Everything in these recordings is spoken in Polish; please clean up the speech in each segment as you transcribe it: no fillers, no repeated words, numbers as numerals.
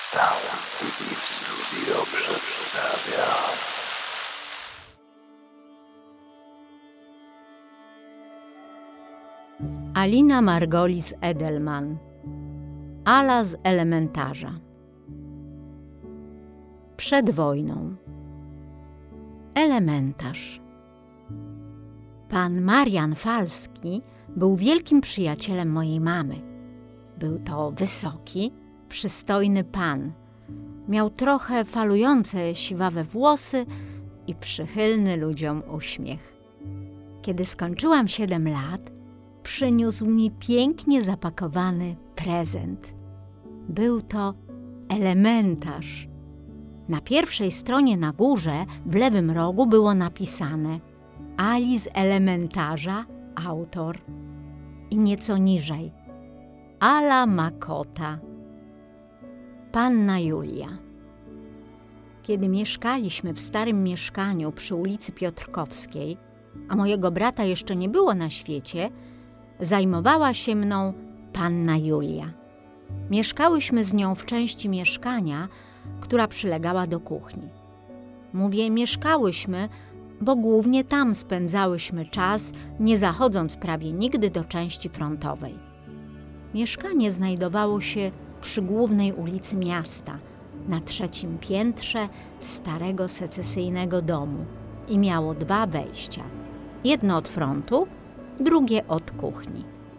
Sound City Studio przedstawia Alina Margolis-Edelman, Ala z elementarza. Przed wojną. Elementarz. Pan Marian Falski był wielkim przyjacielem mojej mamy. Był to wysoki, przystojny pan. Miał trochę falujące siwawe włosy i przychylny ludziom uśmiech. Kiedy skończyłam 7 lat, przyniósł mi pięknie zapakowany prezent. Był to elementarz. Na pierwszej stronie na górze, w lewym rogu było napisane Ali z elementarza, autor. I nieco niżej Ala Makota. Panna Julia. Kiedy mieszkaliśmy w starym mieszkaniu przy ulicy Piotrkowskiej, a mojego brata jeszcze nie było na świecie, zajmowała się mną panna Julia. Mieszkałyśmy z nią w części mieszkania, która przylegała do kuchni. Mówię mieszkałyśmy, bo głównie tam spędzałyśmy czas, nie zachodząc prawie nigdy do części frontowej. Mieszkanie znajdowało się przy głównej ulicy miasta, na 3. piętrze starego secesyjnego domu i miało 2 wejścia. Jedno od frontu, drugie od kuchni.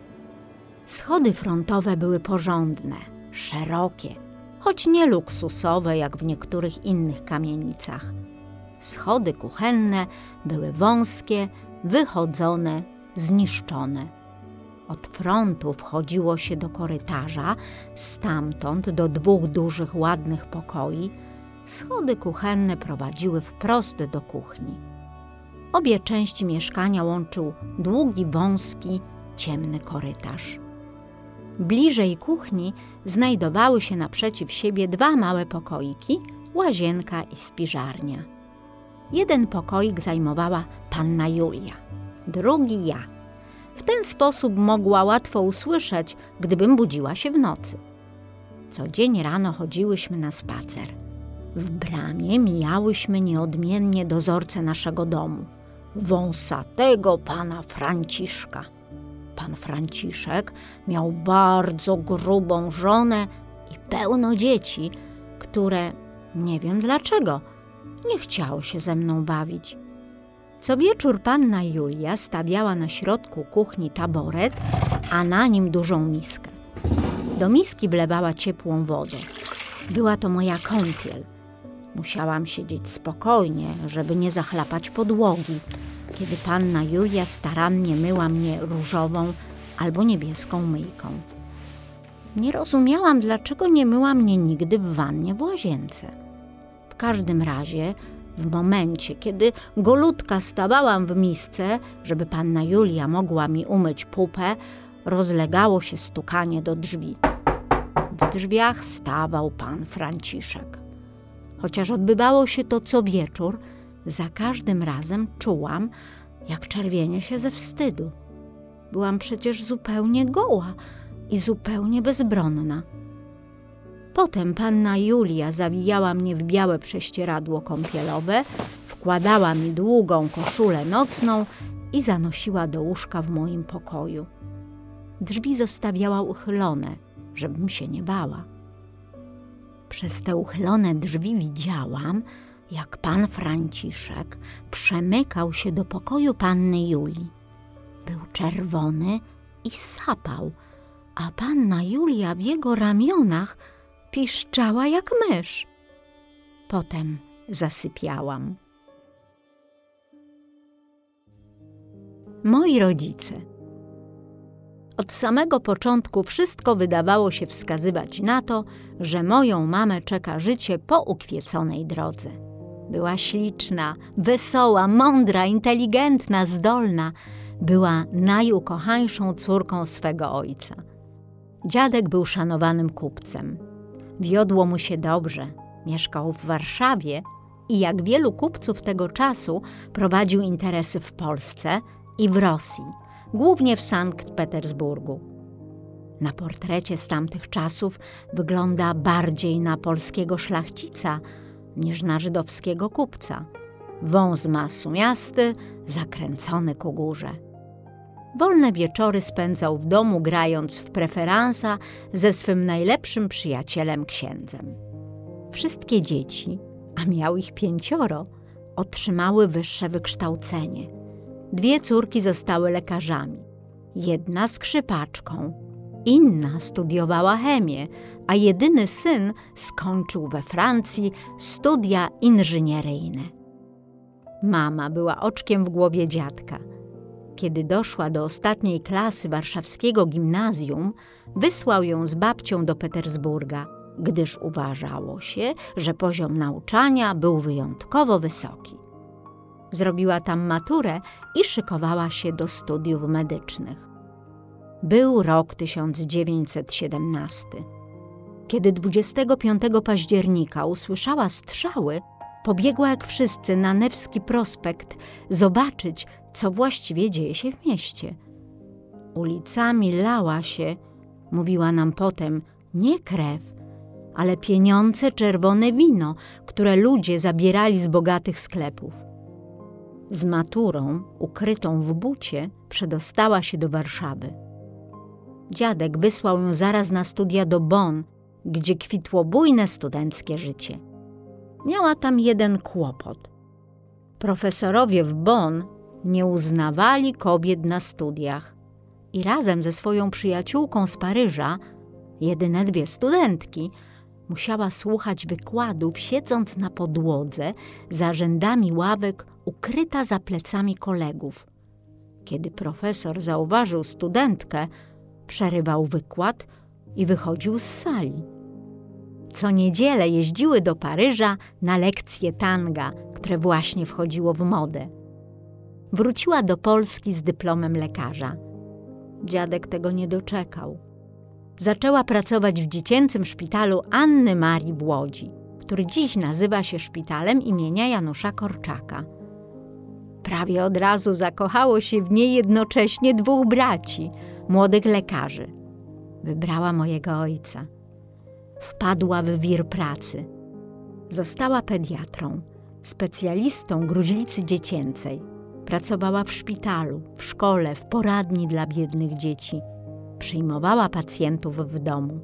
Schody frontowe były porządne, szerokie, choć nie luksusowe jak w niektórych innych kamienicach. Schody kuchenne były wąskie, wychodzone, zniszczone. Od frontu wchodziło się do korytarza, stamtąd do 2 dużych, ładnych pokoi. Schody kuchenne prowadziły wprost do kuchni. Obie części mieszkania łączył długi, wąski, ciemny korytarz. Bliżej kuchni znajdowały się naprzeciw siebie 2 małe pokoiki, łazienka i spiżarnia. Jeden pokoik zajmowała panna Julia, drugi ja. W ten sposób mogła łatwo usłyszeć, gdybym budziła się w nocy. Co dzień rano chodziłyśmy na spacer. W bramie mijałyśmy nieodmiennie dozorcę naszego domu, wąsatego pana Franciszka. Pan Franciszek miał bardzo grubą żonę i pełno dzieci, które, nie wiem dlaczego, nie chciały się ze mną bawić. Co wieczór panna Julia stawiała na środku kuchni taboret, a na nim dużą miskę. Do miski wlewała ciepłą wodę. Była to moja kąpiel. Musiałam siedzieć spokojnie, żeby nie zachlapać podłogi, kiedy panna Julia starannie myła mnie różową albo niebieską myjką. Nie rozumiałam, dlaczego nie myła mnie nigdy w wannie w łazience. W każdym razie, w momencie, kiedy golutka stawałam w misce, żeby panna Julia mogła mi umyć pupę, rozlegało się stukanie do drzwi. W drzwiach stawał pan Franciszek. Chociaż odbywało się to co wieczór, za każdym razem czułam, jak czerwienię się ze wstydu. Byłam przecież zupełnie goła i zupełnie bezbronna. Potem panna Julia zawijała mnie w białe prześcieradło kąpielowe, wkładała mi długą koszulę nocną i zanosiła do łóżka w moim pokoju. Drzwi zostawiała uchylone, żebym się nie bała. Przez te uchylone drzwi widziałam, jak pan Franciszek przemykał się do pokoju panny Julii. Był czerwony i sapał, a panna Julia w jego ramionach piszczała jak mysz. Potem zasypiałam. Moi rodzice. Od samego początku wszystko wydawało się wskazywać na to, że moją mamę czeka życie po ukwieconej drodze. Była śliczna, wesoła, mądra, inteligentna, zdolna. Była najukochańszą córką swego ojca. Dziadek był szanowanym kupcem. Wiodło mu się dobrze. Mieszkał w Warszawie i jak wielu kupców tego czasu prowadził interesy w Polsce i w Rosji, głównie w Sankt Petersburgu. Na portrecie z tamtych czasów wygląda bardziej na polskiego szlachcica niż na żydowskiego kupca. Wąs ma sumiasty, zakręcony ku górze. Wolne wieczory spędzał w domu, grając w preferansa ze swym najlepszym przyjacielem księdzem. Wszystkie dzieci, a miał ich 5, otrzymały wyższe wykształcenie. 2 córki zostały lekarzami, 1 skrzypaczką, inna studiowała chemię, a jedyny syn skończył we Francji studia inżynieryjne. Mama była oczkiem w głowie dziadka. Kiedy doszła do ostatniej klasy warszawskiego gimnazjum, wysłał ją z babcią do Petersburga, gdyż uważało się, że poziom nauczania był wyjątkowo wysoki. Zrobiła tam maturę i szykowała się do studiów medycznych. Był rok 1917. Kiedy 25 października usłyszała strzały, pobiegła jak wszyscy na Newski Prospekt zobaczyć, co właściwie dzieje się w mieście. Ulicami lała się, mówiła nam potem, nie krew, ale pieniądze czerwone wino, które ludzie zabierali z bogatych sklepów. Z maturą, ukrytą w bucie, przedostała się do Warszawy. Dziadek wysłał ją zaraz na studia do Bonn, gdzie kwitło bujne studenckie życie. Miała tam jeden kłopot. Profesorowie w Bonn nie uznawali kobiet na studiach i razem ze swoją przyjaciółką z Paryża, jedyne 2 studentki, musiała słuchać wykładów, siedząc na podłodze za rzędami ławek, ukryta za plecami kolegów. Kiedy profesor zauważył studentkę, przerywał wykład i wychodził z sali. Co niedzielę jeździły do Paryża na lekcje tanga, które właśnie wchodziło w modę. Wróciła do Polski z dyplomem lekarza. Dziadek tego nie doczekał. Zaczęła pracować w dziecięcym szpitalu Anny Marii w Łodzi, który dziś nazywa się szpitalem imienia Janusza Korczaka. Prawie od razu zakochało się w niej jednocześnie 2 braci, młodych lekarzy. Wybrała mojego ojca. Wpadła w wir pracy. Została pediatrą, specjalistą gruźlicy dziecięcej. Pracowała w szpitalu, w szkole, w poradni dla biednych dzieci. Przyjmowała pacjentów w domu.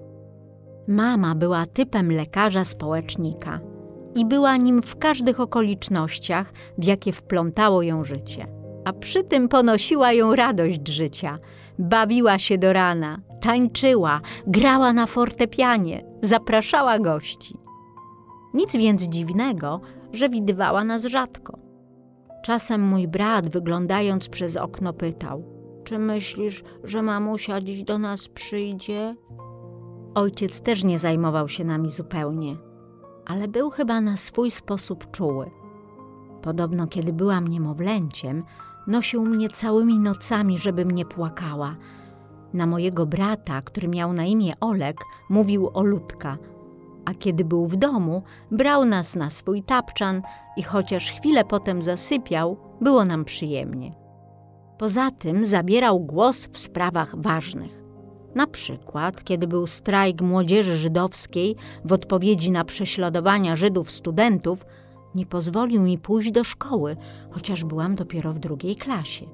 Mama była typem lekarza społecznika i była nim w każdych okolicznościach, w jakie wplątało ją życie. A przy tym ponosiła ją radość życia. Bawiła się do rana, tańczyła, grała na fortepianie, zapraszała gości. Nic więc dziwnego, że widywała nas rzadko. Czasem mój brat, wyglądając przez okno, pytał: czy myślisz, że mamusia dziś do nas przyjdzie? Ojciec też nie zajmował się nami zupełnie, ale był chyba na swój sposób czuły. Podobno, kiedy byłam niemowlęciem, nosił mnie całymi nocami, żebym nie płakała. Na mojego brata, który miał na imię Olek, mówił Oludka, a kiedy był w domu, brał nas na swój tapczan i chociaż chwilę potem zasypiał, było nam przyjemnie. Poza tym zabierał głos w sprawach ważnych. Na przykład, kiedy był strajk młodzieży żydowskiej w odpowiedzi na prześladowania Żydów studentów, nie pozwolił mi pójść do szkoły, chociaż byłam dopiero w 2. klasie.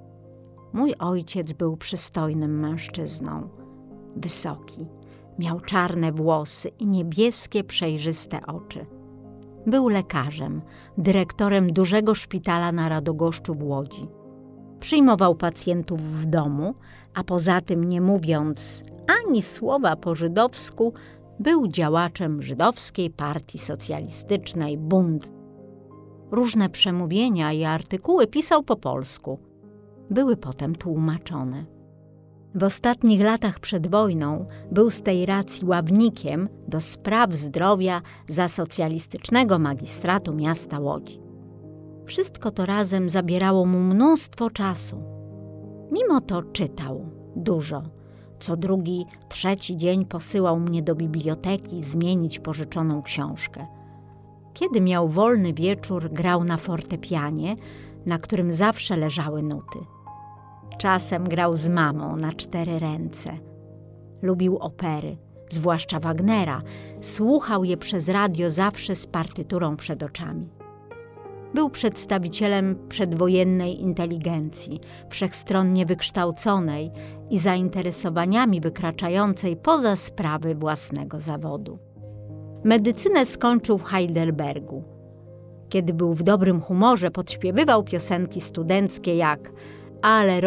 Mój ojciec był przystojnym mężczyzną. Wysoki, miał czarne włosy i niebieskie, przejrzyste oczy. Był lekarzem, dyrektorem dużego szpitala na Radogoszczu w Łodzi. Przyjmował pacjentów w domu, a poza tym, nie mówiąc ani słowa po żydowsku, był działaczem Żydowskiej Partii Socjalistycznej Bund. Różne przemówienia i artykuły pisał po polsku. Były potem tłumaczone. W ostatnich latach przed wojną był z tej racji ławnikiem do spraw zdrowia za socjalistycznego magistratu miasta Łodzi. Wszystko to razem zabierało mu mnóstwo czasu. Mimo to czytał dużo. Co 2., 3 dzień posyłał mnie do biblioteki zmienić pożyczoną książkę. Kiedy miał wolny wieczór, grał na fortepianie, na którym zawsze leżały nuty. Czasem grał z mamą na 4 ręce. Lubił opery, zwłaszcza Wagnera. Słuchał je przez radio zawsze z partyturą przed oczami. Był przedstawicielem przedwojennej inteligencji, wszechstronnie wykształconej i zainteresowaniami wykraczającej poza sprawy własnego zawodu. Medycynę skończył w Heidelbergu. Kiedy był w dobrym humorze, podśpiewywał piosenki studenckie jak Ale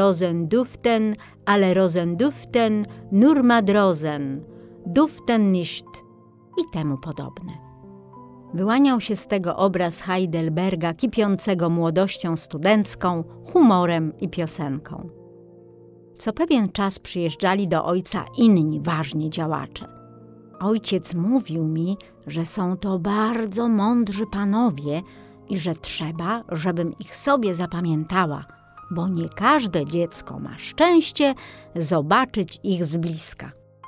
Rosen duften, nur Madrosen, duften nicht i temu podobne. Wyłaniał się z tego obraz Heidelberga kipiącego młodością studencką, humorem i piosenką. Co pewien czas przyjeżdżali do ojca inni ważni działacze. Ojciec mówił mi, że są to bardzo mądrzy panowie i że trzeba, żebym ich sobie zapamiętała, bo nie każde dziecko ma szczęście zobaczyć ich z bliska.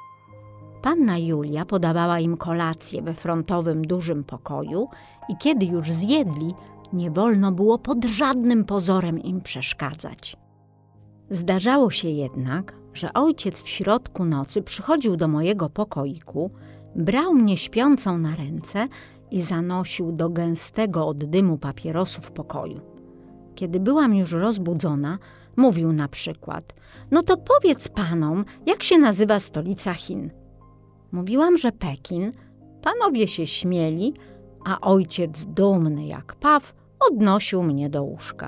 Panna Julia podawała im kolację we frontowym dużym pokoju i kiedy już zjedli, nie wolno było pod żadnym pozorem im przeszkadzać. Zdarzało się jednak, że ojciec w środku nocy przychodził do mojego pokoiku, brał mnie śpiącą na ręce i zanosił do gęstego od dymu papierosów pokoju. Kiedy byłam już rozbudzona, mówił na przykład: no to powiedz panom, jak się nazywa stolica Chin. Mówiłam, że Pekin, panowie się śmieli, a ojciec dumny jak paw odnosił mnie do łóżka.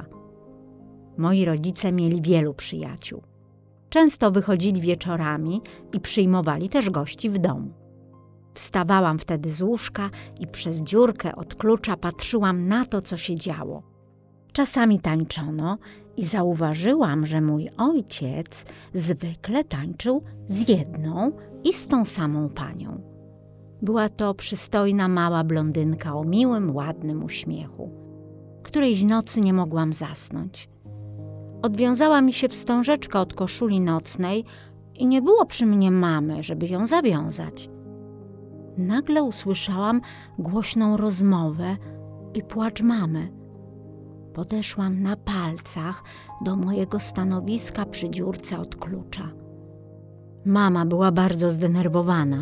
Moi rodzice mieli wielu przyjaciół. Często wychodzili wieczorami i przyjmowali też gości w domu. Wstawałam wtedy z łóżka i przez dziurkę od klucza patrzyłam na to, co się działo. Czasami tańczono i zauważyłam, że mój ojciec zwykle tańczył z jedną i z tą samą panią. Była to przystojna mała blondynka o miłym, ładnym uśmiechu. Którejś nocy nie mogłam zasnąć. Odwiązała mi się wstążeczka od koszuli nocnej i nie było przy mnie mamy, żeby ją zawiązać. Nagle usłyszałam głośną rozmowę i płacz mamy. Podeszłam na palcach do mojego stanowiska przy dziurce od klucza. Mama była bardzo zdenerwowana.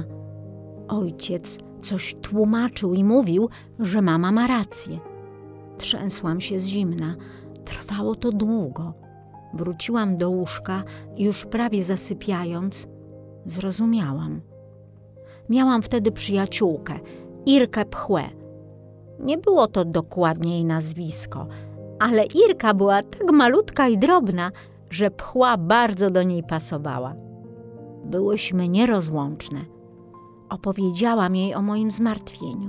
Ojciec coś tłumaczył i mówił, że mama ma rację. Trzęsłam się z zimna. Trwało to długo. Wróciłam do łóżka i już prawie zasypiając, zrozumiałam. Miałam wtedy przyjaciółkę, Irkę Pchłę. Nie było to dokładnie jej nazwisko, ale Irka była tak malutka i drobna, że Pchła bardzo do niej pasowała. Byłyśmy nierozłączne. Opowiedziałam jej o moim zmartwieniu.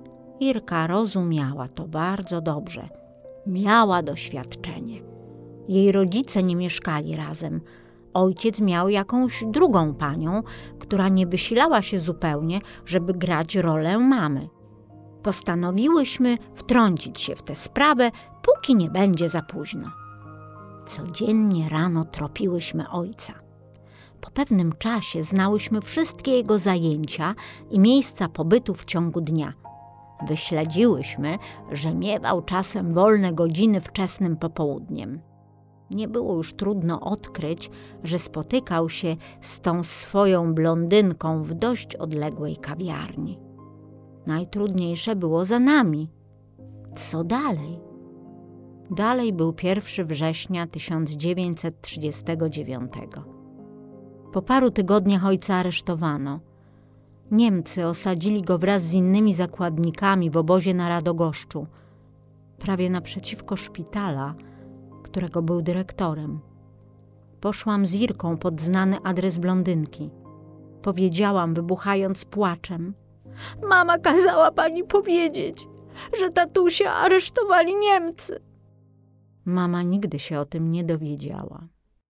Irka rozumiała to bardzo dobrze. Miała doświadczenie. Jej rodzice nie mieszkali razem. Ojciec miał jakąś drugą panią, która nie wysilała się zupełnie, żeby grać rolę mamy. Postanowiłyśmy wtrącić się w tę sprawę, póki nie będzie za późno. Codziennie rano tropiłyśmy ojca. Po pewnym czasie znałyśmy wszystkie jego zajęcia i miejsca pobytu w ciągu dnia. Wyśledziłyśmy, że miewał czasem wolne godziny wczesnym popołudniem. Nie było już trudno odkryć, że spotykał się z tą swoją blondynką w dość odległej kawiarni. Najtrudniejsze było za nami. Co dalej? Dalej był 1 września 1939. Po paru tygodniach ojca aresztowano. Niemcy osadzili go wraz z innymi zakładnikami w obozie na Radogoszczu, prawie naprzeciwko szpitala, którego był dyrektorem. Poszłam z Irką pod znany adres blondynki. Powiedziałam, wybuchając płaczem: mama kazała pani powiedzieć, że tatusia aresztowali Niemcy. Mama nigdy się o tym nie dowiedziała.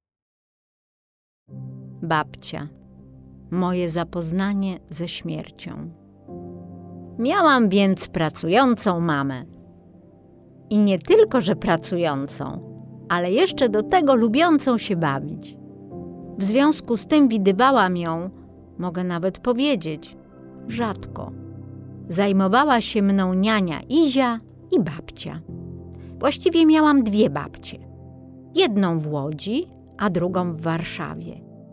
Babcia. Moje zapoznanie ze śmiercią. Miałam więc pracującą mamę. I nie tylko, że pracującą, ale jeszcze do tego lubiącą się bawić. W związku z tym widywałam ją, mogę nawet powiedzieć, rzadko. Zajmowała się mną niania Izia i babcia. Właściwie miałam dwie babcie. Jedną w Łodzi, a drugą w Warszawie.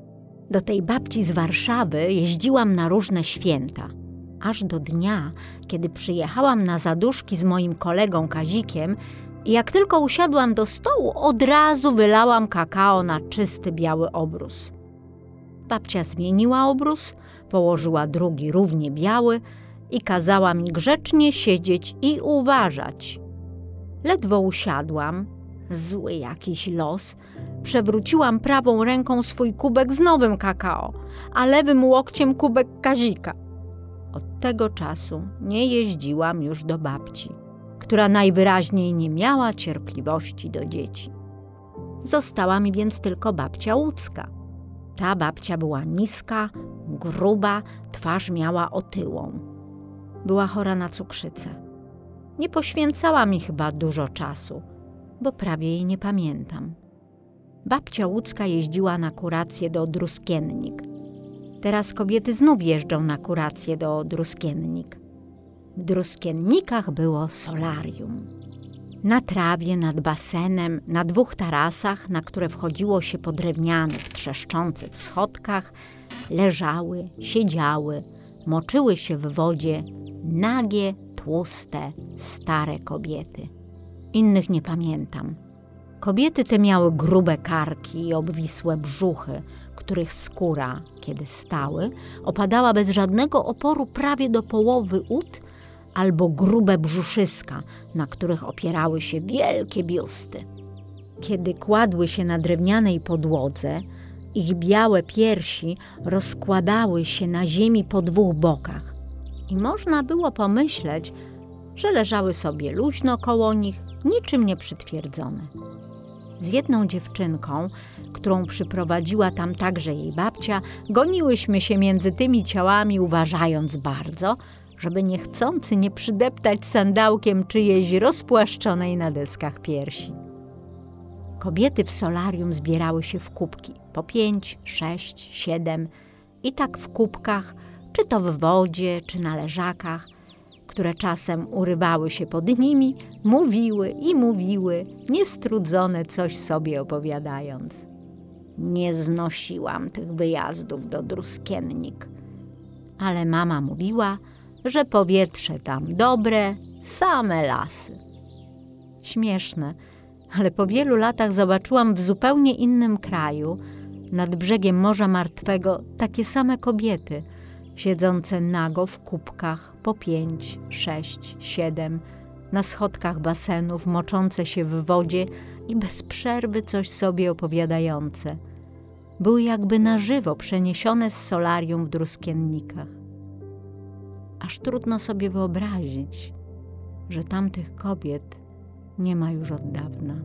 Do tej babci z Warszawy jeździłam na różne święta, aż do dnia, kiedy przyjechałam na zaduszki z moim kolegą Kazikiem i jak tylko usiadłam do stołu, od razu wylałam kakao na czysty biały obrus. Babcia zmieniła obrus, położyła drugi równie biały i kazała mi grzecznie siedzieć i uważać. Ledwo usiadłam, zły jakiś los, przewróciłam prawą ręką swój kubek z nowym kakao, a lewym łokciem kubek Kazika. Od tego czasu nie jeździłam już do babci, która najwyraźniej nie miała cierpliwości do dzieci. Została mi więc tylko babcia łódzka. Ta babcia była niska, gruba, twarz miała otyłą. Była chora na cukrzycę. Nie poświęcała mi chyba dużo czasu, bo prawie jej nie pamiętam. Babcia łódzka jeździła na kurację do Druskiennik. Teraz kobiety znów jeżdżą na kurację do Druskiennik. W Druskiennikach było solarium. Na trawie, nad basenem, na 2 tarasach, na które wchodziło się po drewnianych, trzeszczących schodkach, leżały, siedziały, moczyły się w wodzie nagie, tłuste, stare kobiety. Innych nie pamiętam. Kobiety te miały grube karki i obwisłe brzuchy, których skóra, kiedy stały, opadała bez żadnego oporu prawie do połowy ud, albo grube brzuszyska, na których opierały się wielkie biusty. Kiedy kładły się na drewnianej podłodze, ich białe piersi rozkładały się na ziemi po 2 bokach i można było pomyśleć, że leżały sobie luźno koło nich, niczym nie przytwierdzone. Z jedną dziewczynką, którą przyprowadziła tam także jej babcia, goniłyśmy się między tymi ciałami, uważając bardzo, żeby niechcący nie przydeptać sandałkiem czyjejś rozpłaszczonej na deskach piersi. Kobiety w solarium zbierały się w kubki, po 5, 6, 7 i tak w kubkach, czy to w wodzie, czy na leżakach, które czasem urywały się pod nimi, mówiły i mówiły, niestrudzone coś sobie opowiadając. Nie znosiłam tych wyjazdów do Druskiennik, ale mama mówiła, że powietrze tam dobre, same lasy. Śmieszne, ale po wielu latach zobaczyłam w zupełnie innym kraju, nad brzegiem Morza Martwego, takie same kobiety, siedzące nago w kubkach po 5, 6, 7, na schodkach basenów, moczące się w wodzie i bez przerwy coś sobie opowiadające. Były jakby na żywo przeniesione z solarium w Druskiennikach. Aż trudno sobie wyobrazić, że tamtych kobiet nie ma już od dawna.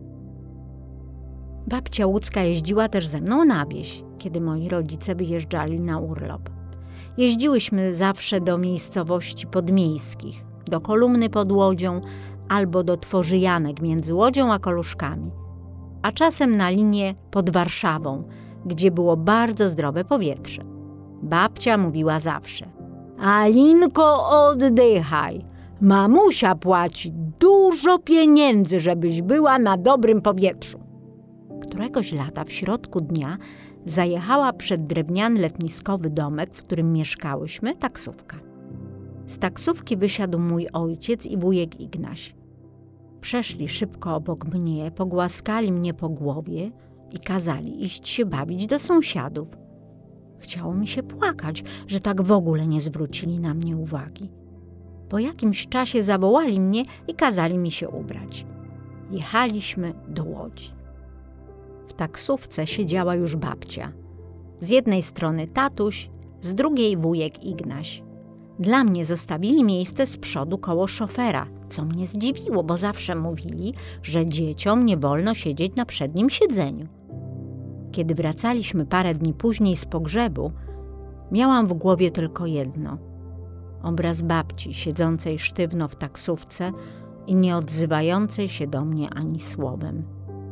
Babcia łódzka jeździła też ze mną na wieś, kiedy moi rodzice wyjeżdżali na urlop. Jeździłyśmy zawsze do miejscowości podmiejskich, do kolumny pod Łodzią albo do Tworzyjanek między Łodzią a Koluszkami, a czasem na linię pod Warszawą, gdzie było bardzo zdrowe powietrze. Babcia mówiła zawsze: Alinko, oddychaj, mamusia płaci dużo pieniędzy, żebyś była na dobrym powietrzu. Któregoś lata w środku dnia zajechała przed drewniany letniskowy domek, w którym mieszkałyśmy, taksówka. Z taksówki wysiadł mój ojciec i wujek Ignaś. Przeszli szybko obok mnie, pogłaskali mnie po głowie i kazali iść się bawić do sąsiadów. Chciało mi się płakać, że tak w ogóle nie zwrócili na mnie uwagi. Po jakimś czasie zawołali mnie i kazali mi się ubrać. Jechaliśmy do Łodzi. W taksówce siedziała już babcia. Z jednej strony tatuś, z drugiej wujek Ignaś. Dla mnie zostawili miejsce z przodu koło szofera, co mnie zdziwiło, bo zawsze mówili, że dzieciom nie wolno siedzieć na przednim siedzeniu. Kiedy wracaliśmy parę dni później z pogrzebu, miałam w głowie tylko jedno. Obraz babci siedzącej sztywno w taksówce i nie odzywającej się do mnie ani słowem.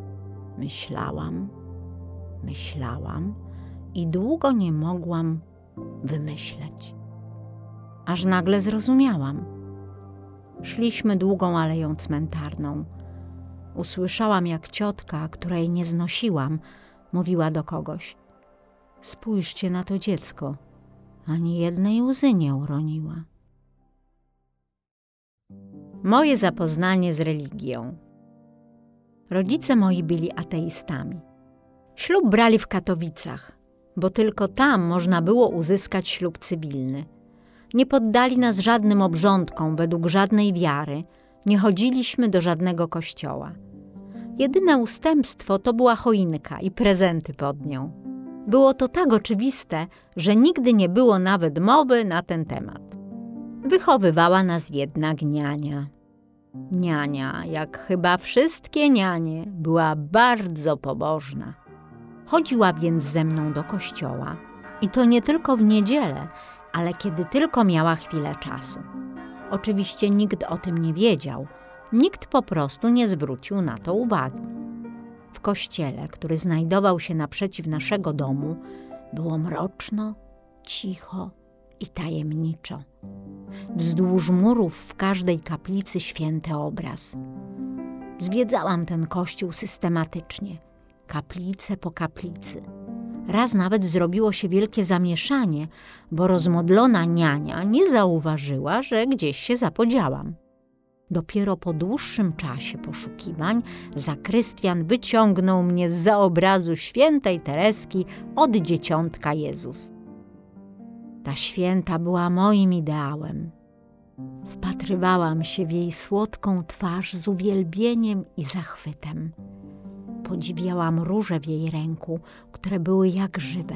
Myślałam i długo nie mogłam wymyśleć. Aż nagle zrozumiałam. Szliśmy długą aleją cmentarną. Usłyszałam, jak ciotka, której nie znosiłam, mówiła do kogoś: Spójrzcie na to dziecko. Ani jednej łzy nie uroniła. Moje zapoznanie z religią. Rodzice moi byli ateistami. Ślub brali w Katowicach, bo tylko tam można było uzyskać ślub cywilny. Nie poddali nas żadnym obrządkom według żadnej wiary, nie chodziliśmy do żadnego kościoła. Jedyne ustępstwo to była choinka i prezenty pod nią. Było to tak oczywiste, że nigdy nie było nawet mowy na ten temat. Wychowywała nas jednak niania. Niania, jak chyba wszystkie nianie, była bardzo pobożna. Chodziła więc ze mną do kościoła i to nie tylko w niedzielę, ale kiedy tylko miała chwilę czasu. Oczywiście nikt o tym nie wiedział, nikt po prostu nie zwrócił na to uwagi. W kościele, który znajdował się naprzeciw naszego domu, było mroczno, cicho i tajemniczo. Wzdłuż murów w każdej kaplicy święty obraz. Zwiedzałam ten kościół systematycznie, kaplicę po kaplicy. Raz nawet zrobiło się wielkie zamieszanie, bo rozmodlona niania nie zauważyła, że gdzieś się zapodziałam. Dopiero po dłuższym czasie poszukiwań zakrystian wyciągnął mnie zza obrazu świętej Tereski od dzieciątka Jezus. Ta święta była moim ideałem. Wpatrywałam się w jej słodką twarz z uwielbieniem i zachwytem. Podziwiałam róże w jej ręku, które były jak żywe.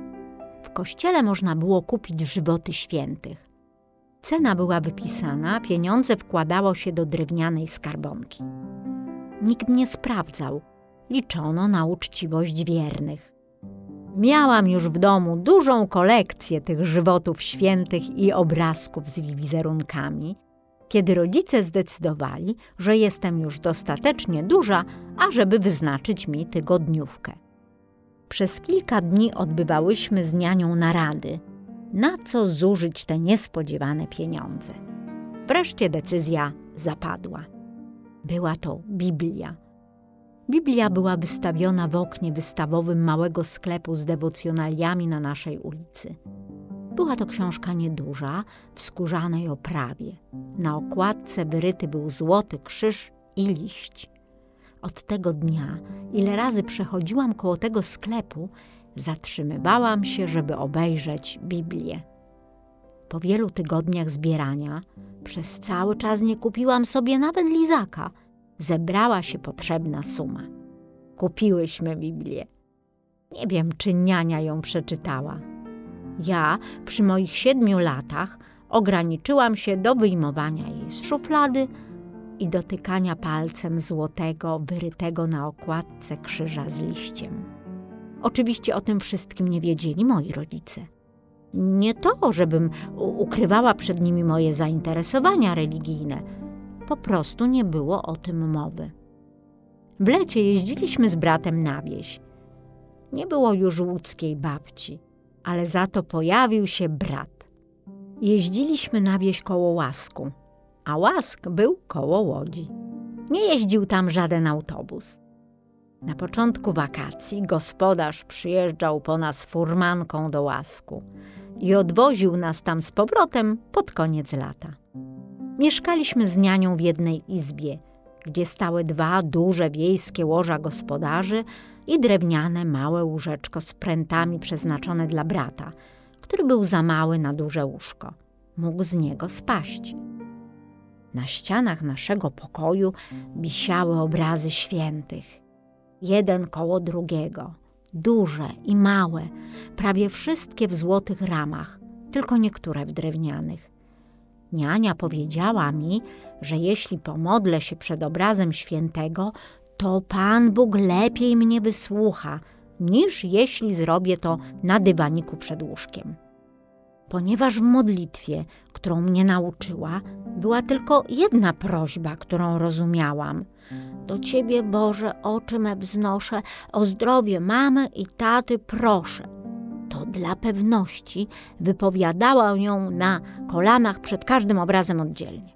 W kościele można było kupić żywoty świętych. Cena była wypisana, pieniądze wkładało się do drewnianej skarbonki. Nikt nie sprawdzał, liczono na uczciwość wiernych. Miałam już w domu dużą kolekcję tych żywotów świętych i obrazków z ich wizerunkami, kiedy rodzice zdecydowali, że jestem już dostatecznie duża, ażeby wyznaczyć mi tygodniówkę. Przez kilka dni odbywałyśmy z nianią narady, na co zużyć te niespodziewane pieniądze. Wreszcie decyzja zapadła. Była to Biblia. Biblia była wystawiona w oknie wystawowym małego sklepu z dewocjonaliami na naszej ulicy. Była to książka nieduża, w skórzanej oprawie. Na okładce wyryty był złoty krzyż i liść. Od tego dnia, ile razy przechodziłam koło tego sklepu, zatrzymywałam się, żeby obejrzeć Biblię. Po wielu tygodniach zbierania, przez cały czas nie kupiłam sobie nawet lizaka, zebrała się potrzebna suma. Kupiłyśmy Biblię. Nie wiem, czy niania ją przeczytała. Ja, przy moich 7 latach, ograniczyłam się do wyjmowania jej z szuflady i dotykania palcem złotego, wyrytego na okładce krzyża z liściem. Oczywiście o tym wszystkim nie wiedzieli moi rodzice. Nie to, żebym ukrywała przed nimi moje zainteresowania religijne. Po prostu nie było o tym mowy. W lecie jeździliśmy z bratem na wieś. Nie było już łódzkiej babci, ale za to pojawił się brat. Jeździliśmy na wieś koło Łasku, a Łask był koło Łodzi. Nie jeździł tam żaden autobus. Na początku wakacji gospodarz przyjeżdżał po nas furmanką do Łasku i odwoził nas tam z powrotem pod koniec lata. Mieszkaliśmy z nianią w jednej izbie, gdzie stały 2 duże wiejskie łoża gospodarzy i drewniane małe łóżeczko z prętami przeznaczone dla brata, który był za mały na duże łóżko. Mógł z niego spaść. Na ścianach naszego pokoju wisiały obrazy świętych. Jeden koło drugiego, duże i małe, prawie wszystkie w złotych ramach, tylko niektóre w drewnianych. Niania powiedziała mi, że jeśli pomodlę się przed obrazem świętego, to Pan Bóg lepiej mnie wysłucha, niż jeśli zrobię to na dywaniku przed łóżkiem. Ponieważ w modlitwie, którą mnie nauczyła, była tylko jedna prośba, którą rozumiałam. Do Ciebie, Boże, oczy me wznoszę, o zdrowie mamy i taty proszę. To dla pewności wypowiadałam ją na kolanach przed każdym obrazem oddzielnie.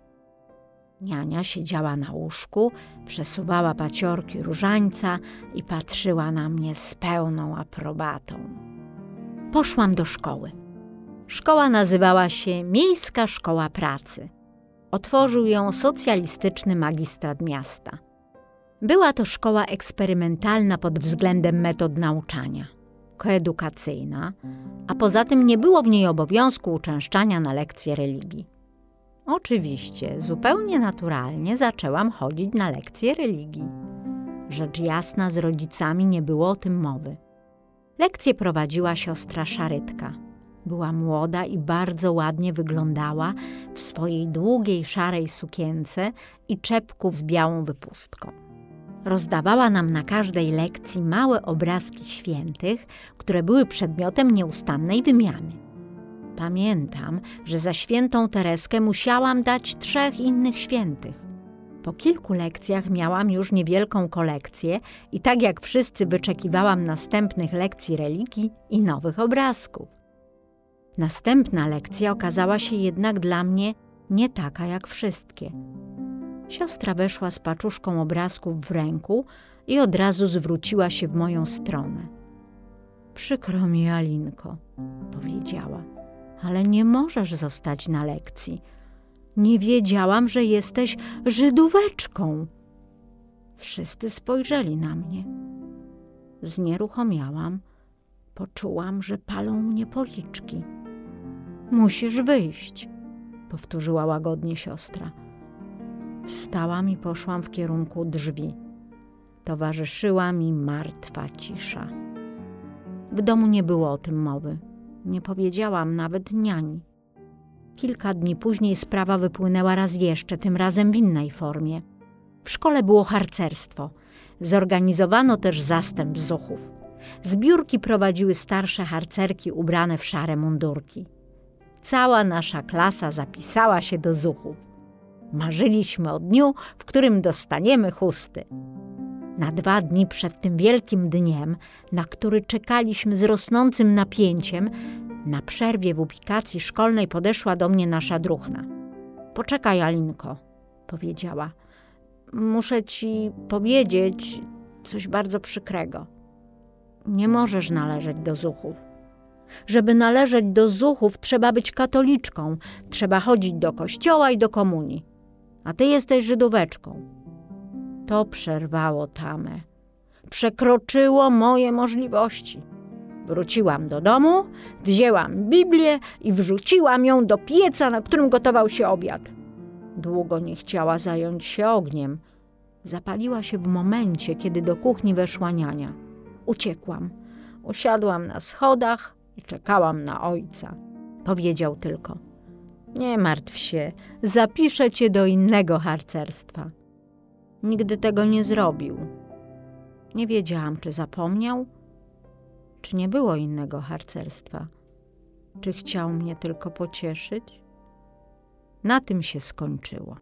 Niania siedziała na łóżku, przesuwała paciorki różańca i patrzyła na mnie z pełną aprobatą. Poszłam do szkoły. Szkoła nazywała się Miejska Szkoła Pracy. Otworzył ją socjalistyczny magistrat miasta. Była to szkoła eksperymentalna pod względem metod nauczania, koedukacyjna, a poza tym nie było w niej obowiązku uczęszczania na lekcje religii. Oczywiście, zupełnie naturalnie zaczęłam chodzić na lekcje religii. Rzecz jasna, z rodzicami nie było o tym mowy. Lekcje prowadziła siostra Szarytka. Była młoda i bardzo ładnie wyglądała w swojej długiej, szarej sukience i czepku z białą wypustką. Rozdawała nam na każdej lekcji małe obrazki świętych, które były przedmiotem nieustannej wymiany. Pamiętam, że za świętą Tereskę musiałam dać 3 innych świętych. Po kilku lekcjach miałam już niewielką kolekcję i tak jak wszyscy wyczekiwałam następnych lekcji religii i nowych obrazków. Następna lekcja okazała się jednak dla mnie nie taka jak wszystkie. Siostra weszła z paczuszką obrazków w ręku i od razu zwróciła się w moją stronę. Przykro mi, Alinko, powiedziała, ale nie możesz zostać na lekcji. Nie wiedziałam, że jesteś Żydóweczką. Wszyscy spojrzeli na mnie. Znieruchomiałam. Poczułam, że palą mnie policzki. Musisz wyjść, powtórzyła łagodnie siostra. Wstałam i poszłam w kierunku drzwi. Towarzyszyła mi martwa cisza. W domu nie było o tym mowy. Nie powiedziałam nawet niani. Kilka dni później sprawa wypłynęła raz jeszcze, tym razem w innej formie. W szkole było harcerstwo. Zorganizowano też zastęp zuchów. Zbiórki prowadziły starsze harcerki ubrane w szare mundurki. Cała nasza klasa zapisała się do zuchów. Marzyliśmy o dniu, w którym dostaniemy chusty. Na 2 dni przed tym wielkim dniem, na który czekaliśmy z rosnącym napięciem, na przerwie w ubikacji szkolnej podeszła do mnie nasza druhna. Poczekaj, Alinko, powiedziała. Muszę ci powiedzieć coś bardzo przykrego. Nie możesz należeć do zuchów. Żeby należeć do zuchów, trzeba być katoliczką, trzeba chodzić do kościoła i do komunii. A ty jesteś Żydóweczką. To przerwało tamę. Przekroczyło moje możliwości. Wróciłam do domu, wzięłam Biblię i wrzuciłam ją do pieca, na którym gotował się obiad. Długo nie chciała zająć się ogniem. Zapaliła się w momencie, kiedy do kuchni weszła niania. Uciekłam. Usiadłam na schodach i czekałam na ojca. Powiedział tylko: nie martw się, zapiszę cię do innego harcerstwa. Nigdy tego nie zrobił. Nie wiedziałam, czy zapomniał, czy nie było innego harcerstwa. Czy chciał mnie tylko pocieszyć? Na tym się skończyło.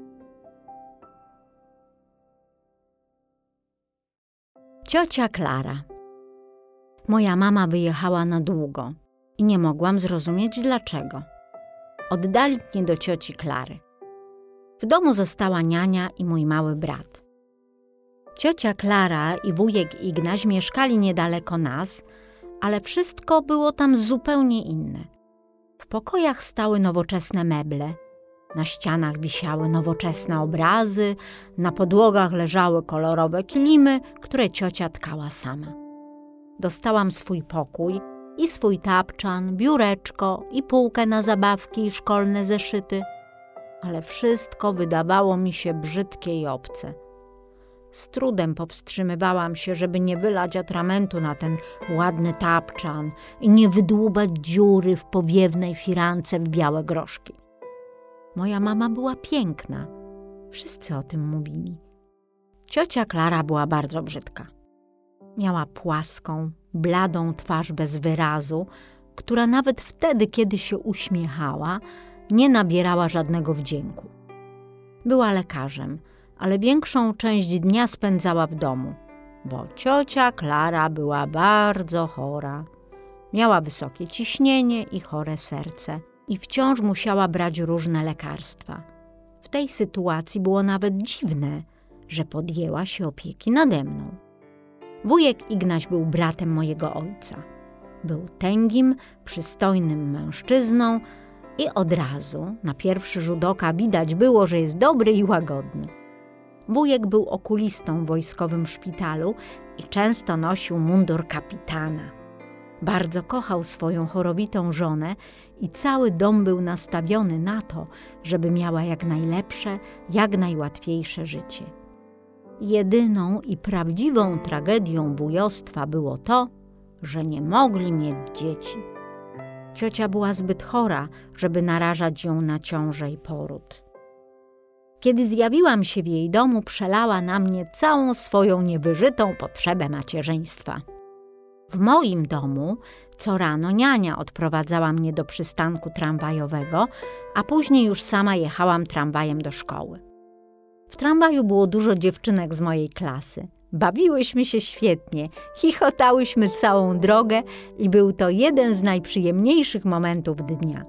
Ciocia Klara. Moja mama wyjechała na długo i nie mogłam zrozumieć dlaczego. Oddali mnie do cioci Klary. W domu została niania i mój mały brat. Ciocia Klara i wujek Ignaś mieszkali niedaleko nas, ale wszystko było tam zupełnie inne. W pokojach stały nowoczesne meble, na ścianach wisiały nowoczesne obrazy, na podłogach leżały kolorowe kilimy, które ciocia tkała sama. Dostałam swój pokój i swój tapczan, biureczko i półkę na zabawki i szkolne zeszyty, ale wszystko wydawało mi się brzydkie i obce. Z trudem powstrzymywałam się, żeby nie wylać atramentu na ten ładny tapczan i nie wydłubać dziury w powiewnej firance w białe groszki. Moja mama była piękna. Wszyscy o tym mówili. Ciocia Klara była bardzo brzydka. Miała płaską, bladą twarz bez wyrazu, która nawet wtedy, kiedy się uśmiechała, nie nabierała żadnego wdzięku. Była lekarzem, ale większą część dnia spędzała w domu, bo ciocia Klara była bardzo chora. Miała wysokie ciśnienie i chore serce i wciąż musiała brać różne lekarstwa. W tej sytuacji było nawet dziwne, że podjęła się opieki nade mną. Wujek Ignaś był bratem mojego ojca. Był tęgim, przystojnym mężczyzną i od razu, na pierwszy rzut oka, widać było, że jest dobry i łagodny. Wujek był okulistą w wojskowym szpitalu i często nosił mundur kapitana. Bardzo kochał swoją chorowitą żonę i cały dom był nastawiony na to, żeby miała jak najlepsze, jak najłatwiejsze życie. Jedyną i prawdziwą tragedią wujostwa było to, że nie mogli mieć dzieci. Ciocia była zbyt chora, żeby narażać ją na ciążę i poród. Kiedy zjawiłam się w jej domu, przelała na mnie całą swoją niewyżytą potrzebę macierzyństwa. W moim domu co rano niania odprowadzała mnie do przystanku tramwajowego, a później już sama jechałam tramwajem do szkoły. W tramwaju było dużo dziewczynek z mojej klasy. Bawiłyśmy się świetnie, chichotałyśmy całą drogę i był to jeden z najprzyjemniejszych momentów dnia.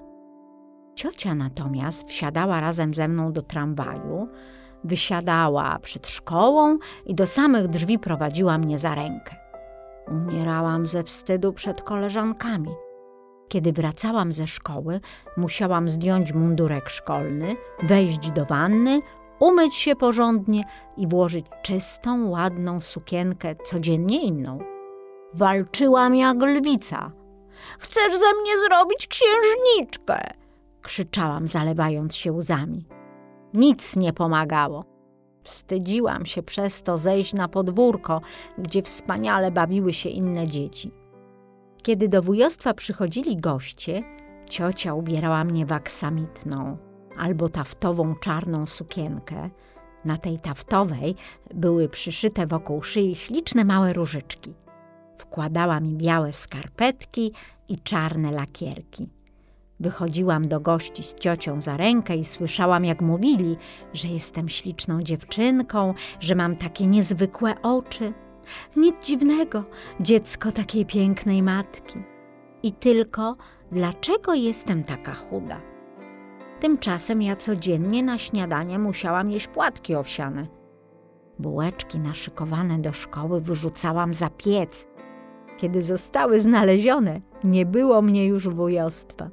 Ciocia natomiast wsiadała razem ze mną do tramwaju, wysiadała przed szkołą i do samych drzwi prowadziła mnie za rękę. Umierałam ze wstydu przed koleżankami. Kiedy wracałam ze szkoły, musiałam zdjąć mundurek szkolny, wejść do wanny, umyć się porządnie i włożyć czystą, ładną sukienkę, codziennie inną. Walczyłam jak lwica. „Chcesz ze mnie zrobić księżniczkę?” krzyczałam, zalewając się łzami. Nic nie pomagało. Wstydziłam się przez to zejść na podwórko, gdzie wspaniale bawiły się inne dzieci. Kiedy do wujostwa przychodzili goście, ciocia ubierała mnie w aksamitną albo taftową czarną sukienkę. Na tej taftowej były przyszyte wokół szyi śliczne małe różyczki. Wkładała mi białe skarpetki i czarne lakierki. Wychodziłam do gości z ciocią za rękę i słyszałam, jak mówili, że jestem śliczną dziewczynką, że mam takie niezwykłe oczy. Nic dziwnego, dziecko takiej pięknej matki. I tylko, dlaczego jestem taka chuda? Tymczasem ja codziennie na śniadanie musiałam jeść płatki owsiane. Bułeczki naszykowane do szkoły wyrzucałam za piec. Kiedy zostały znalezione, nie było mnie już wujostwa.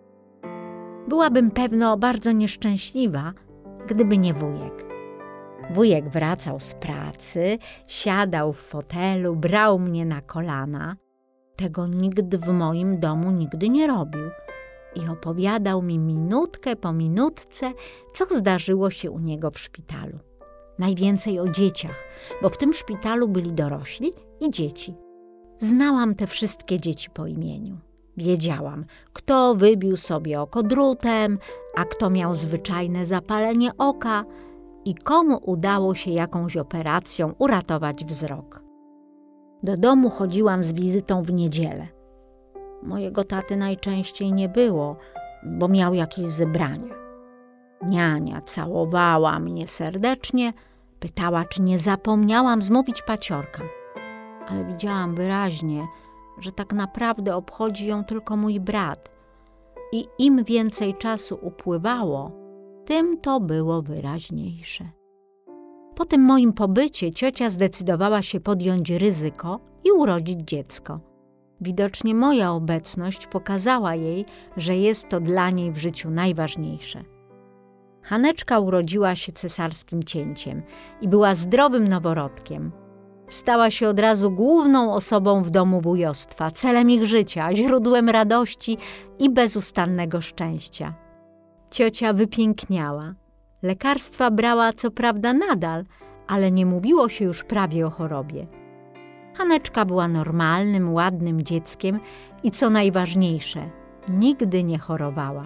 Byłabym pewno bardzo nieszczęśliwa, gdyby nie wujek. Wujek wracał z pracy, siadał w fotelu, brał mnie na kolana. Tego nikt w moim domu nigdy nie robił. I opowiadał mi minutkę po minutce, co zdarzyło się u niego w szpitalu. Najwięcej o dzieciach, bo w tym szpitalu byli dorośli i dzieci. Znałam te wszystkie dzieci po imieniu. Wiedziałam, kto wybił sobie oko drutem, a kto miał zwyczajne zapalenie oka i komu udało się jakąś operacją uratować wzrok. Do domu chodziłam z wizytą w niedzielę. Mojego taty najczęściej nie było, bo miał jakieś zebrania. Niania całowała mnie serdecznie, pytała, czy nie zapomniałam zmówić paciorka. Ale widziałam wyraźnie, że tak naprawdę obchodzi ją tylko mój brat. I im więcej czasu upływało, tym to było wyraźniejsze. Po tym moim pobycie ciocia zdecydowała się podjąć ryzyko i urodzić dziecko. Widocznie moja obecność pokazała jej, że jest to dla niej w życiu najważniejsze. Haneczka urodziła się cesarskim cięciem i była zdrowym noworodkiem. Stała się od razu główną osobą w domu wujostwa, celem ich życia, źródłem radości i bezustannego szczęścia. Ciocia wypiękniała. Lekarstwa brała co prawda nadal, ale nie mówiło się już prawie o chorobie. Haneczka była normalnym, ładnym dzieckiem i co najważniejsze, nigdy nie chorowała.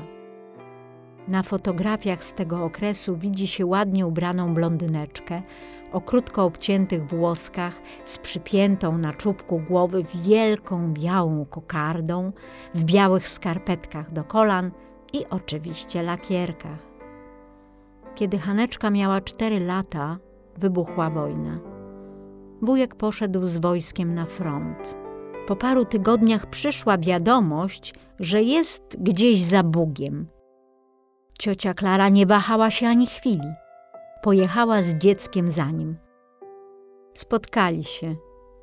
Na fotografiach z tego okresu widzi się ładnie ubraną blondyneczkę o krótko obciętych włoskach z przypiętą na czubku głowy wielką białą kokardą, w białych skarpetkach do kolan i oczywiście lakierkach. Kiedy Haneczka miała 4 lata, wybuchła wojna. Wujek poszedł z wojskiem na front. Po paru tygodniach przyszła wiadomość, że jest gdzieś za Bugiem. Ciocia Klara nie wahała się ani chwili. Pojechała z dzieckiem za nim. Spotkali się,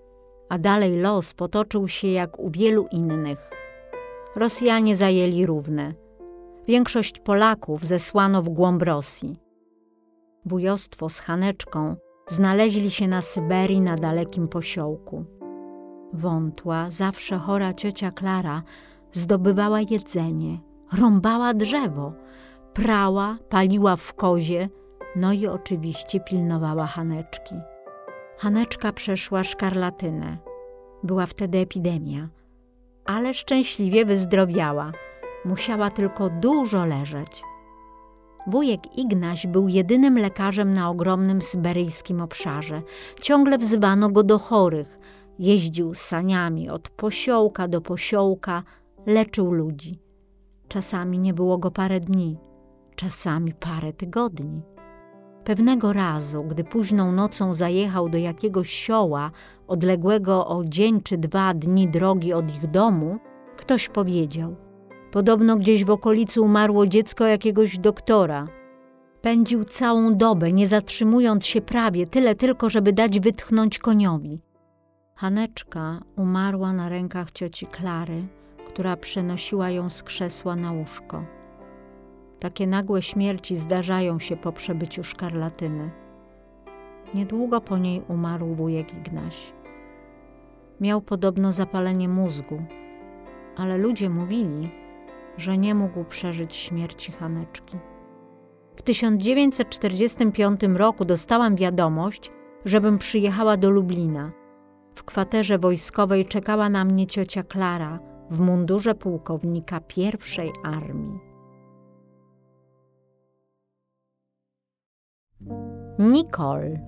a dalej los potoczył się jak u wielu innych. Rosjanie zajęli Równę. Większość Polaków zesłano w głąb Rosji. Wujostwo z Haneczką znaleźli się na Syberii na dalekim posiołku. Wątła, zawsze chora ciocia Klara zdobywała jedzenie, rąbała drzewo, prała, paliła w kozie, no i oczywiście pilnowała Haneczki. Haneczka przeszła szkarlatynę. Była wtedy epidemia, ale szczęśliwie wyzdrowiała. Musiała tylko dużo leżeć. Wujek Ignaś był jedynym lekarzem na ogromnym syberyjskim obszarze. Ciągle wzywano go do chorych. Jeździł saniami od posiołka do posiołka, leczył ludzi. Czasami nie było go parę dni, czasami parę tygodni. Pewnego razu, gdy późną nocą zajechał do jakiegoś sioła odległego o dzień czy 2 dni drogi od ich domu, ktoś powiedział: podobno gdzieś w okolicy umarło dziecko jakiegoś doktora. Pędził całą dobę, nie zatrzymując się prawie, tyle tylko, żeby dać wytchnąć koniowi. Haneczka umarła na rękach cioci Klary, która przenosiła ją z krzesła na łóżko. Takie nagłe śmierci zdarzają się po przebyciu szkarlatyny. Niedługo po niej umarł wujek Ignaś. Miał podobno zapalenie mózgu, ale ludzie mówili, że nie mógł przeżyć śmierci Haneczki. W 1945 roku dostałam wiadomość, żebym przyjechała do Lublina. W kwaterze wojskowej czekała na mnie ciocia Klara w mundurze pułkownika I Armii. Nicole.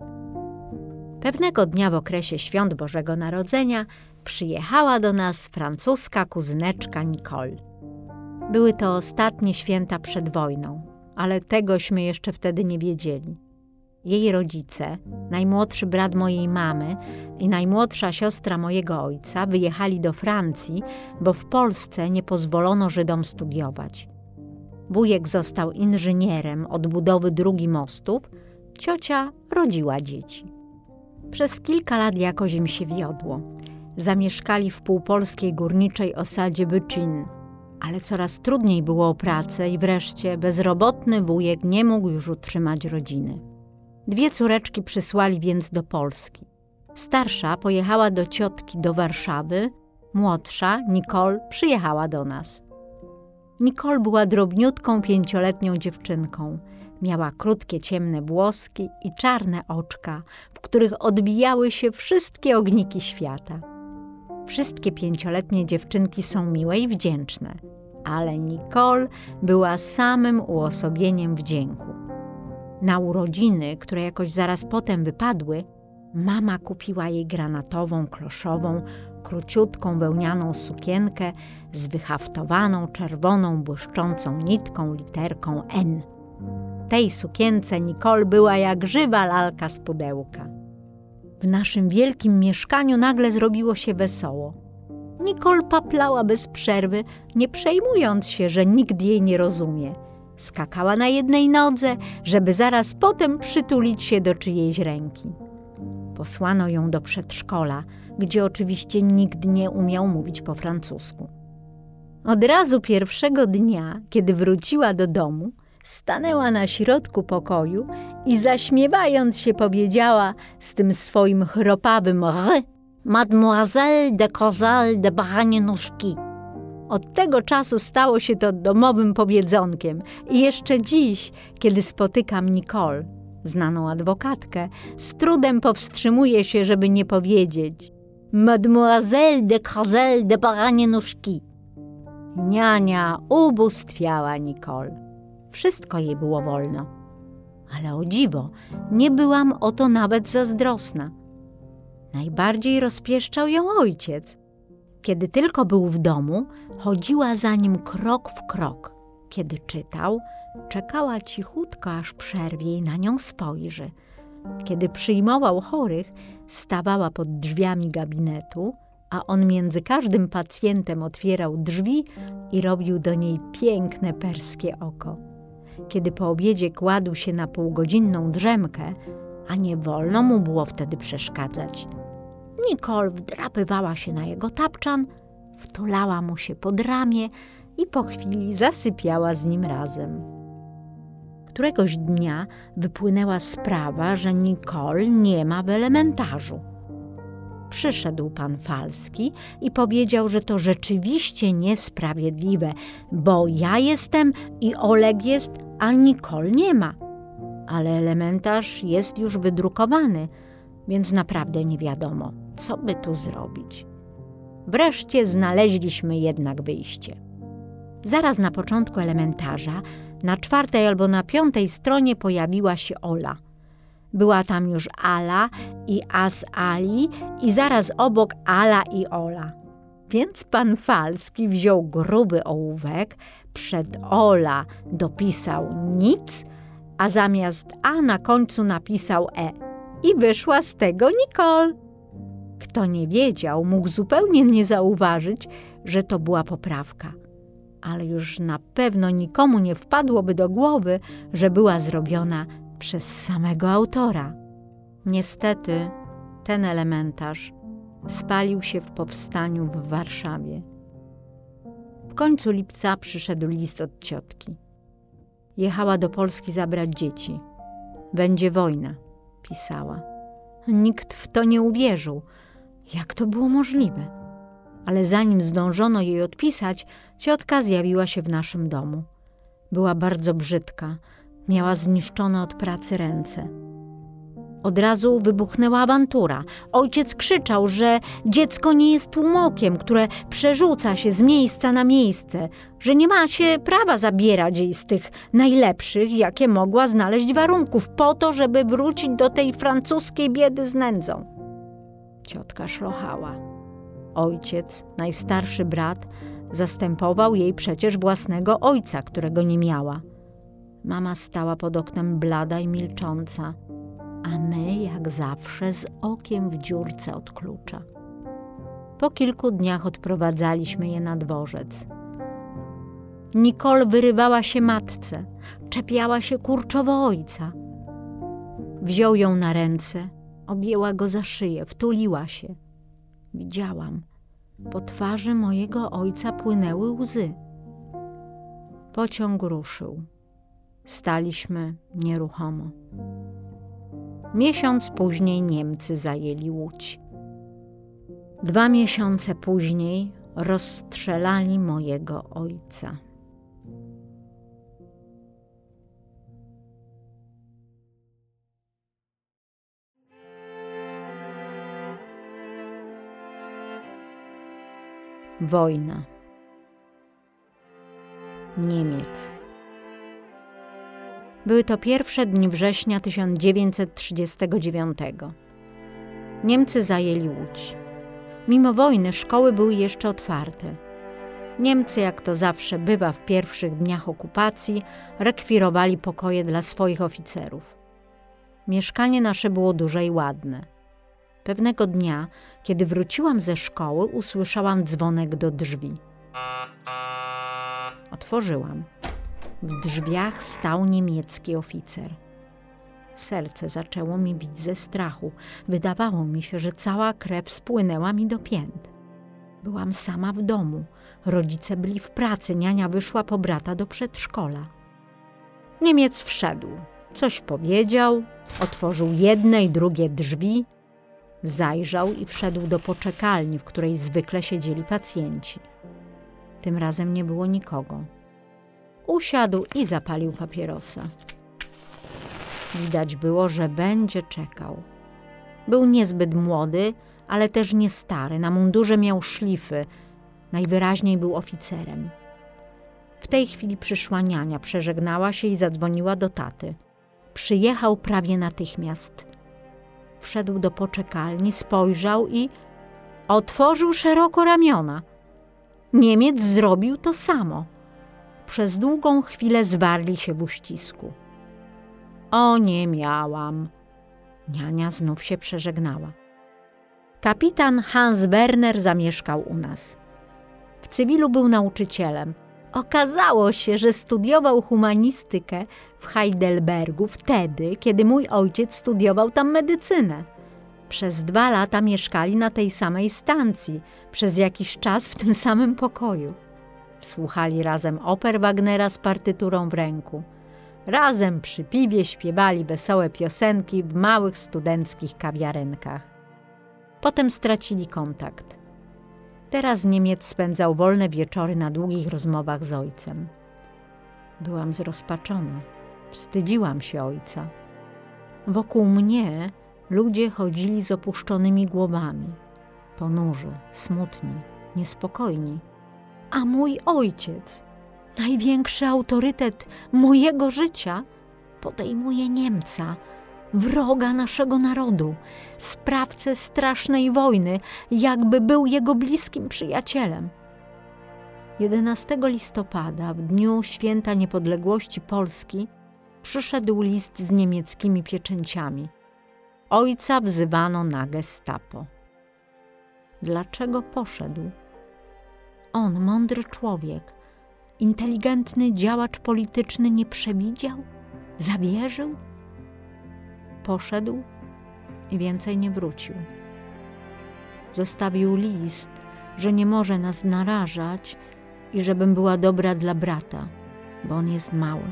Pewnego dnia w okresie świąt Bożego Narodzenia przyjechała do nas francuska kuzyneczka Nicole. Były to ostatnie święta przed wojną, ale tegośmy jeszcze wtedy nie wiedzieli. Jej rodzice, najmłodszy brat mojej mamy i najmłodsza siostra mojego ojca wyjechali do Francji, bo w Polsce nie pozwolono Żydom studiować. Wujek został inżynierem od budowy dróg i mostów, ciocia rodziła dzieci. Przez kilka lat jakoś im się wiodło. Zamieszkali w półpolskiej górniczej osadzie Byczin, ale coraz trudniej było o pracę i wreszcie bezrobotny wujek nie mógł już utrzymać rodziny. 2 córeczki przysłali więc do Polski. Starsza pojechała do ciotki do Warszawy, młodsza, Nicole, przyjechała do nas. Nicole była drobniutką 5-letnią dziewczynką. Miała krótkie, ciemne włoski i czarne oczka, w których odbijały się wszystkie ogniki świata. Wszystkie 5-letnie dziewczynki są miłe i wdzięczne, ale Nicole była samym uosobieniem wdzięku. Na urodziny, które jakoś zaraz potem wypadły, mama kupiła jej granatową, kloszową, króciutką wełnianą sukienkę z wyhaftowaną, czerwoną, błyszczącą nitką literką N. W tej sukience Nicole była jak żywa lalka z pudełka. W naszym wielkim mieszkaniu nagle zrobiło się wesoło. Nicole paplała bez przerwy, nie przejmując się, że nikt jej nie rozumie. Skakała na jednej nodze, żeby zaraz potem przytulić się do czyjejś ręki. Posłano ją do przedszkola, gdzie oczywiście nikt nie umiał mówić po francusku. Od razu pierwszego dnia, kiedy wróciła do domu, stanęła na środku pokoju i zaśmiewając się powiedziała z tym swoim chropawym r: Mademoiselle de Cozel de Baranienuszki. Od tego czasu stało się to domowym powiedzonkiem i jeszcze dziś, kiedy spotykam Nicole, znaną adwokatkę, z trudem powstrzymuję się, żeby nie powiedzieć Mademoiselle de Cozel de Baranienuszki. Niania ubóstwiała Nicole. Wszystko jej było wolno. Ale o dziwo, nie byłam o to nawet zazdrosna. Najbardziej rozpieszczał ją ojciec. Kiedy tylko był w domu, chodziła za nim krok w krok. Kiedy czytał, czekała cichutko, aż przerwie i na nią spojrzy. Kiedy przyjmował chorych, stawała pod drzwiami gabinetu, a on między każdym pacjentem otwierał drzwi i robił do niej piękne perskie oko. Kiedy po obiedzie kładł się na półgodzinną drzemkę, a nie wolno mu było wtedy przeszkadzać, Nicole wdrapywała się na jego tapczan, wtulała mu się pod ramię i po chwili zasypiała z nim razem. Któregoś dnia wypłynęła sprawa, że Nicole nie ma w elementarzu. Przyszedł pan Falski i powiedział, że to rzeczywiście niesprawiedliwe, bo ja jestem i Oleg jest, a Nicole nie ma. Ale elementarz jest już wydrukowany, więc naprawdę nie wiadomo, co by tu zrobić. Wreszcie znaleźliśmy jednak wyjście. Zaraz na początku elementarza, na 4. albo na 5. stronie pojawiła się Ola. Była tam już Ala i As Ali i zaraz obok Ala i Ola. Więc pan Falski wziął gruby ołówek, przed Ola dopisał nic, a zamiast A na końcu napisał E i wyszła z tego Nicole. Kto nie wiedział, mógł zupełnie nie zauważyć, że to była poprawka. Ale już na pewno nikomu nie wpadłoby do głowy, że była zrobiona przez samego autora. Niestety ten elementarz spalił się w powstaniu w Warszawie. W końcu lipca przyszedł list od ciotki. Jechała do Polski zabrać dzieci. Będzie wojna, pisała. Nikt w to nie uwierzył. Jak to było możliwe? Ale zanim zdążono jej odpisać, ciotka zjawiła się w naszym domu. Była bardzo brzydka, miała zniszczone od pracy ręce. Od razu wybuchnęła awantura. Ojciec krzyczał, że dziecko nie jest tłumokiem, które przerzuca się z miejsca na miejsce, że nie ma się prawa zabierać jej z tych najlepszych, jakie mogła znaleźć warunków, po to, żeby wrócić do tej francuskiej biedy z nędzą. Ciotka szlochała. Ojciec, najstarszy brat, zastępował jej przecież własnego ojca, którego nie miała. Mama stała pod oknem blada i milcząca, a my jak zawsze z okiem w dziurce od klucza. Po kilku dniach odprowadzaliśmy je na dworzec. Nicole wyrywała się matce, czepiała się kurczowo ojca. Wziął ją na ręce, objęła go za szyję, wtuliła się. Widziałam, po twarzy mojego ojca płynęły łzy. Pociąg ruszył. Staliśmy nieruchomo. Miesiąc później Niemcy zajęli Łódź. 2 miesiące później rozstrzelali mojego ojca. Wojna. Niemiec. Były to pierwsze dni września 1939. Niemcy zajęli Łódź. Mimo wojny szkoły były jeszcze otwarte. Niemcy, jak to zawsze bywa w pierwszych dniach okupacji, rekwirowali pokoje dla swoich oficerów. Mieszkanie nasze było duże i ładne. Pewnego dnia, kiedy wróciłam ze szkoły, usłyszałam dzwonek do drzwi. Otworzyłam. W drzwiach stał niemiecki oficer. Serce zaczęło mi bić ze strachu. Wydawało mi się, że cała krew spłynęła mi do pięt. Byłam sama w domu. Rodzice byli w pracy, niania wyszła po brata do przedszkola. Niemiec wszedł. Coś powiedział, otworzył jedne i drugie drzwi, zajrzał i wszedł do poczekalni, w której zwykle siedzieli pacjenci. Tym razem nie było nikogo. Usiadł i zapalił papierosa. Widać było, że będzie czekał. Był niezbyt młody, ale też nie stary. Na mundurze miał szlify. Najwyraźniej był oficerem. W tej chwili przyszła niania, przeżegnała się i zadzwoniła do taty. Przyjechał prawie natychmiast. Wszedł do poczekalni, spojrzał i otworzył szeroko ramiona. Niemiec zrobił to samo. Przez długą chwilę zwarli się w uścisku. O, nie miałam. Niania znów się przeżegnała. Kapitan Hans Werner zamieszkał u nas. W cywilu był nauczycielem. Okazało się, że studiował humanistykę w Heidelbergu wtedy, kiedy mój ojciec studiował tam medycynę. Przez 2 lata mieszkali na tej samej stacji, przez jakiś czas w tym samym pokoju. Słuchali razem oper Wagnera z partyturą w ręku. Razem przy piwie śpiewali wesołe piosenki w małych studenckich kawiarenkach. Potem stracili kontakt. Teraz Niemiec spędzał wolne wieczory na długich rozmowach z ojcem. Byłam zrozpaczona. Wstydziłam się ojca. Wokół mnie ludzie chodzili z opuszczonymi głowami. Ponurzy, smutni, niespokojni. A mój ojciec, największy autorytet mojego życia, podejmuje Niemca, wroga naszego narodu, sprawcę strasznej wojny, jakby był jego bliskim przyjacielem. 11 listopada, w dniu święta niepodległości Polski, przyszedł list z niemieckimi pieczęciami. Ojca wzywano na gestapo. Dlaczego poszedł? On, mądry człowiek, inteligentny działacz polityczny, nie przewidział? Zawierzył? Poszedł i więcej nie wrócił. Zostawił list, że nie może nas narażać i żebym była dobra dla brata, bo on jest mały.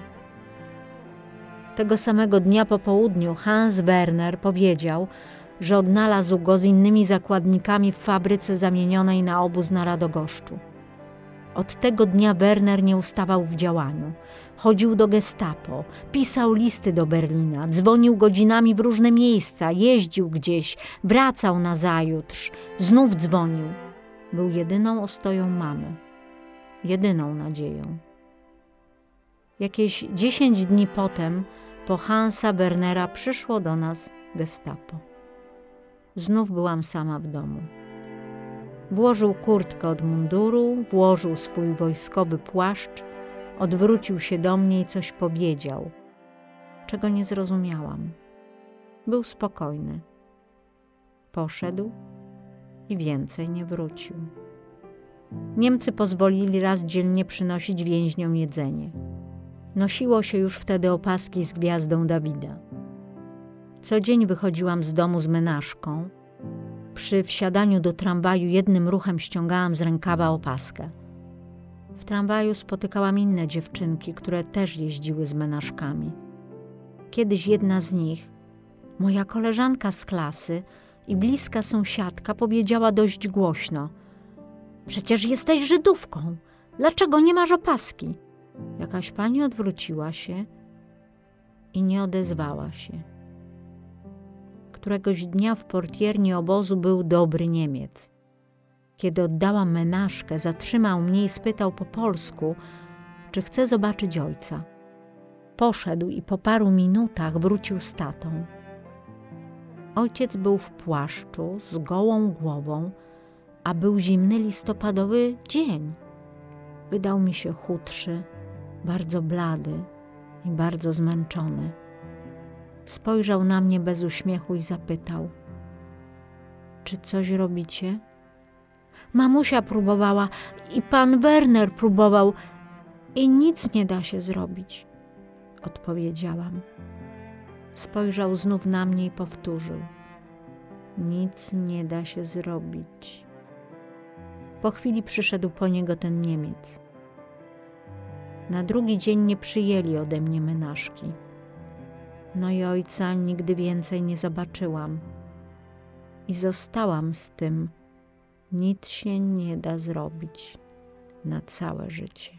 Tego samego dnia po południu Hans Werner powiedział, że odnalazł go z innymi zakładnikami w fabryce zamienionej na obóz na Radogoszczu. Od tego dnia Werner nie ustawał w działaniu. Chodził do gestapo, pisał listy do Berlina, dzwonił godzinami w różne miejsca, jeździł gdzieś, wracał nazajutrz, znów dzwonił. Był jedyną ostoją mamy, jedyną nadzieją. Jakieś 10 dni potem po Hansa Wernera przyszło do nas gestapo. Znów byłam sama w domu. Włożył kurtkę od munduru, włożył swój wojskowy płaszcz, odwrócił się do mnie i coś powiedział, czego nie zrozumiałam. Był spokojny. Poszedł i więcej nie wrócił. Niemcy pozwolili raz dziennie przynosić więźniom jedzenie. Nosiło się już wtedy opaski z gwiazdą Dawida. Co dzień wychodziłam z domu z menażką. Przy wsiadaniu do tramwaju jednym ruchem ściągałam z rękawa opaskę. W tramwaju spotykałam inne dziewczynki, które też jeździły z menażkami. Kiedyś jedna z nich, moja koleżanka z klasy i bliska sąsiadka, powiedziała dość głośno: „Przecież jesteś Żydówką, dlaczego nie masz opaski?” Jakaś pani odwróciła się i nie odezwała się. Któregoś dnia w portierni obozu był dobry Niemiec. Kiedy oddałam menażkę, zatrzymał mnie i spytał po polsku, czy chcę zobaczyć ojca. Poszedł i po paru minutach wrócił z tatą. Ojciec był w płaszczu, z gołą głową, a był zimny listopadowy dzień. Wydał mi się chudszy, bardzo blady i bardzo zmęczony. Spojrzał na mnie bez uśmiechu i zapytał: „Czy coś robicie?” „Mamusia próbowała i pan Werner próbował i nic nie da się zrobić”, odpowiedziałam. Spojrzał znów na mnie i powtórzył: „Nic nie da się zrobić”. Po chwili przyszedł po niego ten Niemiec. Na drugi dzień nie przyjęli ode mnie menażki. No i ojca nigdy więcej nie zobaczyłam. I zostałam z tym: nic się nie da zrobić na całe życie.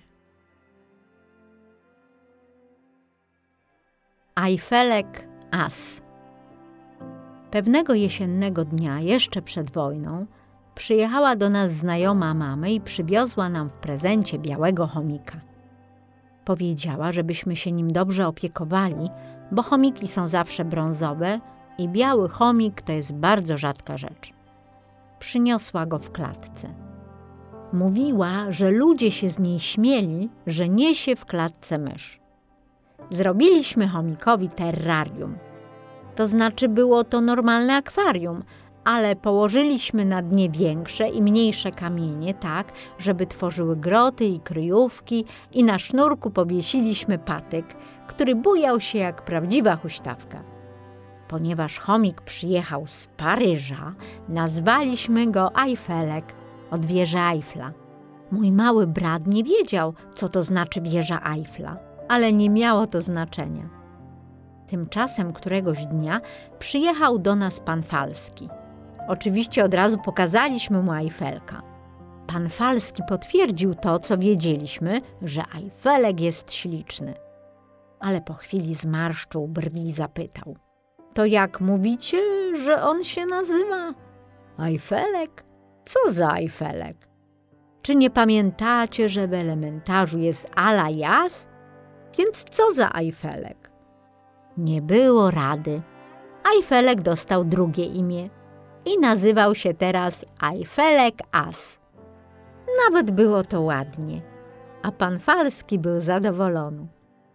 Ajfelek As. Pewnego jesiennego dnia, jeszcze przed wojną, przyjechała do nas znajoma mamy i przywiozła nam w prezencie białego chomika. Powiedziała, żebyśmy się nim dobrze opiekowali, bo chomiki są zawsze brązowe i biały chomik to jest bardzo rzadka rzecz. Przyniosła go w klatce. Mówiła, że ludzie się z niej śmieli, że niesie w klatce mysz. Zrobiliśmy chomikowi terrarium. To znaczy było to normalne akwarium, ale położyliśmy na dnie większe i mniejsze kamienie tak, żeby tworzyły groty i kryjówki i na sznurku powiesiliśmy patyk, który bujał się jak prawdziwa huśtawka. Ponieważ chomik przyjechał z Paryża, nazwaliśmy go Eifelek od wieży Eiffla. Mój mały brat nie wiedział, co to znaczy wieża Eiffla, ale nie miało to znaczenia. Tymczasem któregoś dnia przyjechał do nas pan Falski. Oczywiście od razu pokazaliśmy mu Eiffelka. Pan Falski potwierdził to, co wiedzieliśmy, że Eifelek jest śliczny. Ale po chwili zmarszczył brwi i zapytał: to jak mówicie, że on się nazywa? Eifelek? Co za Eifelek? Czy nie pamiętacie, że w elementarzu jest ala jas? Więc co za Eifelek? Nie było rady. Eifelek dostał drugie imię i nazywał się teraz Eifelek As. Nawet było to ładnie, a pan Falski był zadowolony.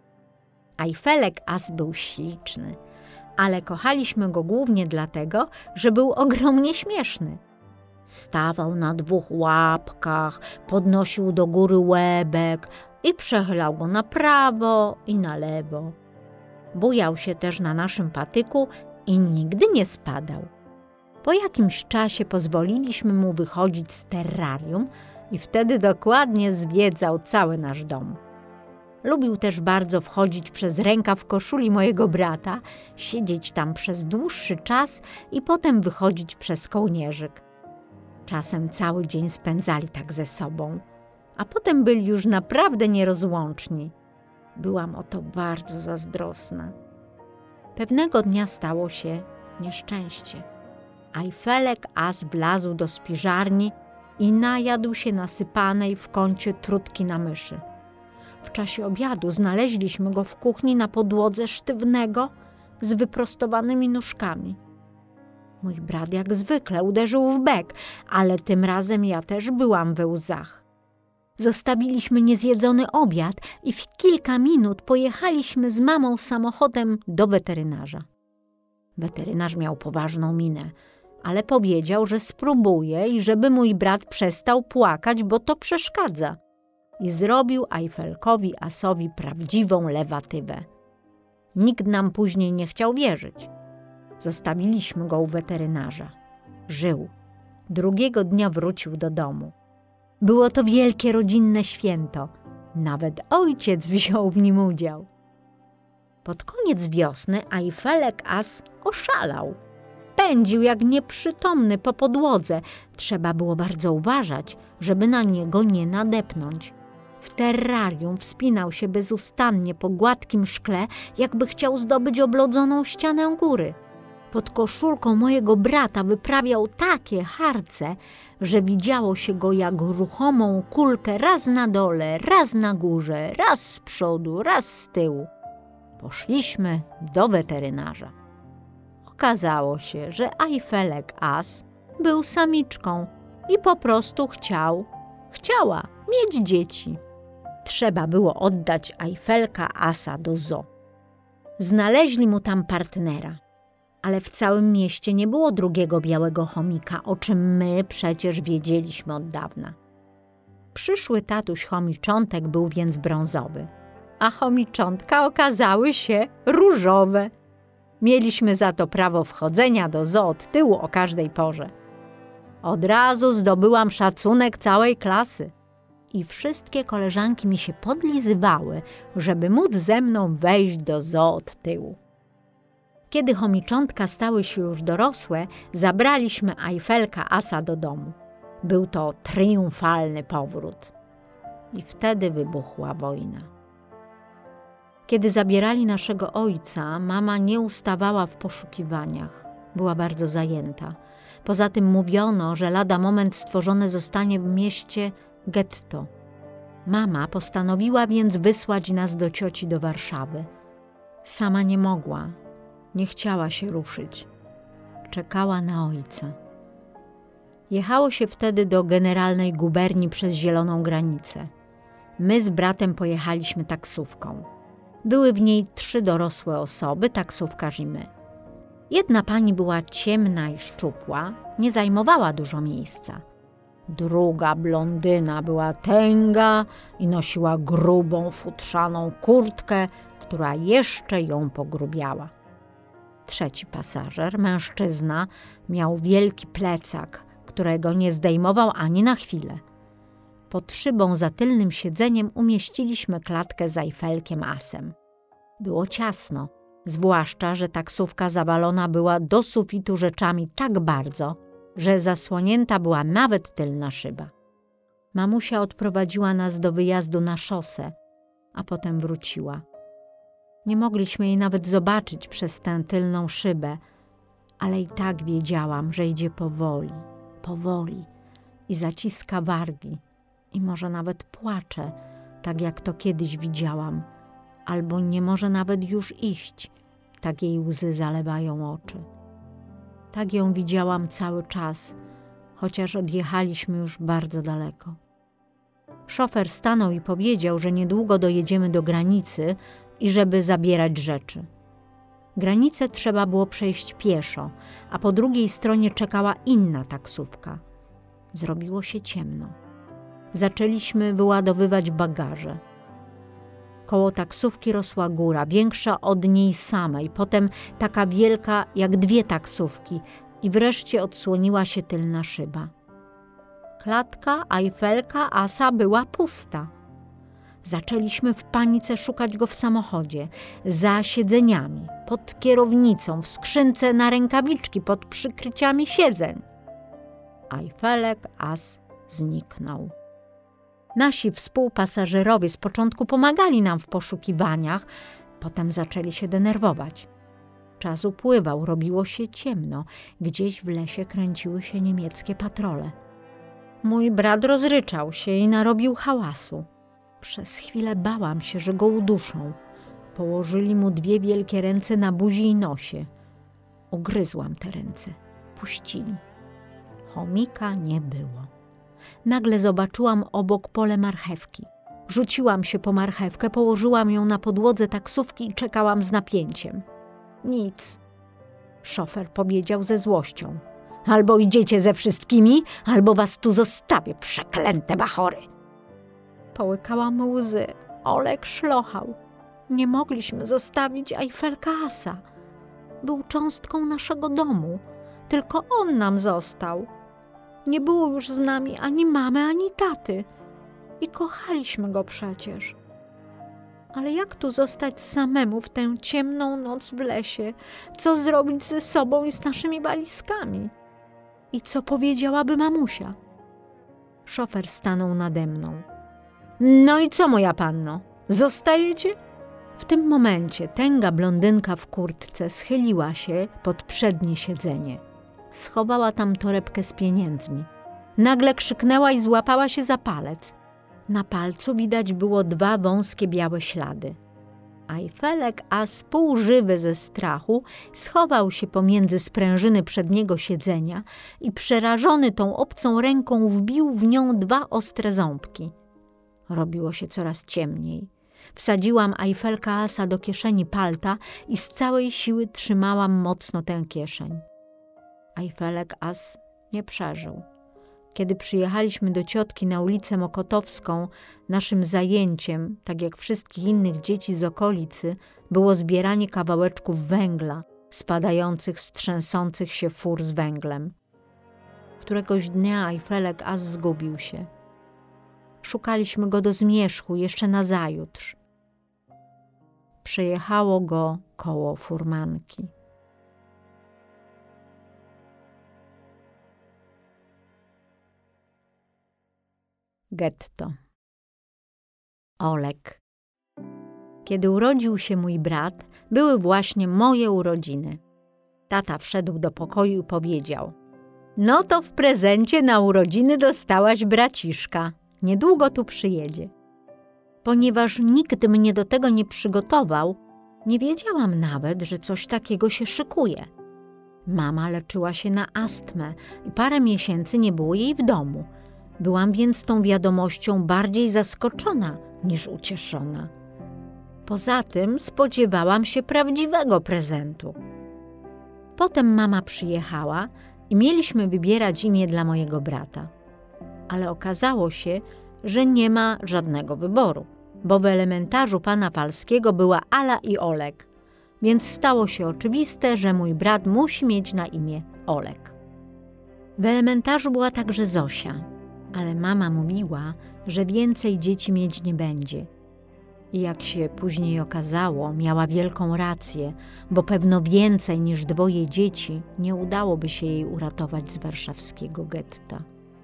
Eifelek As był śliczny, ale kochaliśmy go głównie dlatego, że był ogromnie śmieszny. Stawał na 2 łapkach, podnosił do góry łebek i przechylał go na prawo i na lewo. Bujał się też na naszym patyku i nigdy nie spadał. Po jakimś czasie pozwoliliśmy mu wychodzić z terrarium i wtedy dokładnie zwiedzał cały nasz dom. Lubił też bardzo wchodzić przez rękaw koszuli mojego brata, siedzieć tam przez dłuższy czas i potem wychodzić przez kołnierzyk. Czasem cały dzień spędzali tak ze sobą, a potem byli już naprawdę nierozłączni. Byłam o to bardzo zazdrosna. Pewnego dnia stało się nieszczęście. Eifelek As wlazł do spiżarni i najadł się nasypanej w kącie trutki na myszy. W czasie obiadu znaleźliśmy go w kuchni na podłodze sztywnego z wyprostowanymi nóżkami. Mój brat jak zwykle uderzył w bek, ale tym razem ja też byłam we łzach. Zostawiliśmy niezjedzony obiad i w kilka minut pojechaliśmy z mamą samochodem do weterynarza. Weterynarz miał poważną minę, ale powiedział, że spróbuje i żeby mój brat przestał płakać, bo to przeszkadza. I zrobił Eifelkowi Asowi prawdziwą lewatywę. Nikt nam później nie chciał wierzyć. Zostawiliśmy go u weterynarza. Żył. Drugiego dnia wrócił do domu. Było to wielkie rodzinne święto. Nawet ojciec wziął w nim udział. Pod koniec wiosny Eifelek As oszalał. Pędził jak nieprzytomny po podłodze. Trzeba było bardzo uważać, żeby na niego nie nadepnąć. W terrarium wspinał się bezustannie po gładkim szkle, jakby chciał zdobyć oblodzoną ścianę góry. Pod koszulką mojego brata wyprawiał takie harce, że widziało się go jak ruchomą kulkę raz na dole, raz na górze, raz z przodu, raz z tyłu. Poszliśmy do weterynarza. Okazało się, że Eifelek As był samiczką i po prostu chciała mieć dzieci. Trzeba było oddać Eifelka Asa do zoo. Znaleźli mu tam partnera, ale w całym mieście nie było drugiego białego chomika, o czym my przecież wiedzieliśmy od dawna. Przyszły tatuś chomiczątek był więc brązowy, a chomiczątka okazały się różowe. Mieliśmy za to prawo wchodzenia do zoo od tyłu o każdej porze. Od razu zdobyłam szacunek całej klasy i wszystkie koleżanki mi się podlizywały, żeby móc ze mną wejść do zoo od tyłu. Kiedy chomiczątka stały się już dorosłe, zabraliśmy Eifelka Asa do domu. Był to triumfalny powrót. I wtedy wybuchła wojna. Kiedy zabierali naszego ojca, mama nie ustawała w poszukiwaniach. Była bardzo zajęta. Poza tym mówiono, że lada moment stworzone zostanie w mieście getto. Mama postanowiła więc wysłać nas do cioci do Warszawy. Sama nie mogła. Nie chciała się ruszyć. Czekała na ojca. Jechało się wtedy do generalnej guberni przez zieloną granicę. My z bratem pojechaliśmy taksówką. Były w niej 3 dorosłe osoby, taksówkarz i my. Jedna pani była ciemna i szczupła, nie zajmowała dużo miejsca. Druga blondyna była tęga i nosiła grubą, futrzaną kurtkę, która jeszcze ją pogrubiała. Trzeci pasażer, mężczyzna, miał wielki plecak, którego nie zdejmował ani na chwilę. Pod szybą za tylnym siedzeniem umieściliśmy klatkę z Ajfelkiem Asem. Było ciasno, zwłaszcza, że taksówka zawalona była do sufitu rzeczami tak bardzo, że zasłonięta była nawet tylna szyba. Mamusia odprowadziła nas do wyjazdu na szosę, a potem wróciła. Nie mogliśmy jej nawet zobaczyć przez tę tylną szybę, ale i tak wiedziałam, że idzie powoli, powoli i zaciska wargi i może nawet płacze, tak jak to kiedyś widziałam, albo nie może nawet już iść, tak jej łzy zalewają oczy. Tak ją widziałam cały czas, chociaż odjechaliśmy już bardzo daleko. Szofer stanął i powiedział, że niedługo dojedziemy do granicy i żeby zabierać rzeczy. Granicę trzeba było przejść pieszo, a po drugiej stronie czekała inna taksówka. Zrobiło się ciemno. Zaczęliśmy wyładowywać bagaże. Koło taksówki rosła góra, większa od niej samej, potem taka wielka jak 2 taksówki i wreszcie odsłoniła się tylna szyba. Klatka Ajfelka Asa była pusta. Zaczęliśmy w panice szukać go w samochodzie, za siedzeniami, pod kierownicą, w skrzynce na rękawiczki, pod przykryciami siedzeń. Ajfelek As zniknął. Nasi współpasażerowie z początku pomagali nam w poszukiwaniach, potem zaczęli się denerwować. Czas upływał, robiło się ciemno, gdzieś w lesie kręciły się niemieckie patrole. Mój brat rozryczał się i narobił hałasu. Przez chwilę bałam się, że go uduszą. Położyli mu 2 wielkie ręce na buzi i nosie. Ugryzłam te ręce. Puścili. Chomika nie było. Nagle zobaczyłam obok pole marchewki. Rzuciłam się po marchewkę, położyłam ją na podłodze taksówki i czekałam z napięciem. Nic. Szofer powiedział ze złością. Albo idziecie ze wszystkimi, albo was tu zostawię, przeklęte bachory. Połykałam łzy. Olek szlochał. Nie mogliśmy zostawić Ajfelka Asa. Był cząstką naszego domu. Tylko on nam został. Nie było już z nami ani mamy, ani taty. I kochaliśmy go przecież. Ale jak tu zostać samemu w tę ciemną noc w lesie? Co zrobić ze sobą i z naszymi walizkami? I co powiedziałaby mamusia? Szofer stanął nade mną. No i co, moja panno? Zostajecie? W tym momencie tęga blondynka w kurtce schyliła się pod przednie siedzenie. Schowała tam torebkę z pieniędzmi. Nagle krzyknęła i złapała się za palec. Na palcu widać było 2 wąskie białe ślady. Ajfelek As, półżywy ze strachu, schował się pomiędzy sprężyny przedniego siedzenia i przerażony tą obcą ręką wbił w nią 2 ostre ząbki. Robiło się coraz ciemniej. Wsadziłam Ajfelka Asa do kieszeni palta i z całej siły trzymałam mocno tę kieszeń. Ajfelek As nie przeżył. Kiedy przyjechaliśmy do ciotki na ulicę Mokotowską, naszym zajęciem, tak jak wszystkich innych dzieci z okolicy, było zbieranie kawałeczków węgla spadających z trzęsących się fur z węglem. Któregoś dnia Ajfelek As zgubił się. Szukaliśmy go do zmierzchu jeszcze nazajutrz. Przejechało go koło furmanki. Getto. Olek. Kiedy urodził się mój brat, były właśnie moje urodziny. Tata wszedł do pokoju i powiedział: no to w prezencie na urodziny dostałaś braciszka. Niedługo tu przyjedzie. Ponieważ nikt mnie do tego nie przygotował, nie wiedziałam nawet, że coś takiego się szykuje. Mama leczyła się na astmę i parę miesięcy nie było jej w domu. Byłam więc tą wiadomością bardziej zaskoczona niż ucieszona. Poza tym spodziewałam się prawdziwego prezentu. Potem mama przyjechała i mieliśmy wybierać imię dla mojego brata. Ale okazało się, że nie ma żadnego wyboru, bo w elementarzu pana Falskiego była Ala i Olek. więc stało się oczywiste, że mój brat musi mieć na imię Oleg. W elementarzu była także Zosia, ale mama mówiła, że więcej dzieci mieć nie będzie. I jak się później okazało, miała wielką rację, bo pewno więcej niż 2 dzieci nie udałoby się jej uratować z warszawskiego getta.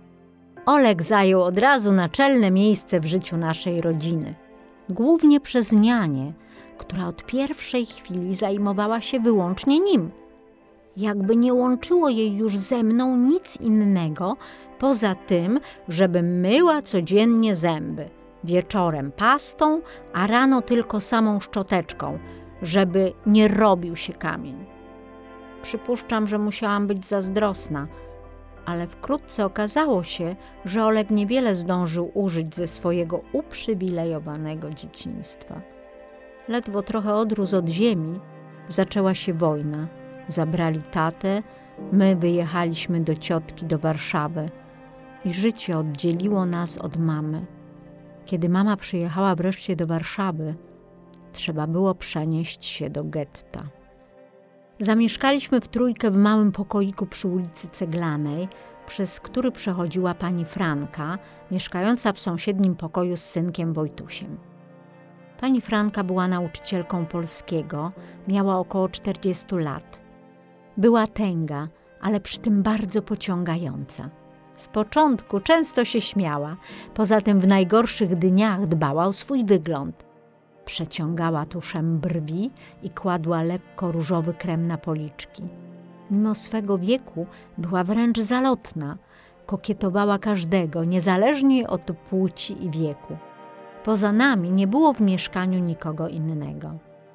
Oleg zajął od razu naczelne miejsce w życiu naszej rodziny. Głównie przez nianię, która od pierwszej chwili zajmowała się wyłącznie nim. Jakby nie łączyło jej już ze mną nic innego, poza tym, żeby myła codziennie zęby. Wieczorem pastą, a rano tylko samą szczoteczką, żeby nie robił się kamień. Przypuszczam, że musiałam być zazdrosna, ale wkrótce okazało się, że Oleg niewiele zdążył użyć ze swojego uprzywilejowanego dzieciństwa. Ledwo trochę odrósł od ziemi, zaczęła się wojna. Zabrali tatę, my wyjechaliśmy do ciotki do Warszawy i życie oddzieliło nas od mamy. Kiedy mama przyjechała wreszcie do Warszawy, trzeba było przenieść się do getta. Zamieszkaliśmy w trójkę w małym pokoiku przy ulicy Ceglanej, przez który przechodziła pani Franka, mieszkająca w sąsiednim pokoju z synkiem Wojtusiem. Pani Franka była nauczycielką polskiego, miała około 40 lat. Była tęga, ale przy tym bardzo pociągająca. Z początku często się śmiała, poza tym w najgorszych dniach dbała o swój wygląd. Przeciągała tuszem brwi i kładła lekko różowy krem na policzki. Mimo swego wieku była wręcz zalotna, kokietowała każdego, niezależnie od płci i wieku. Poza nami nie było w mieszkaniu nikogo innego.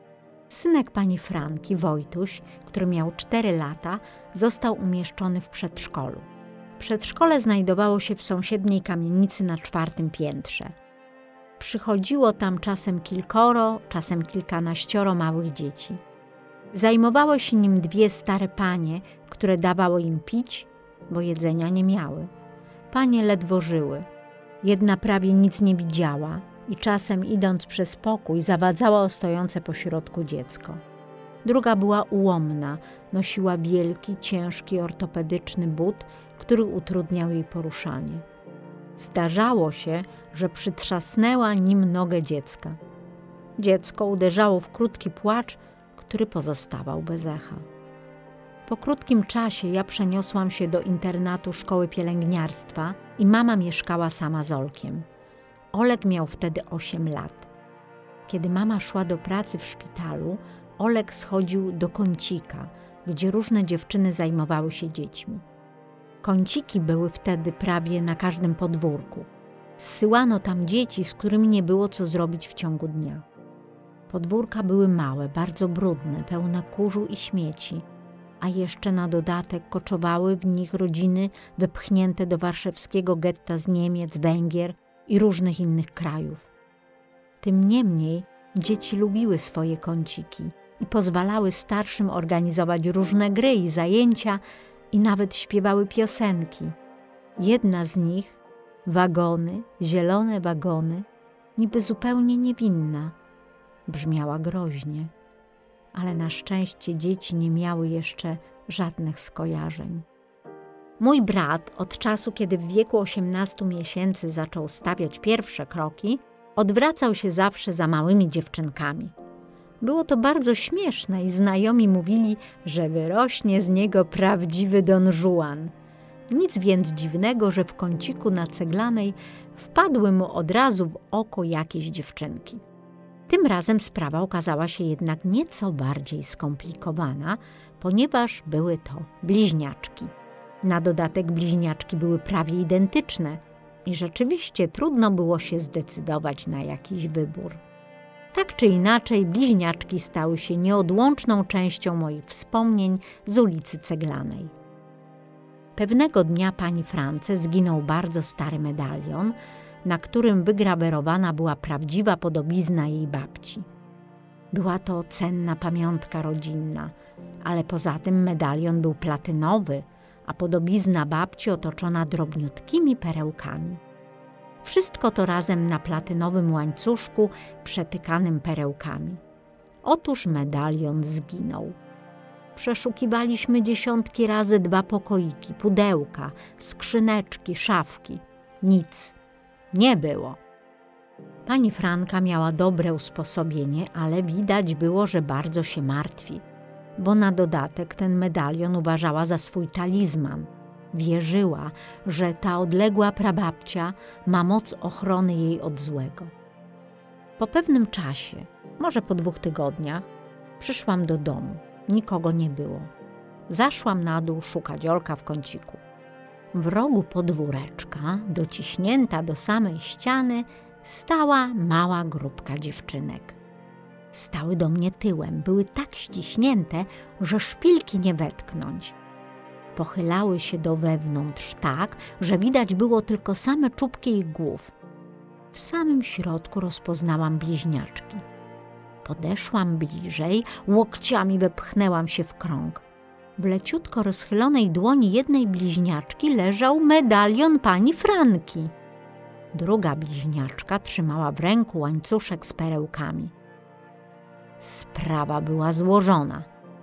Synek pani Franki, Wojtuś, który miał 4 lata, został umieszczony w przedszkolu. Przedszkole znajdowało się w sąsiedniej kamienicy na 4. piętrze. Przychodziło tam czasem kilkoro, czasem kilkanaścioro małych dzieci. Zajmowały się nim 2 stare panie, które dawały im pić, bo jedzenia nie miały. Panie ledwo żyły. Jedna prawie nic nie widziała i czasem idąc przez pokój zawadzała o stojące pośrodku dziecko. Druga była ułomna, nosiła wielki, ciężki ortopedyczny but, który utrudniał jej poruszanie. Zdarzało się, że przytrzasnęła nim nogę dziecka. Dziecko uderzało w krótki płacz, który pozostawał bez echa. Po krótkim czasie ja przeniosłam się do internatu szkoły pielęgniarstwa i mama mieszkała sama z Olkiem. Oleg miał wtedy 8 lat. Kiedy mama szła do pracy w szpitalu, Oleg schodził do kącika, gdzie różne dziewczyny zajmowały się dziećmi. Kąciki były wtedy prawie na każdym podwórku. Zsyłano tam dzieci, z którymi nie było co zrobić w ciągu dnia. Podwórka były małe, bardzo brudne, pełne kurzu i śmieci, a jeszcze na dodatek koczowały w nich rodziny wepchnięte do warszawskiego getta z Niemiec, Węgier i różnych innych krajów. Tym niemniej dzieci lubiły swoje kąciki i pozwalały starszym organizować różne gry i zajęcia i nawet śpiewały piosenki. Jedna z nich, Wagony, zielone wagony, niby zupełnie niewinna, brzmiała groźnie, ale na szczęście dzieci nie miały jeszcze żadnych skojarzeń. Mój brat od czasu, kiedy w wieku 18 miesięcy zaczął stawiać pierwsze kroki, odwracał się zawsze za małymi dziewczynkami. Było to bardzo śmieszne i znajomi mówili, że wyrośnie z niego prawdziwy Don Juan. Nic więc dziwnego, że w kąciku na Ceglanej wpadły mu od razu w oko jakieś dziewczynki. Tym razem sprawa okazała się jednak nieco bardziej skomplikowana, ponieważ były to bliźniaczki. Na dodatek bliźniaczki były prawie identyczne i rzeczywiście trudno było się zdecydować na jakiś wybór. Tak czy inaczej, bliźniaczki stały się nieodłączną częścią moich wspomnień z ulicy Ceglanej. Pewnego dnia pani France zginął bardzo stary medalion, na którym wygrawerowana była prawdziwa podobizna jej babci. Była to cenna pamiątka rodzinna, ale poza tym medalion był platynowy, a podobizna babci otoczona drobniutkimi perełkami. Wszystko to razem na platynowym łańcuszku przetykanym perełkami. Otóż medalion zginął. Przeszukiwaliśmy dziesiątki razy 2 pokoiki, pudełka, skrzyneczki, szafki. Nic nie było. Pani Franka miała dobre usposobienie, ale widać było, że bardzo się martwi, bo na dodatek ten medalion uważała za swój talizman. Wierzyła, że ta odległa prababcia ma moc ochrony jej od złego. Po pewnym czasie, może po 2 tygodniach, przyszłam do domu. Nikogo nie było. Zaszłam na dół szukać Olka w kąciku. W rogu podwóreczka, dociśnięta do samej ściany, stała mała grupka dziewczynek. Stały do mnie tyłem, były tak ściśnięte, że szpilki nie wetknąć. Pochylały się do wewnątrz tak, że widać było tylko same czubki ich głów. W samym środku rozpoznałam bliźniaczki. Podeszłam bliżej, łokciami wepchnęłam się w krąg. W leciutko rozchylonej dłoni jednej bliźniaczki leżał medalion pani Franki. Druga bliźniaczka trzymała w ręku łańcuszek z perełkami. Sprawa była złożona.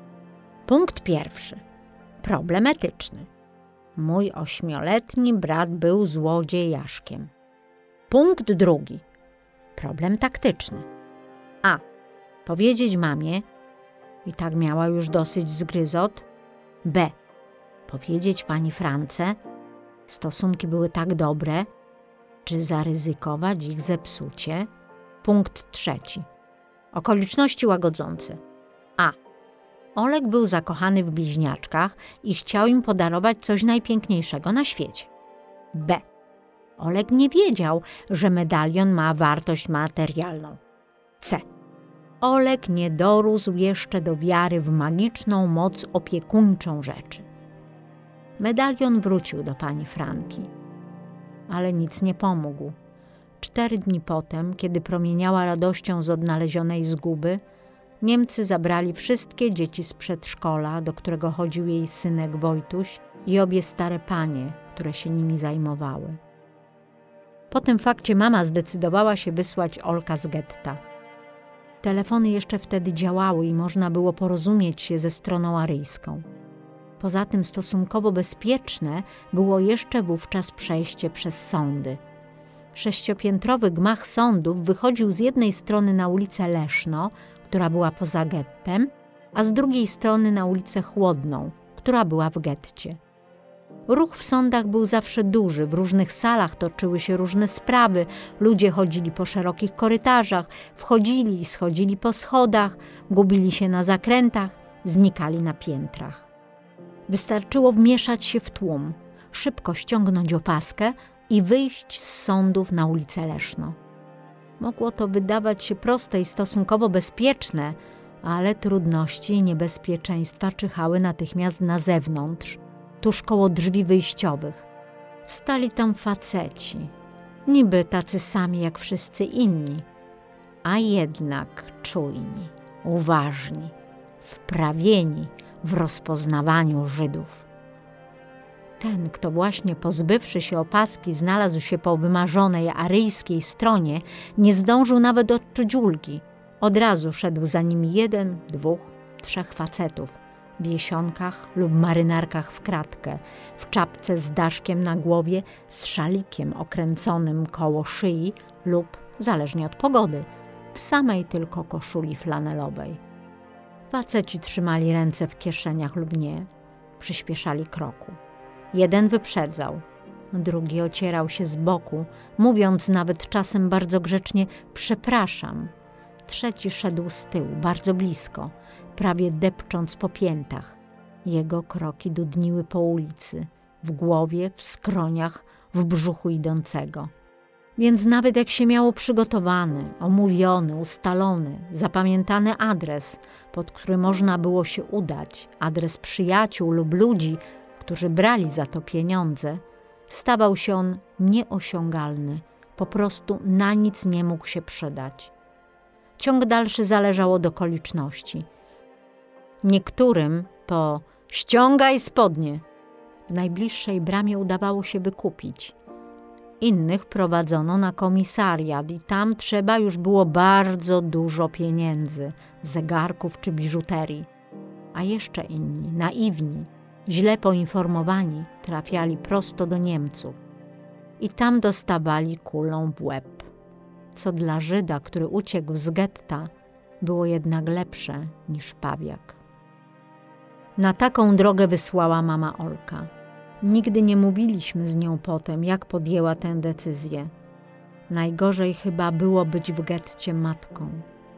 Punkt pierwszy. Problem etyczny. Mój 8-letni brat był złodziejaszkiem. Punkt drugi. Problem taktyczny. A. Powiedzieć mamie, i tak miała już dosyć zgryzot. B. Powiedzieć pani France, stosunki były tak dobre, czy zaryzykować ich zepsucie? Punkt trzeci. Okoliczności łagodzące. A. Olek był zakochany w bliźniaczkach i chciał im podarować coś najpiękniejszego na świecie. B. Olek nie wiedział, że medalion ma wartość materialną. C. Olek nie dorósł jeszcze do wiary w magiczną moc opiekuńczą rzeczy. Medalion wrócił do pani Franki, ale nic nie pomógł. 4 dni potem, kiedy promieniała radością z odnalezionej zguby, Niemcy zabrali wszystkie dzieci z przedszkola, do którego chodził jej synek Wojtuś, i obie stare panie, które się nimi zajmowały. Po tym fakcie mama zdecydowała się wysłać Olka z getta. Telefony jeszcze wtedy działały i można było porozumieć się ze stroną aryjską. Poza tym stosunkowo bezpieczne było jeszcze wówczas przejście przez sądy. 6-piętrowy gmach sądów wychodził z jednej strony na ulicę Leszno, która była poza gettem, a z drugiej strony na ulicę Chłodną, która była w getcie. Ruch w sądach był zawsze duży, w różnych salach toczyły się różne sprawy, ludzie chodzili po szerokich korytarzach, wchodzili i schodzili po schodach, gubili się na zakrętach, znikali na piętrach. Wystarczyło wmieszać się w tłum, szybko ściągnąć opaskę i wyjść z sądów na ulicę Leszno. Mogło to wydawać się proste i stosunkowo bezpieczne, ale trudności i niebezpieczeństwa czyhały natychmiast na zewnątrz, tuż koło drzwi wyjściowych. Stali tam faceci, niby tacy sami jak wszyscy inni, a jednak czujni, uważni, wprawieni w rozpoznawaniu Żydów. Ten, kto właśnie pozbywszy się opaski znalazł się po wymarzonej aryjskiej stronie, nie zdążył nawet odczuć ulgi. Od razu szedł za nimi 1, 2, 3 facetów w jesionkach lub marynarkach w kratkę, w czapce z daszkiem na głowie, z szalikiem okręconym koło szyi lub, zależnie od pogody, w samej tylko koszuli flanelowej. Faceci trzymali ręce w kieszeniach lub nie, przyspieszali kroku. Jeden wyprzedzał, drugi ocierał się z boku, mówiąc nawet czasem bardzo grzecznie „przepraszam”. Trzeci szedł z tyłu, bardzo blisko, prawie depcząc po piętach. Jego kroki dudniły po ulicy, w głowie, w skroniach, w brzuchu idącego. Więc nawet jak się miało przygotowany, omówiony, ustalony, zapamiętany adres, pod który można było się udać, adres przyjaciół lub ludzi, którzy brali za to pieniądze, stawał się on nieosiągalny, po prostu na nic nie mógł się przydać. Ciąg dalszy zależał od okoliczności. Niektórym po „ściągaj spodnie” w najbliższej bramie udawało się wykupić, Innych prowadzono na komisariat i tam trzeba już było bardzo dużo pieniędzy, zegarków czy biżuterii. A jeszcze inni, naiwni, źle poinformowani, trafiali prosto do Niemców i tam dostawali kulą w łeb, co dla Żyda, który uciekł z getta, było jednak lepsze niż pawiak. Na taką drogę wysłała mama Olka. Nigdy nie mówiliśmy z nią potem, jak podjęła tę decyzję. Najgorzej chyba było być w getcie matką.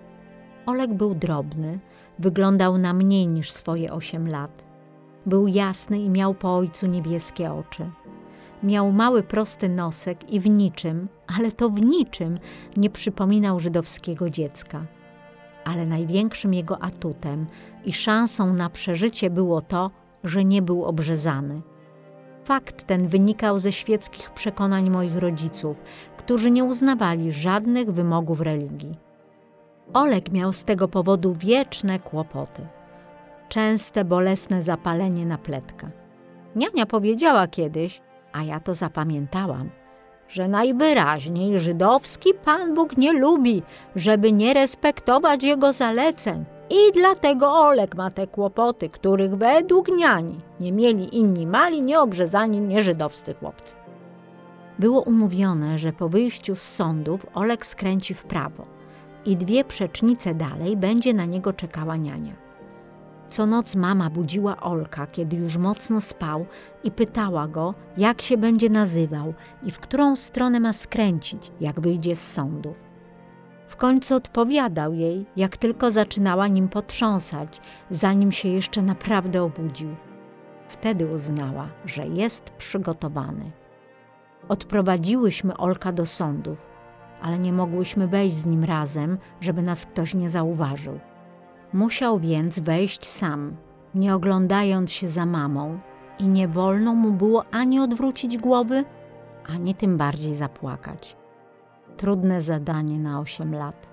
Olek był drobny, wyglądał na mniej niż swoje 8 lat. Był jasny i miał po ojcu niebieskie oczy. Miał mały, prosty nosek i w niczym, ale to w niczym nie przypominał żydowskiego dziecka. Ale największym jego atutem i szansą na przeżycie było to, że nie był obrzezany. Fakt ten wynikał ze świeckich przekonań moich rodziców, którzy nie uznawali żadnych wymogów religii. Olek miał z tego powodu wieczne kłopoty. Częste, bolesne zapalenie napletka. Niania powiedziała kiedyś, a ja to zapamiętałam, że najwyraźniej żydowski Pan Bóg nie lubi, żeby nie respektować jego zaleceń. I dlatego Olek ma te kłopoty, których według niani nie mieli inni mali, nieobrzezani, nieżydowscy chłopcy. Było umówione, że po wyjściu z sądów Olek skręci w prawo i 2 przecznice dalej będzie na niego czekała niania. Co noc mama budziła Olka, kiedy już mocno spał i pytała go, jak się będzie nazywał i w którą stronę ma skręcić, jak wyjdzie z sądów. W końcu odpowiadał jej, jak tylko zaczynała nim potrząsać, zanim się jeszcze naprawdę obudził. Wtedy uznała, że jest przygotowany. Odprowadziłyśmy Olka do sądów, ale nie mogłyśmy wejść z nim razem, żeby nas ktoś nie zauważył. Musiał więc wejść sam, nie oglądając się za mamą i nie wolno mu było ani odwrócić głowy, ani tym bardziej zapłakać. Trudne zadanie na 8 lat.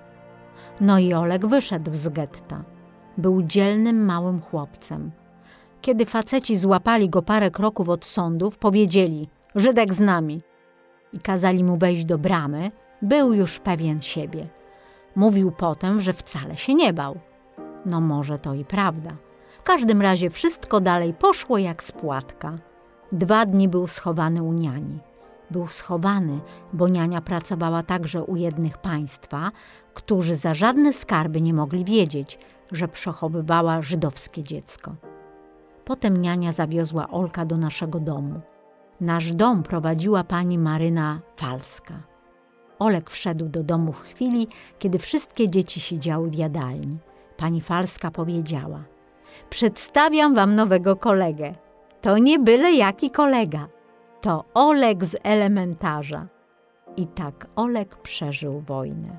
No i Olek wyszedł z getta. Był dzielnym małym chłopcem. Kiedy faceci złapali go parę kroków od sądów, powiedzieli: Żydek z nami. I kazali mu wejść do bramy, był już pewien siebie. Mówił potem, że wcale się nie bał. No może to i prawda. W każdym razie wszystko dalej poszło jak z płatka. 2 dni był schowany u niani. Był schowany, bo niania pracowała także u jednych państwa, którzy za żadne skarby nie mogli wiedzieć, że przechowywała żydowskie dziecko. Potem niania zawiozła Olka do naszego domu. Nasz dom prowadziła pani Maryna Falska. Olek wszedł do domu w chwili, kiedy wszystkie dzieci siedziały w jadalni. Pani Falska powiedziała: Przedstawiam wam nowego kolegę. To nie byle jaki kolega. To Olek z elementarza. I tak Olek przeżył wojnę.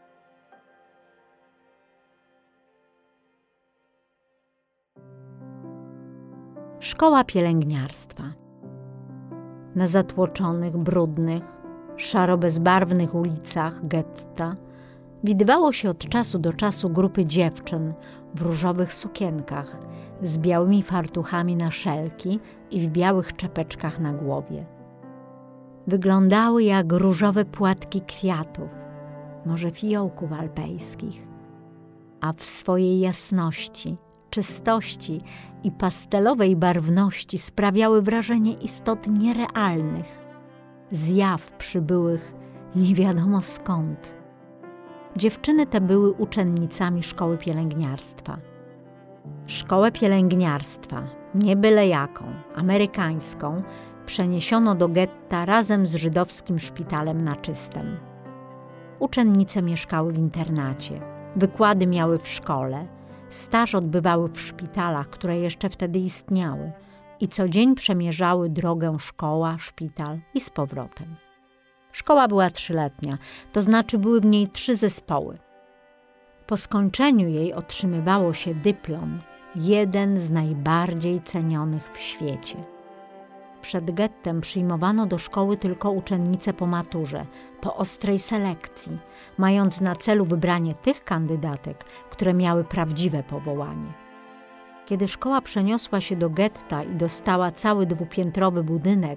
Szkoła pielęgniarstwa. Na zatłoczonych, brudnych, szaro-bezbarwnych ulicach getta widywało się od czasu do czasu grupy dziewczyn w różowych sukienkach, z białymi fartuchami na szelki i w białych czepeczkach na głowie. Wyglądały jak różowe płatki kwiatów, może fiołków alpejskich, a w swojej jasności, czystości i pastelowej barwności sprawiały wrażenie istot nierealnych, zjaw przybyłych nie wiadomo skąd. Dziewczyny te były uczennicami szkoły pielęgniarstwa. Szkołę pielęgniarstwa, nie byle jaką, amerykańską, przeniesiono do getta razem z żydowskim szpitalem na Czystym. Uczennice mieszkały w internacie, wykłady miały w szkole, staż odbywały w szpitalach, które jeszcze wtedy istniały i co dzień przemierzały drogę szkoła, szpital i z powrotem. Szkoła była 3-letnia, to znaczy były w niej 3 zespoły. Po skończeniu jej otrzymywało się dyplom, jeden z najbardziej cenionych w świecie. Przed gettem przyjmowano do szkoły tylko uczennice po maturze, po ostrej selekcji, mając na celu wybranie tych kandydatek, które miały prawdziwe powołanie. Kiedy szkoła przeniosła się do getta i dostała cały 2-piętrowy budynek,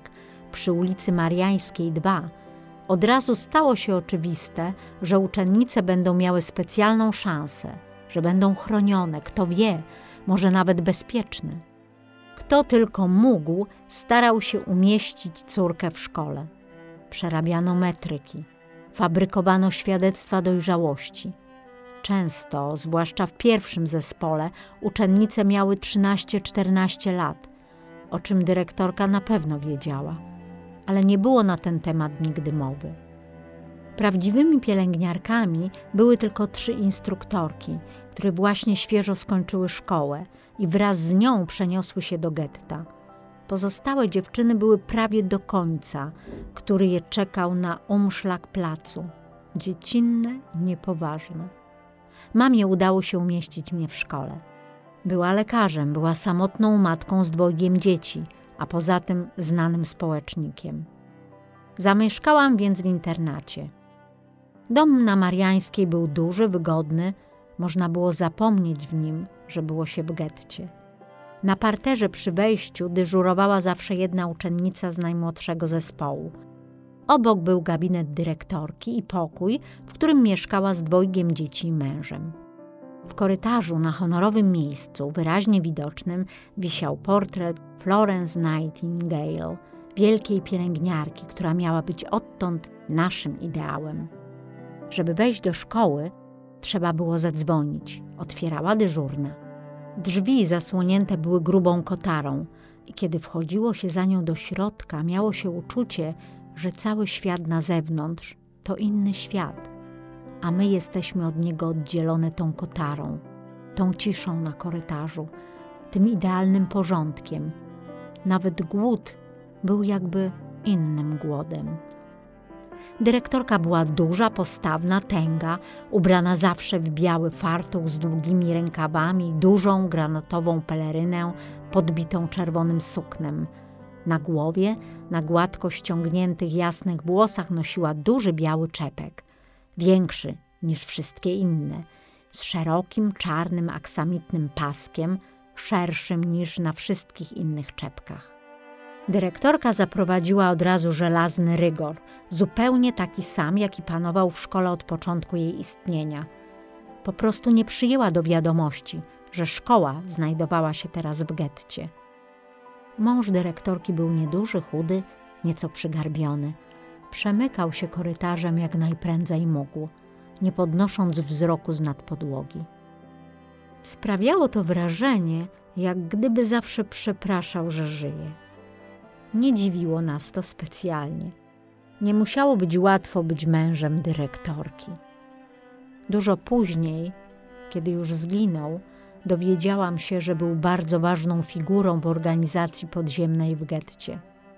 przy ulicy Mariańskiej 2, od razu stało się oczywiste, że uczennice będą miały specjalną szansę, że będą chronione, kto wie, może nawet bezpieczne. Kto tylko mógł, starał się umieścić córkę w szkole. Przerabiano metryki, fabrykowano świadectwa dojrzałości. Często, zwłaszcza w pierwszym zespole, uczennice miały 13-14 lat, o czym dyrektorka na pewno wiedziała, ale nie było na ten temat nigdy mowy. Prawdziwymi pielęgniarkami były tylko 3 instruktorki, które właśnie świeżo skończyły szkołę i wraz z nią przeniosły się do getta. Pozostałe dziewczyny były prawie do końca, który je czekał na umszlak placu. Dziecinne i niepoważne. Mamie udało się umieścić mnie w szkole. Była lekarzem, była samotną matką z 2 dzieci, a poza tym znanym społecznikiem. Zamieszkałam więc w internacie. Dom na Mariańskiej był duży, wygodny, można było zapomnieć w nim, że było się w getcie. Na parterze przy wejściu dyżurowała zawsze jedna uczennica z najmłodszego zespołu. Obok był gabinet dyrektorki i pokój, w którym mieszkała z 2 dzieci i mężem. W korytarzu na honorowym miejscu, wyraźnie widocznym, wisiał portret Florence Nightingale, wielkiej pielęgniarki, która miała być odtąd naszym ideałem. Żeby wejść do szkoły, trzeba było zadzwonić. Otwierała dyżurna. Drzwi zasłonięte były grubą kotarą i kiedy wchodziło się za nią do środka, miało się uczucie, że cały świat na zewnątrz to inny świat, a my jesteśmy od niego oddzielone tą kotarą, tą ciszą na korytarzu, tym idealnym porządkiem. Nawet głód był jakby innym głodem. Dyrektorka była duża, postawna, tęga, ubrana zawsze w biały fartuch z długimi rękawami, dużą granatową pelerynę podbitą czerwonym suknem. Na głowie, na gładko ściągniętych jasnych włosach nosiła duży biały czepek, większy niż wszystkie inne, z szerokim, czarnym, aksamitnym paskiem, szerszym niż na wszystkich innych czepkach. Dyrektorka zaprowadziła od razu żelazny rygor, zupełnie taki sam, jaki panował w szkole od początku jej istnienia. Po prostu nie przyjęła do wiadomości, że szkoła znajdowała się teraz w getcie. Mąż dyrektorki był nieduży, chudy, nieco przygarbiony. Przemykał się korytarzem jak najprędzej mógł, nie podnosząc wzroku z nad podłogi. Sprawiało to wrażenie, jak gdyby zawsze przepraszał, że żyje. Nie dziwiło nas to specjalnie. Nie musiało być łatwo być mężem dyrektorki. Dużo później, kiedy już zginął, dowiedziałam się, że był bardzo ważną figurą w organizacji podziemnej w getcie.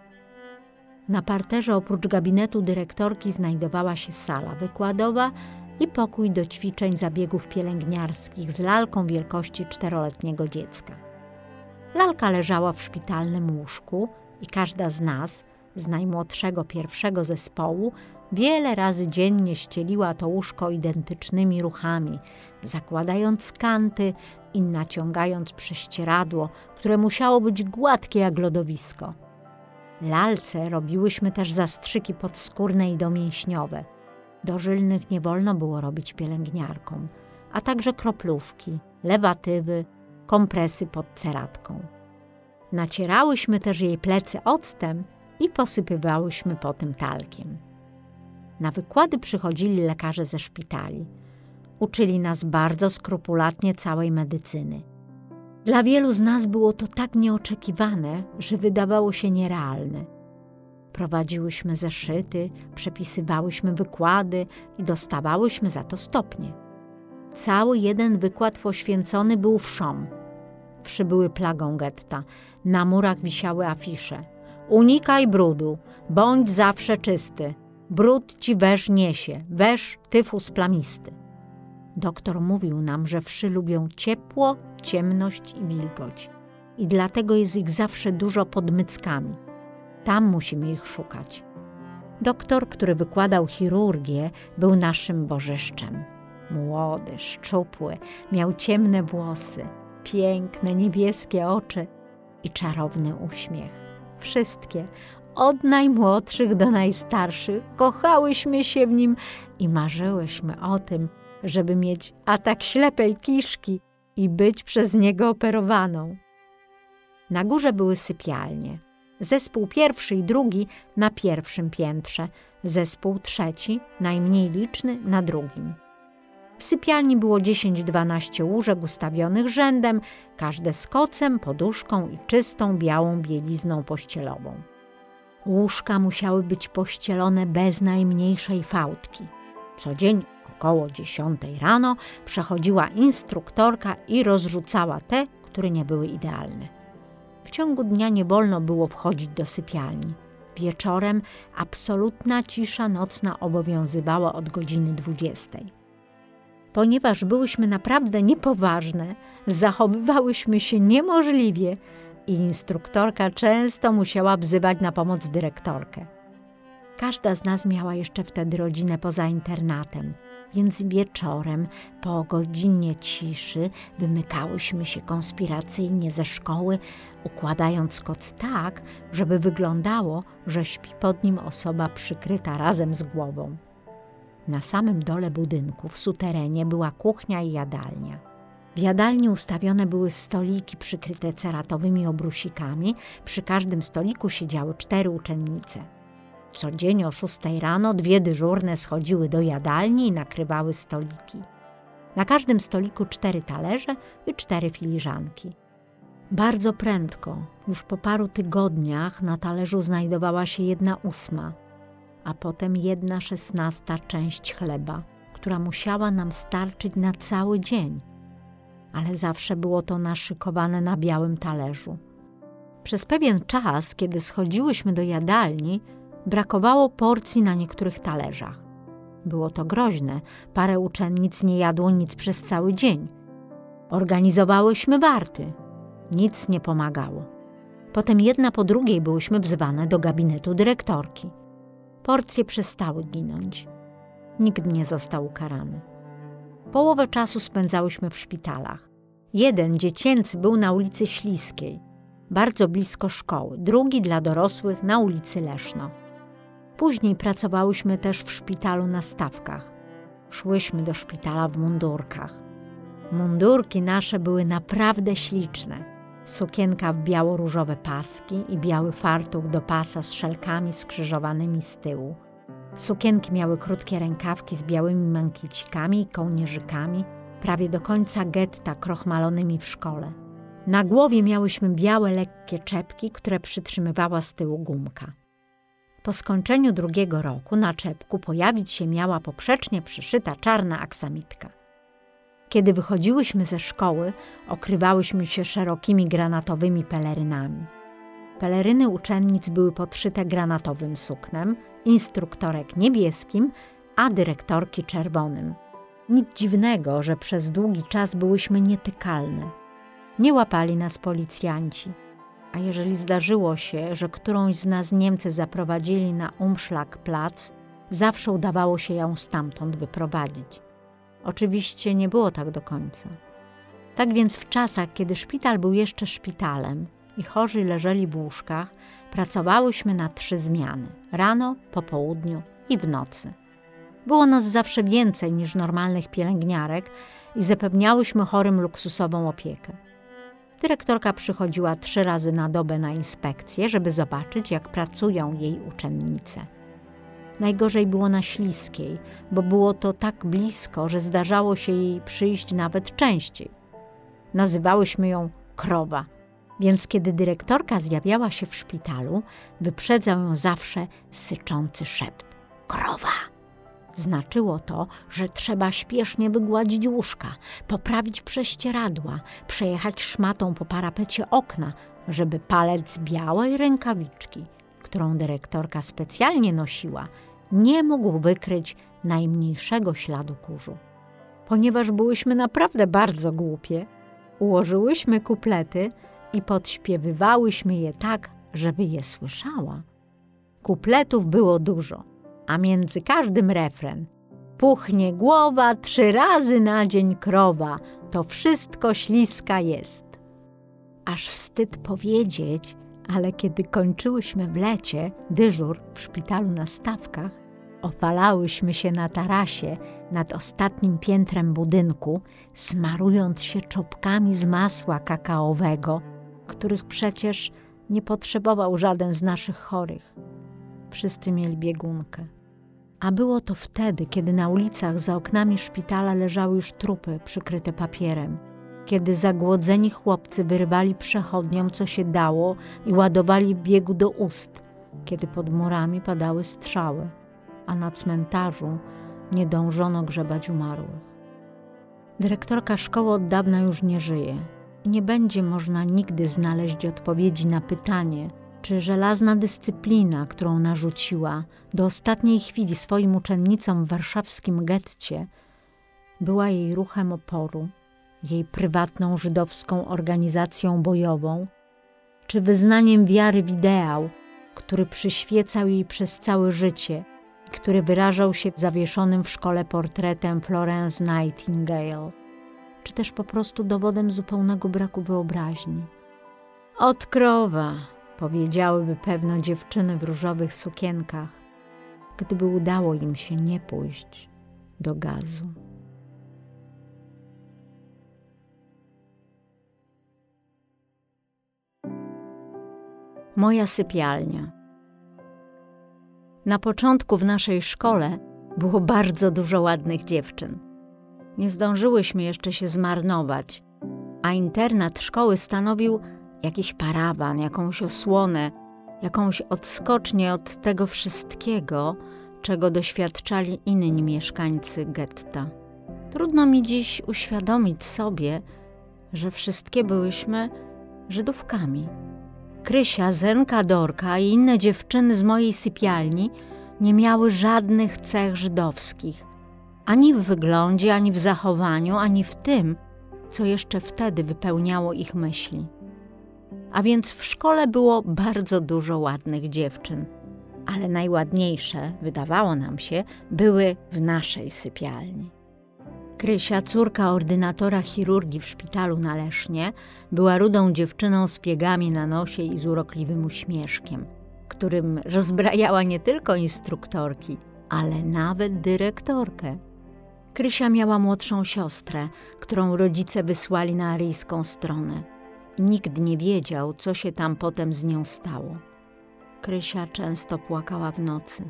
Na parterze oprócz gabinetu dyrektorki znajdowała się sala wykładowa i pokój do ćwiczeń zabiegów pielęgniarskich z lalką wielkości 4-letniego dziecka. Lalka leżała w szpitalnym łóżku i każda z nas, z najmłodszego 1. zespołu, wiele razy dziennie ścieliła to łóżko identycznymi ruchami, zakładając kanty i naciągając prześcieradło, które musiało być gładkie jak lodowisko. Lalce robiłyśmy też zastrzyki podskórne i domięśniowe. Dożylnych nie wolno było robić pielęgniarkom, a także kroplówki, lewatywy, kompresy pod ceratką. Nacierałyśmy też jej plecy octem i posypywałyśmy potem talkiem. Na wykłady przychodzili lekarze ze szpitali. Uczyli nas bardzo skrupulatnie całej medycyny. Dla wielu z nas było to tak nieoczekiwane, że wydawało się nierealne. Prowadziłyśmy zeszyty, przepisywałyśmy wykłady i dostawałyśmy za to stopnie. Cały jeden wykład poświęcony był wszom. Wszy były plagą getta. Na murach wisiały afisze. Unikaj brudu, bądź zawsze czysty. Brud ci wesz niesie, wesz tyfus plamisty. Doktor mówił nam, że wszy lubią ciepło, ciemność i wilgoć. I dlatego jest ich zawsze dużo pod myckami. Tam musimy ich szukać. Doktor, który wykładał chirurgię, był naszym bożyszczem. Młody, szczupły, miał ciemne włosy, piękne, niebieskie oczy i czarowny uśmiech. Wszystkie, od najmłodszych do najstarszych. Kochałyśmy się w nim i marzyłyśmy o tym, żeby mieć atak ślepej kiszki i być przez niego operowaną. Na górze były sypialnie. Zespół pierwszy i drugi na pierwszym piętrze, zespół trzeci, najmniej liczny, na drugim. W sypialni było 10-12 łóżek ustawionych rzędem, każde z kocem, poduszką i czystą, białą bielizną pościelową. Łóżka musiały być pościelone bez najmniejszej fałdki. Co dzień około 10 rano przechodziła instruktorka i rozrzucała te, które nie były idealne. W ciągu dnia nie wolno było wchodzić do sypialni. Wieczorem absolutna cisza nocna obowiązywała od godziny 20. Ponieważ byłyśmy naprawdę niepoważne, zachowywałyśmy się niemożliwie i instruktorka często musiała wzywać na pomoc dyrektorkę. Każda z nas miała jeszcze wtedy rodzinę poza internatem, więc wieczorem po godzinie ciszy wymykałyśmy się konspiracyjnie ze szkoły, układając koc tak, żeby wyglądało, że śpi pod nim osoba przykryta razem z głową. Na samym dole budynku, w suterenie, była kuchnia i jadalnia. W jadalni ustawione były stoliki przykryte ceratowymi obrusikami. Przy każdym stoliku siedziały 4 uczennice. Co dzień o 6 rano 2 dyżurne schodziły do jadalni i nakrywały stoliki. Na każdym stoliku 4 talerze i 4 filiżanki. Bardzo prędko, już po paru tygodniach, na talerzu znajdowała się 1/8, a potem 1/16 część chleba, która musiała nam starczyć na cały dzień. Ale zawsze było to naszykowane na białym talerzu. Przez pewien czas, kiedy schodziłyśmy do jadalni, brakowało porcji na niektórych talerzach. Było to groźne, parę uczennic nie jadło nic przez cały dzień. Organizowałyśmy warty. Nic nie pomagało. Potem jedna po drugiej byłyśmy wzywane do gabinetu dyrektorki. Porcje przestały ginąć. Nikt nie został ukarany. Połowę czasu spędzałyśmy w szpitalach. Jeden, dziecięcy, był na ulicy Śliskiej, bardzo blisko szkoły, drugi dla dorosłych na ulicy Leszno. Później pracowałyśmy też w szpitalu na Stawkach. Szłyśmy do szpitala w mundurkach. Mundurki nasze były naprawdę śliczne. Sukienka w biało-różowe paski i biały fartuch do pasa z szelkami skrzyżowanymi z tyłu. Sukienki miały krótkie rękawki z białymi mankiecikami i kołnierzykami, prawie do końca getta krochmalonymi w szkole. Na głowie miałyśmy białe, lekkie czepki, które przytrzymywała z tyłu gumka. Po skończeniu 2 roku na czepku pojawić się miała poprzecznie przyszyta czarna aksamitka. Kiedy wychodziłyśmy ze szkoły, okrywałyśmy się szerokimi granatowymi pelerynami. Peleryny uczennic były podszyte granatowym suknem, instruktorek niebieskim, a dyrektorki czerwonym. Nic dziwnego, że przez długi czas byłyśmy nietykalne. Nie łapali nas policjanci. A jeżeli zdarzyło się, że którąś z nas Niemcy zaprowadzili na Umschlagplatz, zawsze udawało się ją stamtąd wyprowadzić. Oczywiście nie było tak do końca. Tak więc w czasach, kiedy szpital był jeszcze szpitalem i chorzy leżeli w łóżkach, pracowałyśmy na 3 zmiany – rano, po południu i w nocy. Było nas zawsze więcej niż normalnych pielęgniarek i zapewniałyśmy chorym luksusową opiekę. Dyrektorka przychodziła 3 razy na dobę na inspekcję, żeby zobaczyć, jak pracują jej uczennice. Najgorzej było na Śliskiej, bo było to tak blisko, że zdarzało się jej przyjść nawet częściej. Nazywałyśmy ją krowa, więc kiedy dyrektorka zjawiała się w szpitalu, wyprzedzał ją zawsze syczący szept. Krowa! Znaczyło to, że trzeba śpiesznie wygładzić łóżka, poprawić prześcieradła, przejechać szmatą po parapecie okna, żeby palec białej rękawiczki, którą dyrektorka specjalnie nosiła, nie mógł wykryć najmniejszego śladu kurzu. Ponieważ byłyśmy naprawdę bardzo głupie, ułożyłyśmy kuplety i podśpiewywałyśmy je tak, żeby je słyszała. Kupletów było dużo, a między każdym refren: puchnie głowa, 3 razy na dzień krowa, to wszystko Śliska jest. Aż wstyd powiedzieć, Ale kiedy kończyłyśmy w lecie dyżur w szpitalu na Stawkach, opalałyśmy się na tarasie nad ostatnim piętrem budynku, smarując się czopkami z masła kakaowego, których przecież nie potrzebował żaden z naszych chorych. Wszyscy mieli biegunkę. A było to wtedy, kiedy na ulicach za oknami szpitala leżały już trupy przykryte papierem, kiedy zagłodzeni chłopcy wyrywali przechodniom, co się dało i ładowali biegu do ust, kiedy pod murami padały strzały, a na cmentarzu nie dążono grzebać umarłych. Dyrektorka szkoły od dawna już nie żyje i nie będzie można nigdy znaleźć odpowiedzi na pytanie, czy żelazna dyscyplina, którą narzuciła do ostatniej chwili swoim uczennicom w warszawskim getcie, była jej ruchem oporu, jej prywatną żydowską organizacją bojową, czy wyznaniem wiary w ideał, który przyświecał jej przez całe życie, który wyrażał się zawieszonym w szkole portretem Florence Nightingale, czy też po prostu dowodem zupełnego braku wyobraźni. Od krowa, powiedziałyby pewno dziewczyny w różowych sukienkach, gdyby udało im się nie pójść do gazu. Moja sypialnia. Na początku w naszej szkole było bardzo dużo ładnych dziewczyn. Nie zdążyłyśmy jeszcze się zmarnować, a internat szkoły stanowił jakiś parawan, jakąś osłonę, jakąś odskocznię od tego wszystkiego, czego doświadczali inni mieszkańcy getta. Trudno mi dziś uświadomić sobie, że wszystkie byłyśmy Żydówkami. Krysia, Zenka, Dorka i inne dziewczyny z mojej sypialni nie miały żadnych cech żydowskich. Ani w wyglądzie, ani w zachowaniu, ani w tym, co jeszcze wtedy wypełniało ich myśli. A więc w szkole było bardzo dużo ładnych dziewczyn. Ale najładniejsze, wydawało nam się, były w naszej sypialni. Krysia, córka ordynatora chirurgii w szpitalu na Lesznie, była rudą dziewczyną z piegami na nosie i z urokliwym uśmieszkiem, którym rozbrajała nie tylko instruktorki, ale nawet dyrektorkę. Krysia miała młodszą siostrę, którą rodzice wysłali na aryjską stronę. Nikt nie wiedział, co się tam potem z nią stało. Krysia często płakała w nocy.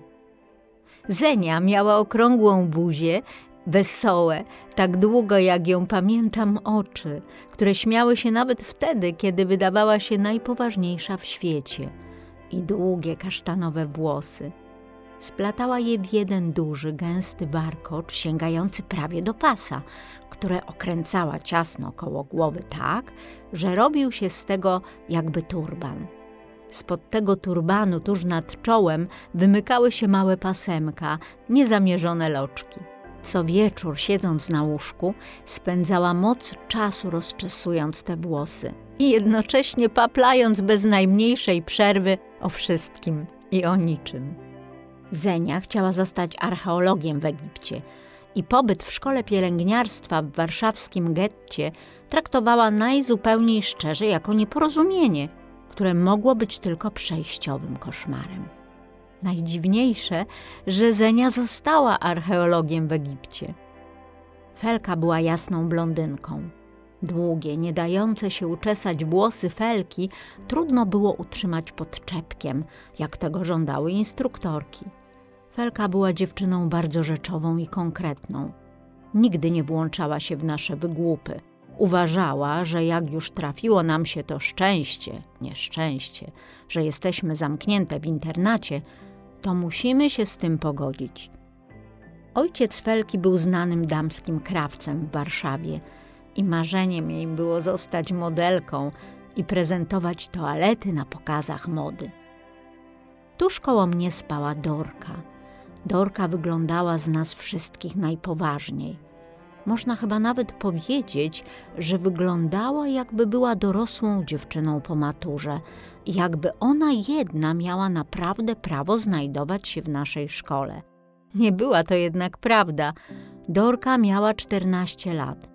Zenia miała okrągłą buzię, wesołe, tak długo jak ją pamiętam oczy, które śmiały się nawet wtedy, kiedy wydawała się najpoważniejsza w świecie, i długie kasztanowe włosy. Splatała je w jeden duży, gęsty warkocz sięgający prawie do pasa, które okręcała ciasno koło głowy tak, że robił się z tego jakby turban. Spod tego turbanu tuż nad czołem wymykały się małe pasemka, niezamierzone loczki. Co wieczór, siedząc na łóżku, spędzała moc czasu rozczesując te włosy i jednocześnie paplając bez najmniejszej przerwy o wszystkim i o niczym. Zenia chciała zostać archeologiem w Egipcie i pobyt w szkole pielęgniarstwa w warszawskim getcie traktowała najzupełniej szczerze jako nieporozumienie, które mogło być tylko przejściowym koszmarem. Najdziwniejsze, że Zenia została archeologiem w Egipcie. Felka była jasną blondynką. Długie, nie dające się uczesać włosy Felki trudno było utrzymać pod czepkiem, jak tego żądały instruktorki. Felka była dziewczyną bardzo rzeczową i konkretną. Nigdy nie włączała się w nasze wygłupy. Uważała, że jak już trafiło nam się to nieszczęście, że jesteśmy zamknięte w internacie, to musimy się z tym pogodzić. Ojciec Felki był znanym damskim krawcem w Warszawie i marzeniem jej było zostać modelką i prezentować toalety na pokazach mody. Tuż koło mnie spała Dorka. Dorka wyglądała z nas wszystkich najpoważniej. Można chyba nawet powiedzieć, że wyglądała, jakby była dorosłą dziewczyną po maturze i jakby ona jedna miała naprawdę prawo znajdować się w naszej szkole. Nie była to jednak prawda. Dorka miała 14 lat.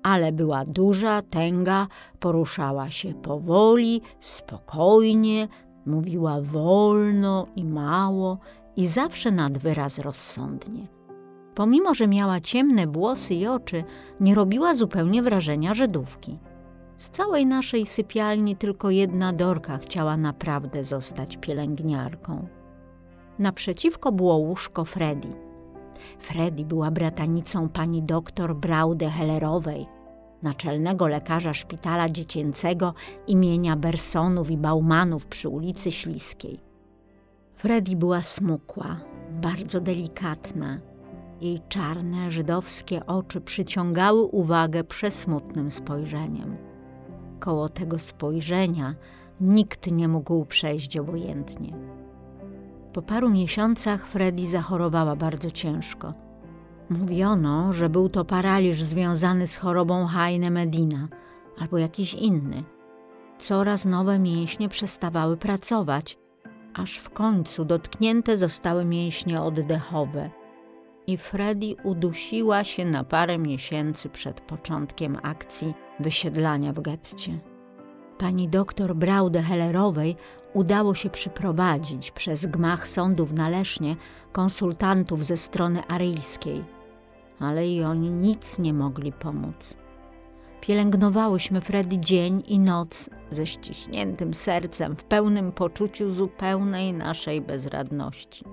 ale była duża, tęga, poruszała się powoli, spokojnie, mówiła wolno i mało i zawsze nad wyraz rozsądnie. Pomimo że miała ciemne włosy i oczy, nie robiła zupełnie wrażenia Żydówki. Z całej naszej sypialni tylko jedna Dorka chciała naprawdę zostać pielęgniarką. Naprzeciwko było łóżko Fredi. Fredi była bratanicą pani doktor Braude-Hellerowej, naczelnego lekarza szpitala dziecięcego imienia Bersonów i Baumanów przy ulicy Śliskiej. Fredi była smukła, bardzo delikatna. Jej czarne, żydowskie oczy przyciągały uwagę przesmutnym spojrzeniem. Koło tego spojrzenia nikt nie mógł przejść obojętnie. Po paru miesiącach Fredi zachorowała bardzo ciężko. Mówiono, że był to paraliż związany z chorobą Heine-Medina albo jakiś inny. Coraz nowe mięśnie przestawały pracować, aż w końcu dotknięte zostały mięśnie oddechowe i Fredi udusiła się na parę miesięcy przed początkiem akcji wysiedlania w getcie. Pani doktor Braude-Hellerowej udało się przyprowadzić przez gmach sądów na Lesznie konsultantów ze strony aryjskiej, ale i oni nic nie mogli pomóc. Pielęgnowałyśmy Fredi dzień i noc ze ściśniętym sercem, w pełnym poczuciu zupełnej naszej bezradności.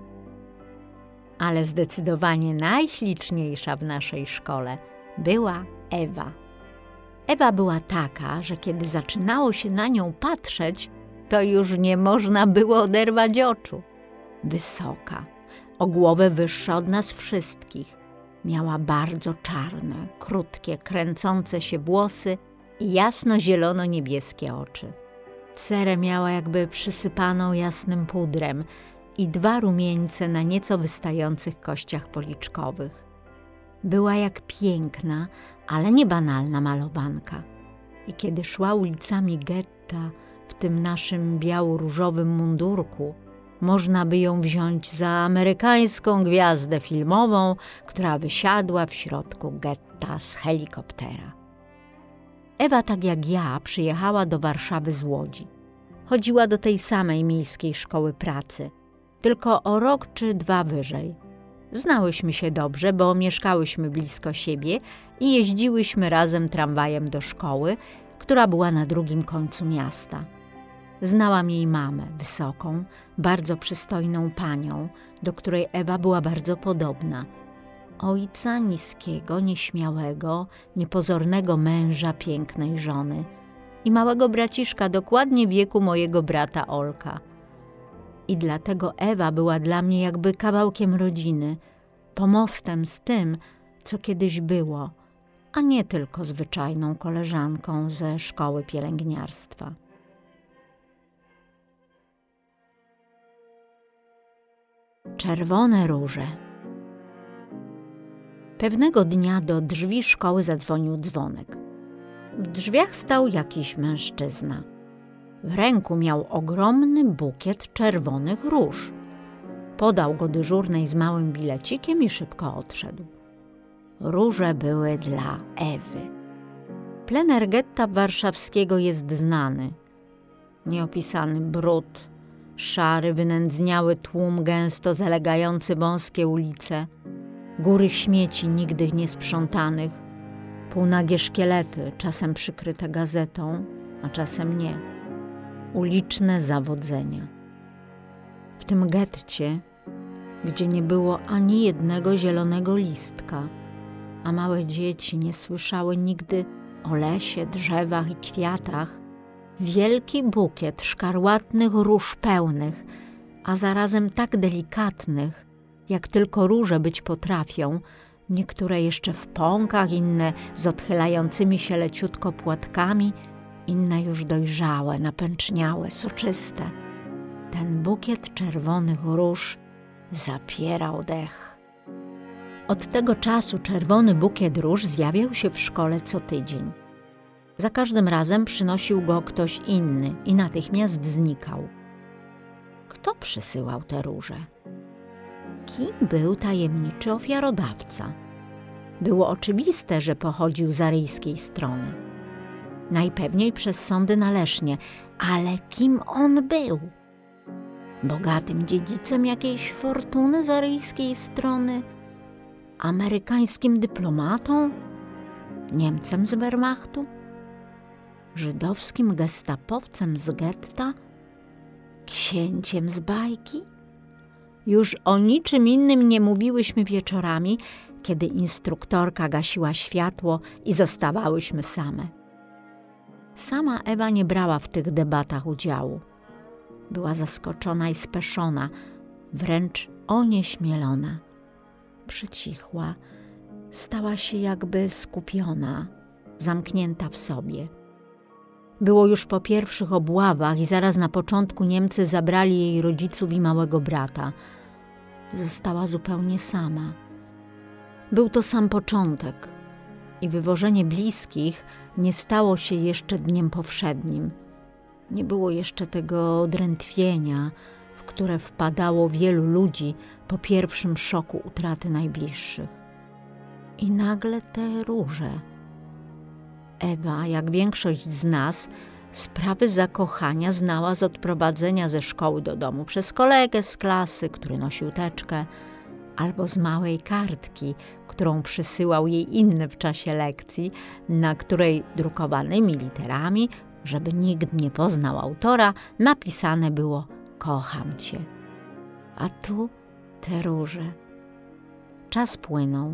Ale zdecydowanie najśliczniejsza w naszej szkole była Ewa. Ewa była taka, że kiedy zaczynało się na nią patrzeć, to już nie można było oderwać oczu. Wysoka, o głowę wyższa od nas wszystkich. Miała bardzo czarne, krótkie, kręcące się włosy i jasno-zielono-niebieskie oczy. Cerę miała jakby przysypaną jasnym pudrem i 2 rumieńce na nieco wystających kościach policzkowych. Była jak piękna, ale nie banalna malowanka. I kiedy szła ulicami getta w tym naszym biało-różowym mundurku, można by ją wziąć za amerykańską gwiazdę filmową, która wysiadła w środku getta z helikoptera. Ewa, tak jak ja, przyjechała do Warszawy z Łodzi. Chodziła do tej samej miejskiej szkoły pracy, tylko o rok czy 2 wyżej. Znałyśmy się dobrze, bo mieszkałyśmy blisko siebie i jeździłyśmy razem tramwajem do szkoły, która była na drugim końcu miasta. Znałam jej mamę, wysoką, bardzo przystojną panią, do której Ewa była bardzo podobna. Ojca niskiego, nieśmiałego, niepozornego męża pięknej żony i małego braciszka dokładnie wieku mojego brata Olka. I dlatego Ewa była dla mnie jakby kawałkiem rodziny, pomostem z tym, co kiedyś było, a nie tylko zwyczajną koleżanką ze szkoły pielęgniarstwa. Czerwone róże. Pewnego dnia do drzwi szkoły zadzwonił dzwonek. W drzwiach stał jakiś mężczyzna. W ręku miał ogromny bukiet czerwonych róż. Podał go dyżurnej z małym bilecikiem i szybko odszedł. Róże były dla Ewy. Plener getta warszawskiego jest znany. Nieopisany brud, szary, wynędzniały tłum gęsto zalegający wąskie ulice, góry śmieci nigdy niesprzątanych, półnagie szkielety, czasem przykryte gazetą, a czasem nie. Uliczne zawodzenia. W tym getcie, gdzie nie było ani jednego zielonego listka, a małe dzieci nie słyszały nigdy o lesie, drzewach i kwiatach, wielki bukiet szkarłatnych róż pełnych, a zarazem tak delikatnych, jak tylko róże być potrafią, niektóre jeszcze w pąkach, inne z odchylającymi się leciutko płatkami, inne już dojrzałe, napęczniałe, soczyste. Ten bukiet czerwonych róż zapierał dech. Od tego czasu czerwony bukiet róż zjawiał się w szkole co tydzień. Za każdym razem przynosił go ktoś inny i natychmiast znikał. Kto przysyłał te róże? Kim był tajemniczy ofiarodawca? Było oczywiste, że pochodził z aryjskiej strony. Najpewniej przez sądy na Lesznie, ale kim on był? Bogatym dziedzicem jakiejś fortuny z aryjskiej strony? Amerykańskim dyplomatą? Niemcem z Wehrmachtu? Żydowskim gestapowcem z getta? Księciem z bajki? Już o niczym innym nie mówiłyśmy wieczorami, kiedy instruktorka gasiła światło i zostawałyśmy same. Sama Ewa nie brała w tych debatach udziału. Była zaskoczona i speszona, wręcz onieśmielona. Przycichła, stała się jakby skupiona, zamknięta w sobie. Było już po pierwszych obławach i zaraz na początku Niemcy zabrali jej rodziców i małego brata. Została zupełnie sama. Był to sam początek i wywożenie bliskich nie stało się jeszcze dniem powszednim. Nie było jeszcze tego drętwienia, w które wpadało wielu ludzi po pierwszym szoku utraty najbliższych. I nagle te róże. Ewa, jak większość z nas, sprawy zakochania znała z odprowadzenia ze szkoły do domu przez kolegę z klasy, który nosił teczkę, albo z małej kartki, którą przysyłał jej inny w czasie lekcji, na której drukowanymi literami, żeby nikt nie poznał autora, napisane było „Kocham cię”. A tu te róże. Czas płynął.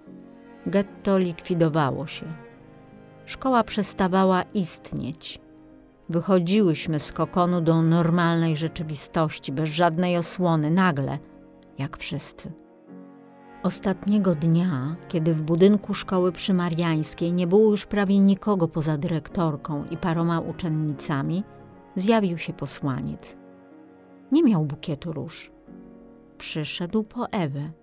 Getto likwidowało się. Szkoła przestawała istnieć. Wychodziłyśmy z kokonu do normalnej rzeczywistości, bez żadnej osłony, nagle, jak wszyscy. Ostatniego dnia, kiedy w budynku szkoły przymariańskiej nie było już prawie nikogo poza dyrektorką i paroma uczennicami, zjawił się posłaniec. Nie miał bukietu róż. Przyszedł po Ewę.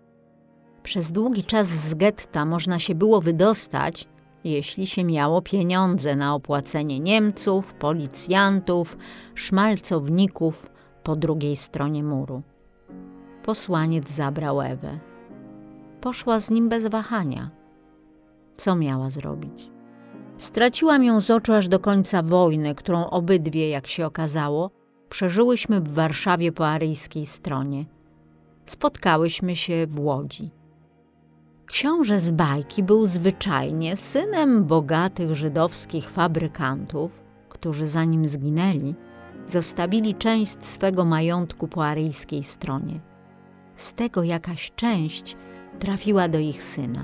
Przez długi czas z getta można się było wydostać, jeśli się miało pieniądze na opłacenie Niemców, policjantów, szmalcowników po drugiej stronie muru. Posłaniec zabrał Ewę. Poszła z nim bez wahania. Co miała zrobić? Straciłam ją z oczu aż do końca wojny, którą obydwie, jak się okazało, przeżyłyśmy w Warszawie po aryjskiej stronie. Spotkałyśmy się w Łodzi. Książę z bajki był zwyczajnie synem bogatych żydowskich fabrykantów, którzy zanim zginęli, zostawili część swego majątku po aryjskiej stronie. Z tego jakaś część trafiła do ich syna.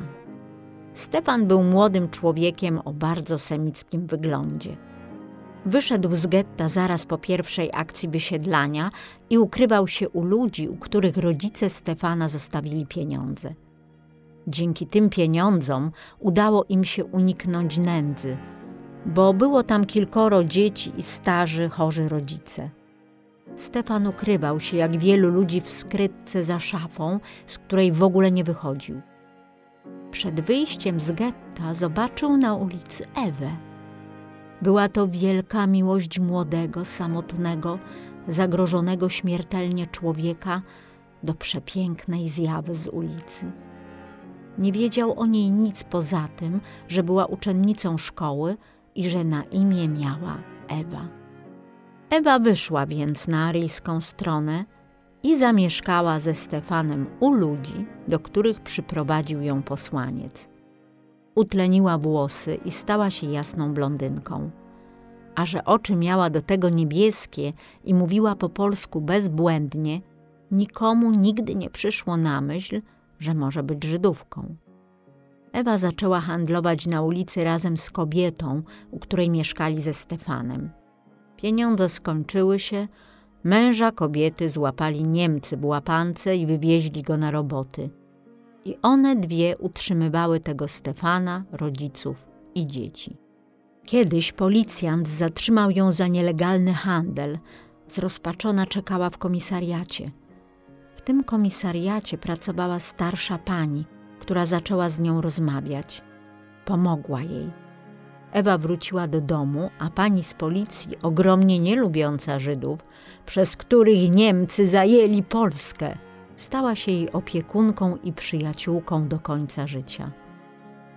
Stefan był młodym człowiekiem o bardzo semickim wyglądzie. Wyszedł z getta zaraz po pierwszej akcji wysiedlania i ukrywał się u ludzi, u których rodzice Stefana zostawili pieniądze. Dzięki tym pieniądzom udało im się uniknąć nędzy, bo było tam kilkoro dzieci i starzy, chorzy rodzice. Stefan ukrywał się jak wielu ludzi w skrytce za szafą, z której w ogóle nie wychodził. Przed wyjściem z getta zobaczył na ulicy Ewę. Była to wielka miłość młodego, samotnego, zagrożonego śmiertelnie człowieka do przepięknej zjawy z ulicy. Nie wiedział o niej nic poza tym, że była uczennicą szkoły i że na imię miała Ewa. Ewa wyszła więc na aryjską stronę i zamieszkała ze Stefanem u ludzi, do których przyprowadził ją posłaniec. Utleniła włosy i stała się jasną blondynką. A że oczy miała do tego niebieskie i mówiła po polsku bezbłędnie, nikomu nigdy nie przyszło na myśl, że może być Żydówką. Ewa zaczęła handlować na ulicy razem z kobietą, u której mieszkali ze Stefanem. Pieniądze skończyły się, męża kobiety złapali Niemcy w łapance i wywieźli go na roboty. I one dwie utrzymywały tego Stefana, rodziców i dzieci. Kiedyś policjant zatrzymał ją za nielegalny handel. Zrozpaczona czekała w komisariacie. W tym komisariacie pracowała starsza pani, która zaczęła z nią rozmawiać. Pomogła jej. Ewa wróciła do domu, a pani z policji, ogromnie nie lubiąca Żydów, przez których Niemcy zajęli Polskę, stała się jej opiekunką i przyjaciółką do końca życia.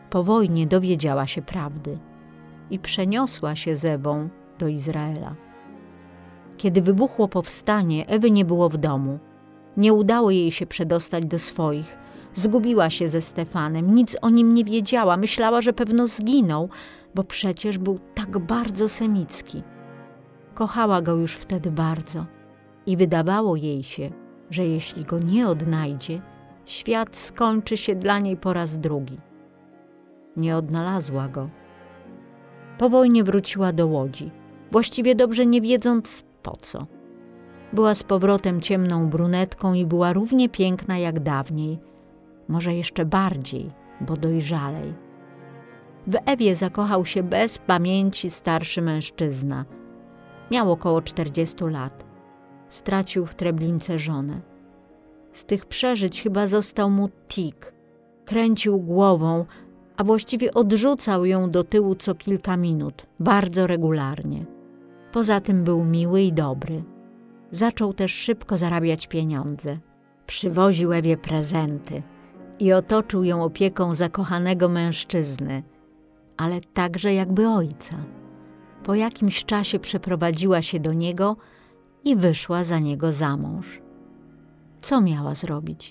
Po wojnie dowiedziała się prawdy i przeniosła się z Ewą do Izraela. Kiedy wybuchło powstanie, Ewy nie było w domu. Nie udało jej się przedostać do swoich. Zgubiła się ze Stefanem, nic o nim nie wiedziała. Myślała, że pewno zginął, bo przecież był tak bardzo semicki. Kochała go już wtedy bardzo i wydawało jej się, że jeśli go nie odnajdzie, świat skończy się dla niej po raz drugi. Nie odnalazła go. Po wojnie wróciła do Łodzi, właściwie dobrze nie wiedząc po co. Była z powrotem ciemną brunetką i była równie piękna jak dawniej, może jeszcze bardziej, bo dojrzalej. W Ewie zakochał się bez pamięci starszy mężczyzna. Miał około 40 lat. Stracił w Treblince żonę. Z tych przeżyć chyba został mu tik. Kręcił głową, a właściwie odrzucał ją do tyłu co kilka minut, bardzo regularnie. Poza tym był miły i dobry. Zaczął też szybko zarabiać pieniądze. Przywoził Ewie prezenty i otoczył ją opieką zakochanego mężczyzny, ale także jakby ojca. Po jakimś czasie przeprowadziła się do niego i wyszła za niego za mąż. Co miała zrobić?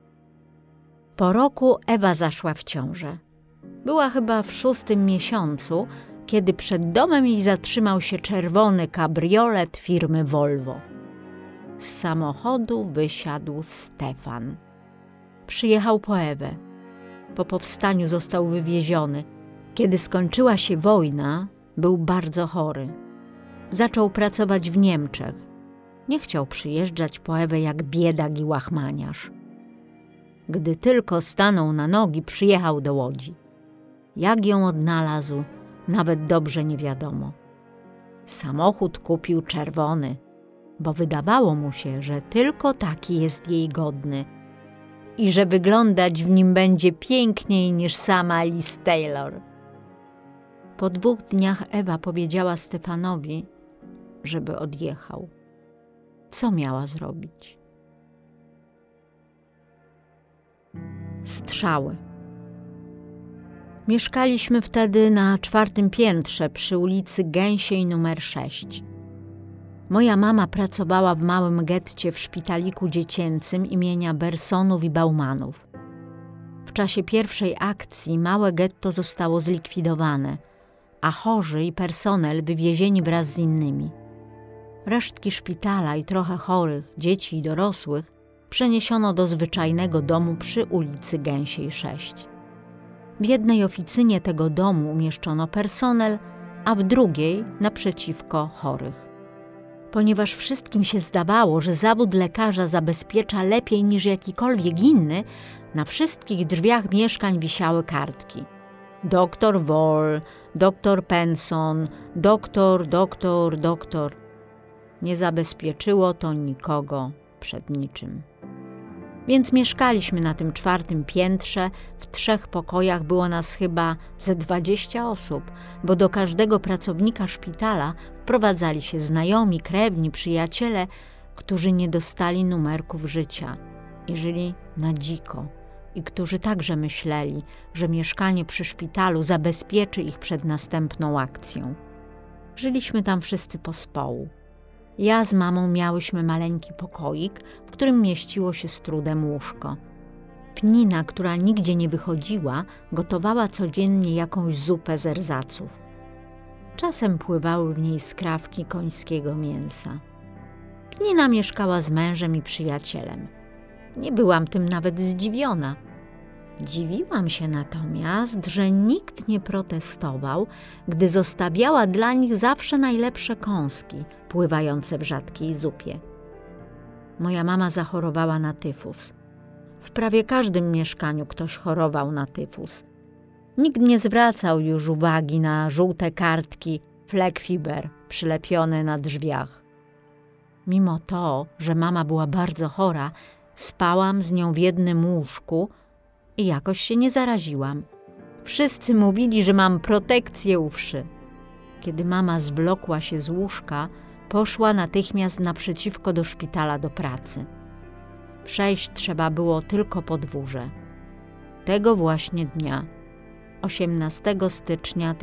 Po roku Ewa zaszła w ciążę. Była chyba w 6. miesiącu, kiedy przed domem jej zatrzymał się czerwony kabriolet firmy Volvo. Z samochodu wysiadł Stefan. Przyjechał po Ewę. Po powstaniu został wywieziony. Kiedy skończyła się wojna, był bardzo chory. Zaczął pracować w Niemczech. Nie chciał przyjeżdżać po Ewę jak biedak i łachmaniarz. Gdy tylko stanął na nogi, przyjechał do Łodzi. Jak ją odnalazł, nawet dobrze nie wiadomo. Samochód kupił czerwony, bo wydawało mu się, że tylko taki jest jej godny i że wyglądać w nim będzie piękniej niż sama Liz Taylor. Po 2 dniach Ewa powiedziała Stefanowi, żeby odjechał. Co miała zrobić? Strzały. Mieszkaliśmy wtedy na 4. piętrze przy ulicy Gęsiej nr 6. Moja mama pracowała w małym getcie w szpitaliku dziecięcym imienia Bersonów i Baumanów. W czasie pierwszej akcji małe getto zostało zlikwidowane, a chorzy i personel wywiezieni wraz z innymi. Resztki szpitala i trochę chorych, dzieci i dorosłych przeniesiono do zwyczajnego domu przy ulicy Gęsiej 6. W jednej oficynie tego domu umieszczono personel, a w drugiej naprzeciwko chorych. Ponieważ wszystkim się zdawało, że zawód lekarza zabezpiecza lepiej niż jakikolwiek inny, na wszystkich drzwiach mieszkań wisiały kartki. Doktor Woll, doktor Penson, doktor. Nie zabezpieczyło to nikogo przed niczym. Więc mieszkaliśmy na tym 4. piętrze, w 3 pokojach było nas chyba ze 20 osób, bo do każdego pracownika szpitala wprowadzali się znajomi, krewni, przyjaciele, którzy nie dostali numerków życia i żyli na dziko i którzy także myśleli, że mieszkanie przy szpitalu zabezpieczy ich przed następną akcją. Żyliśmy tam wszyscy pospołu. Ja z mamą miałyśmy maleńki pokoik, w którym mieściło się z trudem łóżko. Pnina, która nigdzie nie wychodziła, gotowała codziennie jakąś zupę z erzaców. Czasem pływały w niej skrawki końskiego mięsa. Pnina mieszkała z mężem i przyjacielem. Nie byłam tym nawet zdziwiona. Dziwiłam się natomiast, że nikt nie protestował, gdy zostawiała dla nich zawsze najlepsze kąski pływające w rzadkiej zupie. Moja mama zachorowała na tyfus. W prawie każdym mieszkaniu ktoś chorował na tyfus. Nikt nie zwracał już uwagi na żółte kartki Fleckfiber przylepione na drzwiach. Mimo to, że mama była bardzo chora, spałam z nią w jednym łóżku i jakoś się nie zaraziłam. Wszyscy mówili, że mam protekcję u wszy. Kiedy mama zwlokła się z łóżka, poszła natychmiast naprzeciwko do szpitala do pracy. Przejść trzeba było tylko podwórze. Tego właśnie dnia 18 stycznia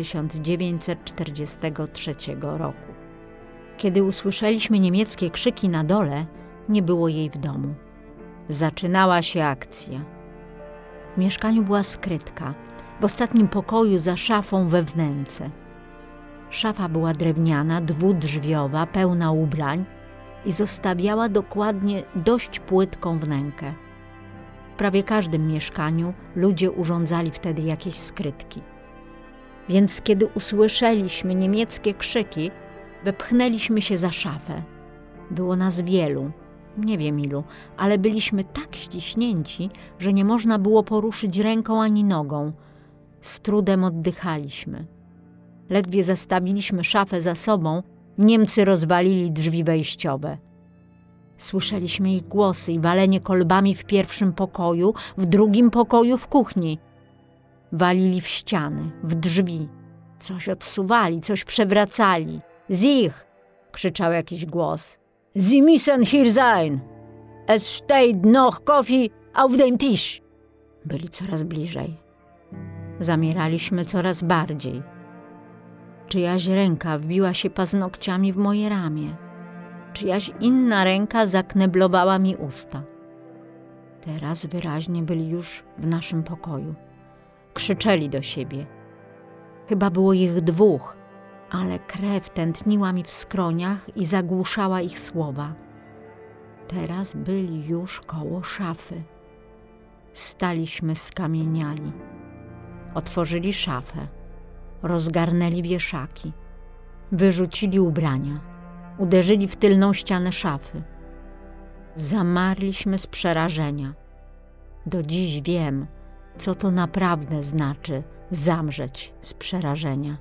1943 roku. Kiedy usłyszeliśmy niemieckie krzyki na dole, nie było jej w domu. Zaczynała się akcja. W mieszkaniu była skrytka, w ostatnim pokoju za szafą we wnęce. Szafa była drewniana, dwudrzwiowa, pełna ubrań i zostawiała dokładnie dość płytką wnękę. W prawie każdym mieszkaniu ludzie urządzali wtedy jakieś skrytki. Więc kiedy usłyszeliśmy niemieckie krzyki, wepchnęliśmy się za szafę. Było nas wielu, nie wiem ilu, ale byliśmy tak ściśnięci, że nie można było poruszyć ręką ani nogą. Z trudem oddychaliśmy. Ledwie zastawiliśmy szafę za sobą, Niemcy rozwalili drzwi wejściowe. Słyszeliśmy ich głosy i walenie kolbami w pierwszym pokoju, w drugim pokoju w kuchni. Walili w ściany, w drzwi. Coś odsuwali, coś przewracali. „Sie!" krzyczał jakiś głos. „Sie müssen hier sein! Es steht noch Kaffee auf dem Tisch!" Byli coraz bliżej. Zamieraliśmy coraz bardziej. Czyjaś ręka wbiła się paznokciami w moje ramię. Czyjaś inna ręka zakneblowała mi usta. Teraz wyraźnie byli już w naszym pokoju. Krzyczeli do siebie. Chyba było ich dwóch, ale krew tętniła mi w skroniach i zagłuszała ich słowa. Teraz byli już koło szafy. Staliśmy skamieniali. Otworzyli szafę. Rozgarnęli wieszaki. Wyrzucili ubrania. Uderzyli w tylną ścianę szafy. Zamarliśmy z przerażenia. Do dziś wiem, co to naprawdę znaczy zamrzeć z przerażenia.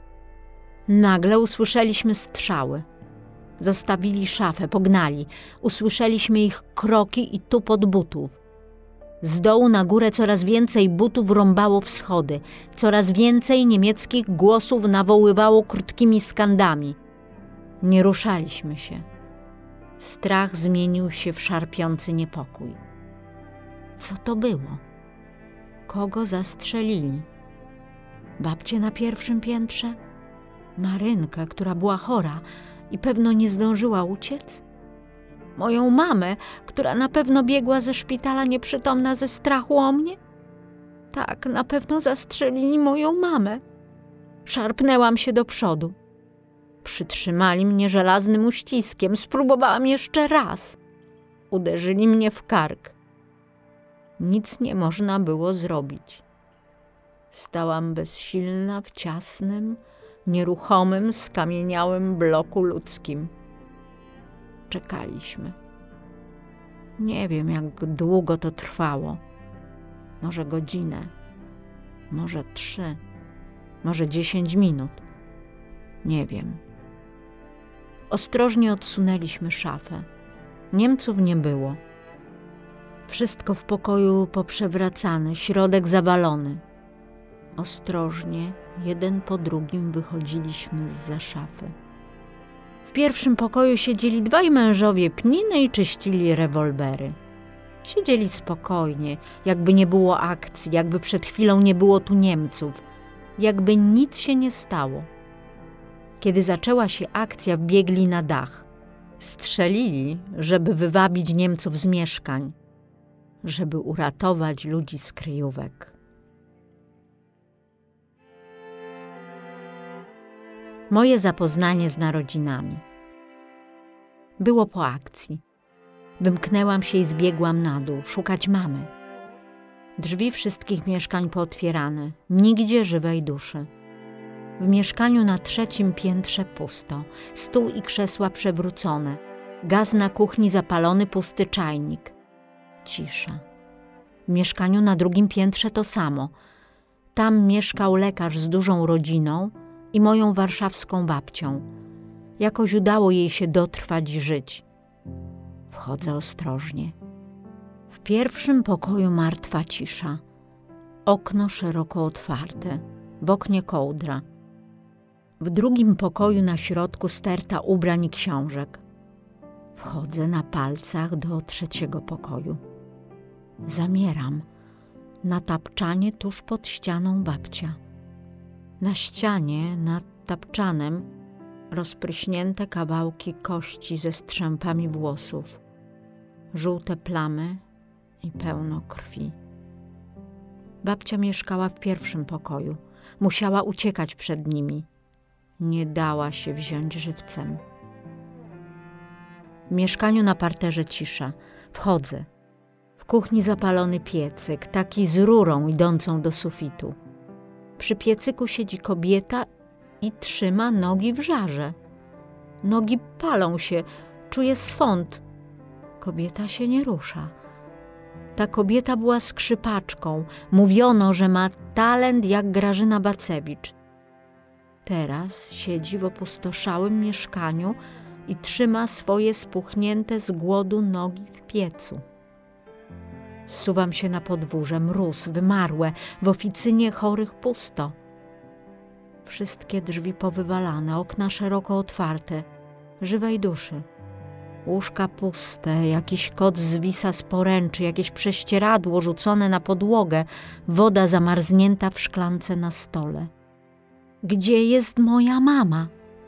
Nagle usłyszeliśmy strzały. Zostawili szafę, pognali. Usłyszeliśmy ich kroki i tupot butów. Z dołu na górę coraz więcej butów rąbało w schody. Coraz więcej niemieckich głosów nawoływało krótkimi skandami. Nie ruszaliśmy się. Strach zmienił się w szarpiący niepokój. Co to było? Kogo zastrzelili? Babcię na pierwszym piętrze? Marynkę, która była chora i pewno nie zdążyła uciec? Moją mamę, która na pewno biegła ze szpitala nieprzytomna ze strachu o mnie? Tak, na pewno zastrzelili moją mamę. Szarpnęłam się do przodu. Przytrzymali mnie żelaznym uściskiem. Spróbowałam jeszcze raz. Uderzyli mnie w kark. Nic nie można było zrobić. Stałam bezsilna w ciasnym, nieruchomym, skamieniałym bloku ludzkim. Czekaliśmy. Nie wiem, jak długo to trwało. Może godzinę, może 3, może 10 minut. Nie wiem. Ostrożnie odsunęliśmy szafę. Niemców nie było. Wszystko w pokoju poprzewracane, środek zawalony. Ostrożnie, jeden po drugim wychodziliśmy zza szafy. W pierwszym pokoju siedzieli dwaj mężowie Pniny i czyścili rewolwery. Siedzieli spokojnie, jakby nie było akcji, jakby przed chwilą nie było tu Niemców, jakby nic się nie stało. Kiedy zaczęła się akcja, wbiegli na dach. Strzelili, żeby wywabić Niemców z mieszkań, żeby uratować ludzi z kryjówek. Moje zapoznanie z narodzinami. Było po akcji. Wymknęłam się i zbiegłam na dół, szukać mamy. Drzwi wszystkich mieszkań pootwierane, nigdzie żywej duszy. W mieszkaniu na 3. piętrze pusto, stół i krzesła przewrócone, gaz na kuchni zapalony, pusty czajnik. Cisza. W mieszkaniu na 2. piętrze to samo. Tam mieszkał lekarz z dużą rodziną i moją warszawską babcią. Jakoś udało jej się dotrwać i żyć. Wchodzę ostrożnie. W pierwszym pokoju martwa cisza. Okno szeroko otwarte. W oknie kołdra. W drugim pokoju na środku sterta ubrań i książek. Wchodzę na palcach do 3. pokoju. Zamieram. Na tapczanie tuż pod ścianą babcia. Na ścianie, nad tapczanem, rozpryśnięte kawałki kości ze strzępami włosów, żółte plamy i pełno krwi. Babcia mieszkała w pierwszym pokoju. Musiała uciekać przed nimi. Nie dała się wziąć żywcem. W mieszkaniu na parterze cisza. Wchodzę. W kuchni zapalony piecyk, taki z rurą idącą do sufitu. Przy piecyku siedzi kobieta i trzyma nogi w żarze. Nogi palą się, czuje swąd. Kobieta się nie rusza. Ta kobieta była skrzypaczką. Mówiono, że ma talent jak Grażyna Bacewicz. Teraz siedzi w opustoszałym mieszkaniu i trzyma swoje spuchnięte z głodu nogi w piecu. Zsuwam się na podwórze, mróz, wymarłe, w oficynie chorych pusto. Wszystkie drzwi powywalane, okna szeroko otwarte, żywej duszy. Łóżka puste, jakiś kot zwisa z poręczy, jakieś prześcieradło rzucone na podłogę, woda zamarznięta w szklance na stole. Gdzie jest moja mama?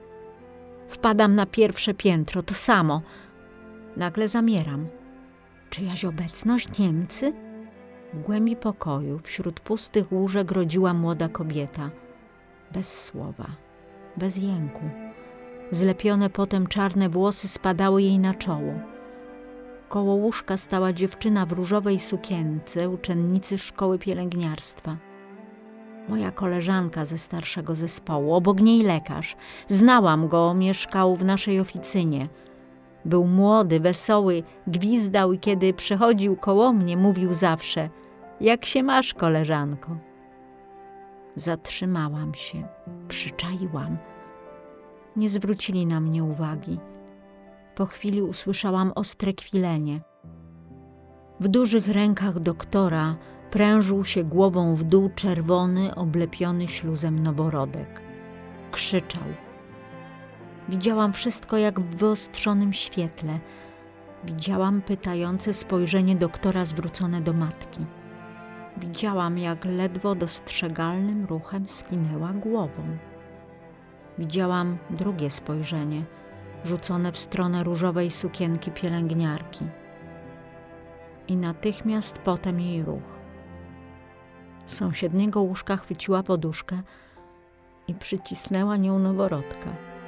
Wpadam na pierwsze piętro, to samo. Nagle zamieram. Czyjaś obecność? Niemcy? W głębi pokoju, wśród pustych łóżek rodziła młoda kobieta. Bez słowa, bez jęku. Zlepione potem czarne włosy spadały jej na czoło. Koło łóżka stała dziewczyna w różowej sukience, uczennicy szkoły pielęgniarstwa. Moja koleżanka ze starszego zespołu, obok niej lekarz. Znałam go, mieszkał w naszej oficynie. Był młody, wesoły, gwizdał i kiedy przechodził koło mnie, mówił zawsze: jak się masz, koleżanko? Zatrzymałam się, przyczaiłam. Nie zwrócili na mnie uwagi. Po chwili usłyszałam ostre kwilenie. W dużych rękach doktora prężył się głową w dół czerwony, oblepiony śluzem noworodek. Krzyczał. Widziałam wszystko jak w wyostrzonym świetle. Widziałam pytające spojrzenie doktora zwrócone do matki. Widziałam, jak ledwo dostrzegalnym ruchem skinęła głową. Widziałam drugie spojrzenie, rzucone w stronę różowej sukienki pielęgniarki. I natychmiast potem jej ruch. Z sąsiedniego łóżka chwyciła poduszkę i przycisnęła nią noworodka.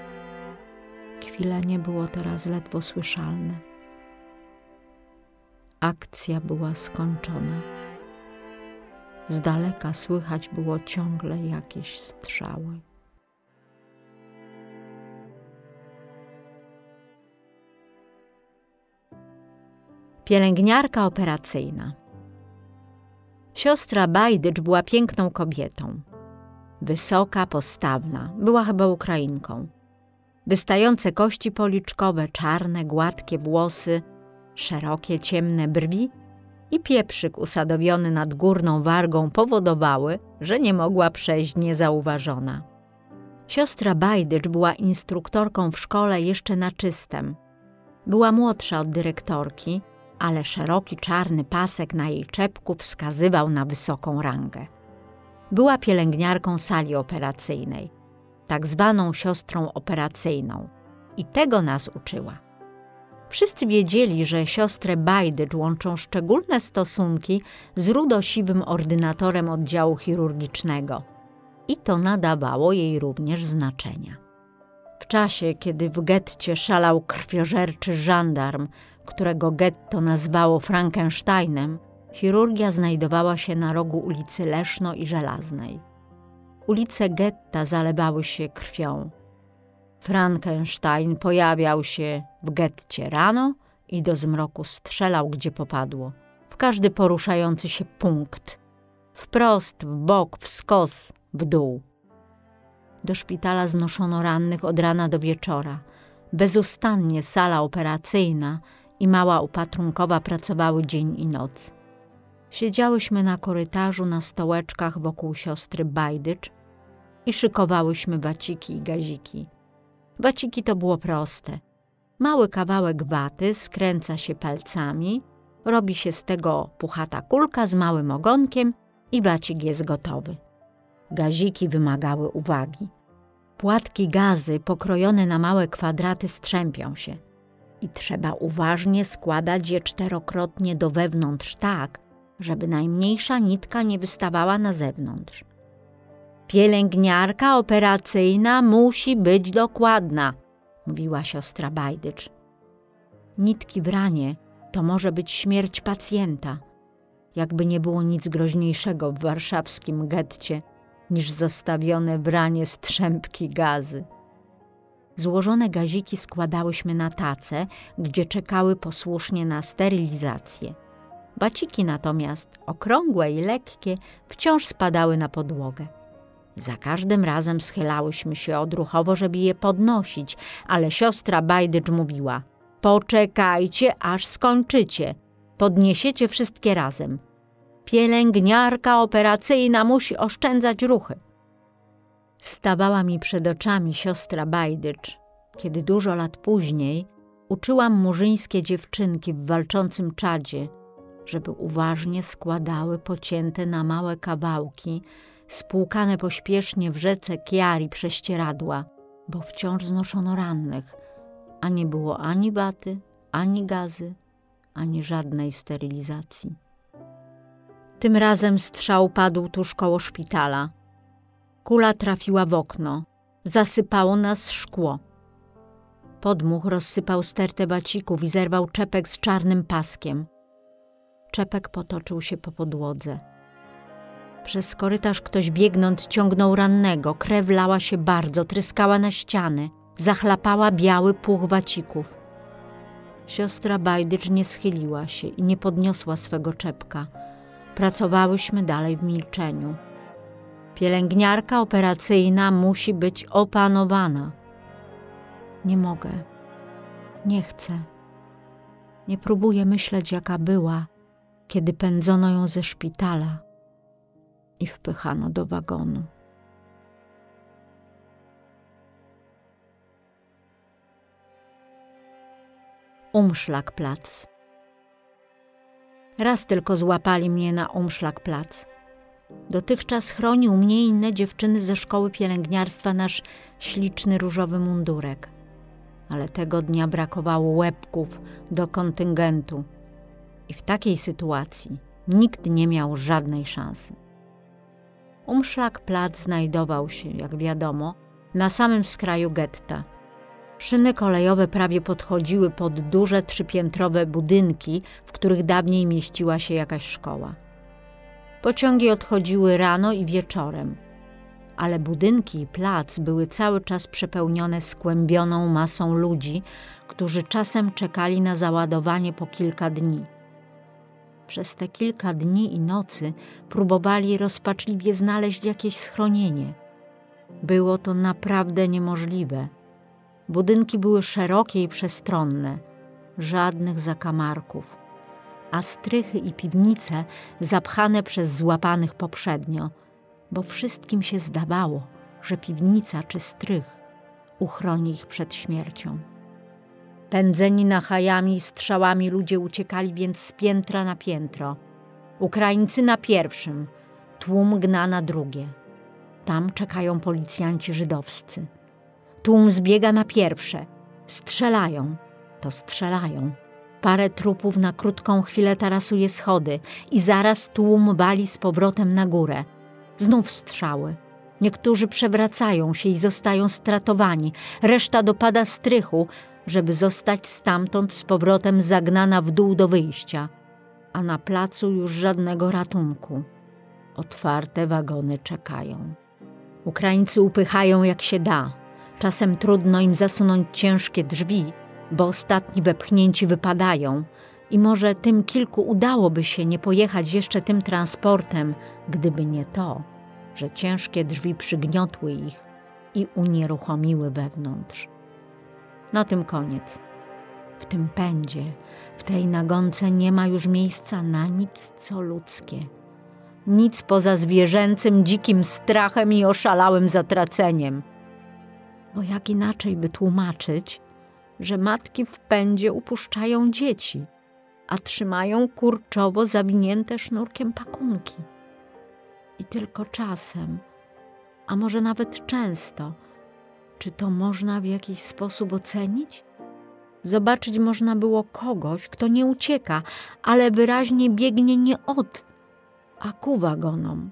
Kwilenie było teraz ledwo słyszalne. Akcja była skończona. Z daleka słychać było ciągle jakieś strzały. Pielęgniarka operacyjna. Siostra Bajdycz była piękną kobietą. Wysoka, postawna, była chyba Ukrainką. Wystające kości policzkowe, czarne, gładkie włosy, szerokie, ciemne brwi i pieprzyk usadowiony nad górną wargą powodowały, że nie mogła przejść niezauważona. Siostra Bajdycz była instruktorką w szkole jeszcze na czystem. Była młodsza od dyrektorki, ale szeroki czarny pasek na jej czepku wskazywał na wysoką rangę. Była pielęgniarką sali operacyjnej, tak zwaną siostrą operacyjną, i tego nas uczyła. Wszyscy wiedzieli, że siostrę Bajdycz łączą szczególne stosunki z rudosiwym ordynatorem oddziału chirurgicznego i to nadawało jej również znaczenia. W czasie, kiedy w getcie szalał krwiożerczy żandarm, którego getto nazwało Frankensteinem, chirurgia znajdowała się na rogu ulicy Leszno i Żelaznej. Ulice getta zalewały się krwią. Frankenstein pojawiał się w getcie rano i do zmroku strzelał, gdzie popadło, w każdy poruszający się punkt, wprost, w bok, w skos, w dół. Do szpitala znoszono rannych od rana do wieczora. Bezustannie sala operacyjna i mała opatrunkowa pracowały dzień i noc. Siedziałyśmy na korytarzu na stołeczkach wokół siostry Bajdycz i szykowałyśmy waciki i gaziki. Waciki to było proste. Mały kawałek waty skręca się palcami, Robi się z tego puchata kulka z małym ogonkiem i wacik jest gotowy. Gaziki wymagały uwagi. Płatki gazy pokrojone na małe kwadraty strzępią się i trzeba uważnie składać je 4-krotnie do wewnątrz tak, żeby najmniejsza nitka nie wystawała na zewnątrz. Pielęgniarka operacyjna musi być dokładna, mówiła siostra Bajdycz. Nitki w ranie to może być śmierć pacjenta. Jakby nie było nic groźniejszego w warszawskim getcie niż zostawione w ranie strzępki gazy. Złożone gaziki składałyśmy na tacę, gdzie czekały posłusznie na sterylizację. Baciki natomiast, okrągłe i lekkie, wciąż spadały na podłogę. Za każdym razem schylałyśmy się odruchowo, żeby je podnosić, ale siostra Bajdycz mówiła: poczekajcie, aż skończycie. Podniesiecie wszystkie razem. Pielęgniarka operacyjna musi oszczędzać ruchy. Stawała mi przed oczami siostra Bajdycz, kiedy dużo lat później uczyłam murzyńskie dziewczynki w walczącym czadzie, żeby uważnie składały pocięte na małe kawałki, spłukane pośpiesznie w rzece Chiari prześcieradła, bo wciąż znoszono rannych, a nie było ani waty, ani gazy, ani żadnej sterylizacji. Tym razem strzał padł tuż koło szpitala. Kula trafiła w okno, zasypało nas szkło. Podmuch rozsypał stertę bacików i zerwał czepek z czarnym paskiem. Czepek potoczył się po podłodze. Przez korytarz ktoś biegnąc ciągnął rannego, krew lała się bardzo, tryskała na ściany, zachlapała biały puch wacików. Siostra Bajdycz nie schyliła się i nie podniosła swego czepka. Pracowałyśmy dalej w milczeniu. Pielęgniarka operacyjna musi być opanowana. Nie mogę. Nie chcę. Nie próbuję myśleć, jaka była, kiedy pędzono ją ze szpitala i wpychano do wagonu. Umschlagplatz. Raz tylko złapali mnie na Umschlagplatz. Dotychczas chronił mnie i inne dziewczyny ze szkoły pielęgniarstwa nasz śliczny różowy mundurek. Ale tego dnia brakowało łebków do kontyngentu i w takiej sytuacji nikt nie miał żadnej szansy. Umschlagplatz znajdował się, jak wiadomo, na samym skraju getta. Szyny kolejowe prawie podchodziły pod duże 3-piętrowe budynki, w których dawniej mieściła się jakaś szkoła. Pociągi odchodziły rano i wieczorem, ale budynki i plac były cały czas przepełnione skłębioną masą ludzi, którzy czasem czekali na załadowanie po kilka dni. Przez te kilka dni i nocy próbowali rozpaczliwie znaleźć jakieś schronienie. Było to naprawdę niemożliwe. Budynki były szerokie i przestronne, żadnych zakamarków, a strychy i piwnice zapchane przez złapanych poprzednio, bo wszystkim się zdawało, że piwnica czy strych uchroni ich przed śmiercią. Pędzeni nachajami i strzałami ludzie uciekali więc z piętra na piętro. Ukraińcy na pierwszym, tłum gna na drugie. Tam czekają policjanci żydowscy. Tłum zbiega na pierwsze. Strzelają, to strzelają. Parę trupów na krótką chwilę tarasuje schody i zaraz tłum wali z powrotem na górę. Znów strzały. Niektórzy przewracają się i zostają stratowani. Reszta dopada strychu, żeby zostać stamtąd z powrotem zagnana w dół do wyjścia. A na placu już żadnego ratunku. Otwarte wagony czekają. Ukraińcy upychają jak się da. Czasem trudno im zasunąć ciężkie drzwi, bo ostatni wepchnięci wypadają i może tym kilku udałoby się nie pojechać jeszcze tym transportem, gdyby nie to, że ciężkie drzwi przygniotły ich i unieruchomiły wewnątrz. Na tym koniec. W tym pędzie, w tej nagonce nie ma już miejsca na nic, co ludzkie. Nic poza zwierzęcym, dzikim strachem i oszalałym zatraceniem. Bo jak inaczej wytłumaczyć, że matki w pędzie upuszczają dzieci? a trzymają kurczowo zawinięte sznurkiem pakunki. I tylko czasem, a może nawet często, czy to można w jakiś sposób ocenić? Zobaczyć można było kogoś, kto nie ucieka, ale wyraźnie biegnie nie od, a ku wagonom.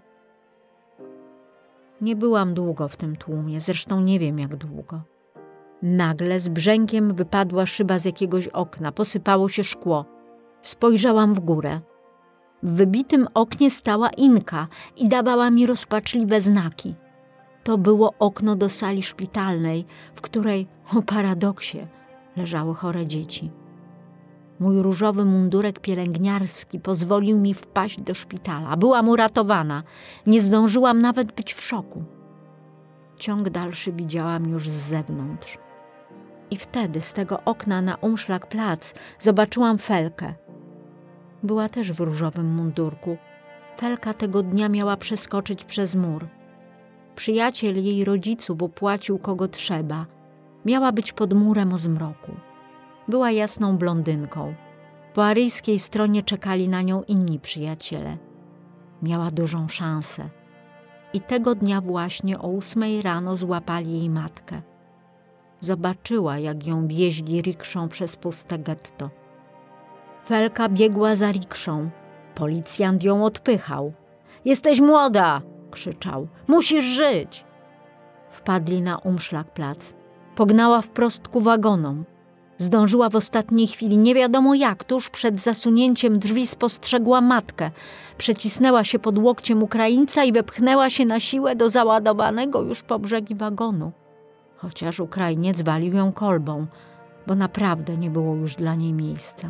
Nie byłam długo w tym tłumie, zresztą nie wiem jak długo. Nagle z brzękiem wypadła szyba z jakiegoś okna, posypało się szkło. Spojrzałam w górę. W wybitym oknie stała Inka i dawała mi rozpaczliwe znaki. To było okno do sali szpitalnej, w której, o paradoksie, leżały chore dzieci. Mój różowy mundurek pielęgniarski pozwolił mi wpaść do szpitala. Byłam uratowana. Nie zdążyłam nawet być w szoku. Ciąg dalszy widziałam już z zewnątrz. I wtedy z tego okna na Umschlagplatz zobaczyłam Felkę. Była też w różowym mundurku. Felka tego dnia miała przeskoczyć przez mur. Przyjaciel jej rodziców opłacił kogo trzeba. Miała być pod murem o zmroku. Była jasną blondynką. Po aryjskiej stronie czekali na nią inni przyjaciele. Miała dużą szansę. I tego dnia właśnie o 8 rano złapali jej matkę. Zobaczyła, jak ją wieźli rikszą przez puste getto. Felka biegła za rikszą. Policjant ją odpychał. Jesteś młoda! Krzyczał. Musisz żyć! Wpadli na Umschlagplatz. Pognała wprost ku wagonom. Zdążyła w ostatniej chwili, nie wiadomo jak, tuż przed zasunięciem drzwi spostrzegła matkę. Przecisnęła się pod łokciem Ukraińca i wepchnęła się na siłę do załadowanego już po brzegi wagonu. Chociaż Ukrainiec walił ją kolbą, bo naprawdę nie było już dla niej miejsca.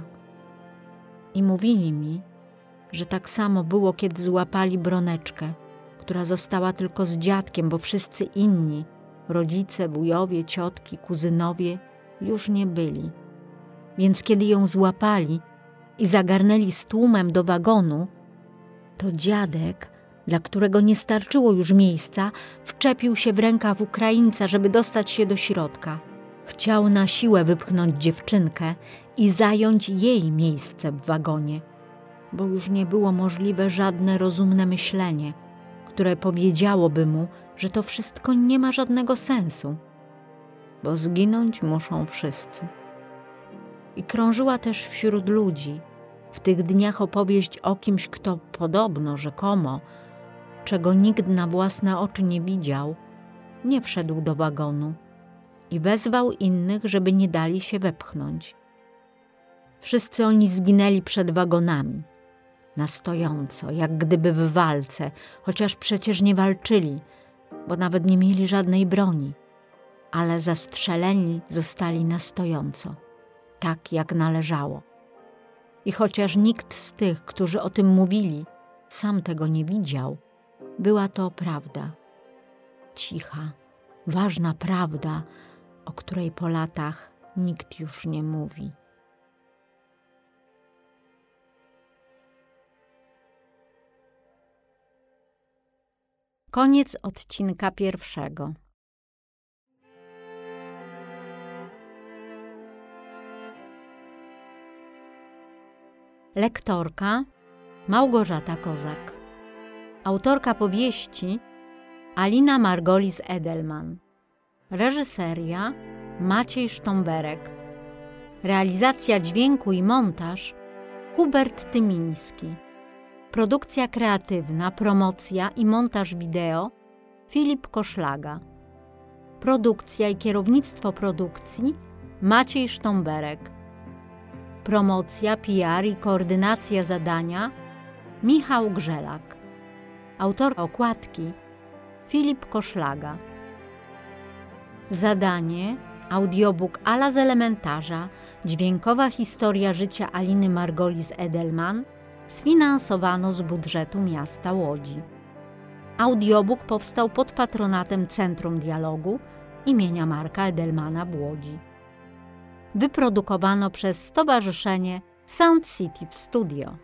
I mówili mi, że tak samo było, kiedy złapali Broneczkę, która została tylko z dziadkiem, bo wszyscy inni, rodzice, wujowie, ciotki, kuzynowie, już nie byli. Więc kiedy ją złapali i zagarnęli z tłumem do wagonu, to dziadek, dla którego nie starczyło już miejsca, wczepił się w rękaw Ukraińca, żeby dostać się do środka. Chciał na siłę wypchnąć dziewczynkę i zająć jej miejsce w wagonie, bo już nie było możliwe żadne rozumne myślenie, które powiedziałoby mu, że to wszystko nie ma żadnego sensu, bo zginąć muszą wszyscy. I krążyła też wśród ludzi w tych dniach opowieść o kimś, kto podobno, rzekomo, czego nikt na własne oczy nie widział, nie wszedł do wagonu i wezwał innych, żeby nie dali się wepchnąć. Wszyscy oni zginęli przed wagonami, na stojąco, jak gdyby w walce, chociaż przecież nie walczyli, bo nawet nie mieli żadnej broni, ale zastrzeleni zostali na stojąco, tak jak należało. I chociaż nikt z tych, którzy o tym mówili, sam tego nie widział, była to prawda. Cicha, ważna prawda, o której po latach nikt już nie mówi. Koniec odcinka 1. Lektorka Małgorzata Kozak. Autorka powieści Alina Margolis-Edelman. Reżyseria Maciej Sztomberek. Realizacja dźwięku i montaż Hubert Tymiński. Produkcja kreatywna, promocja i montaż wideo Filip Koszlaga. Produkcja i kierownictwo produkcji Maciej Sztomberek. Promocja, PR i koordynacja zadania Michał Grzelak. Autor okładki Filip Koszlaga. Zadanie audiobook Ala z elementarza, dźwiękowa historia życia Aliny Margolis-Edelman sfinansowano z budżetu miasta Łodzi. Audiobook powstał pod patronatem Centrum Dialogu imienia Marka Edelmana w Łodzi. Wyprodukowano przez Stowarzyszenie Sound City Studio.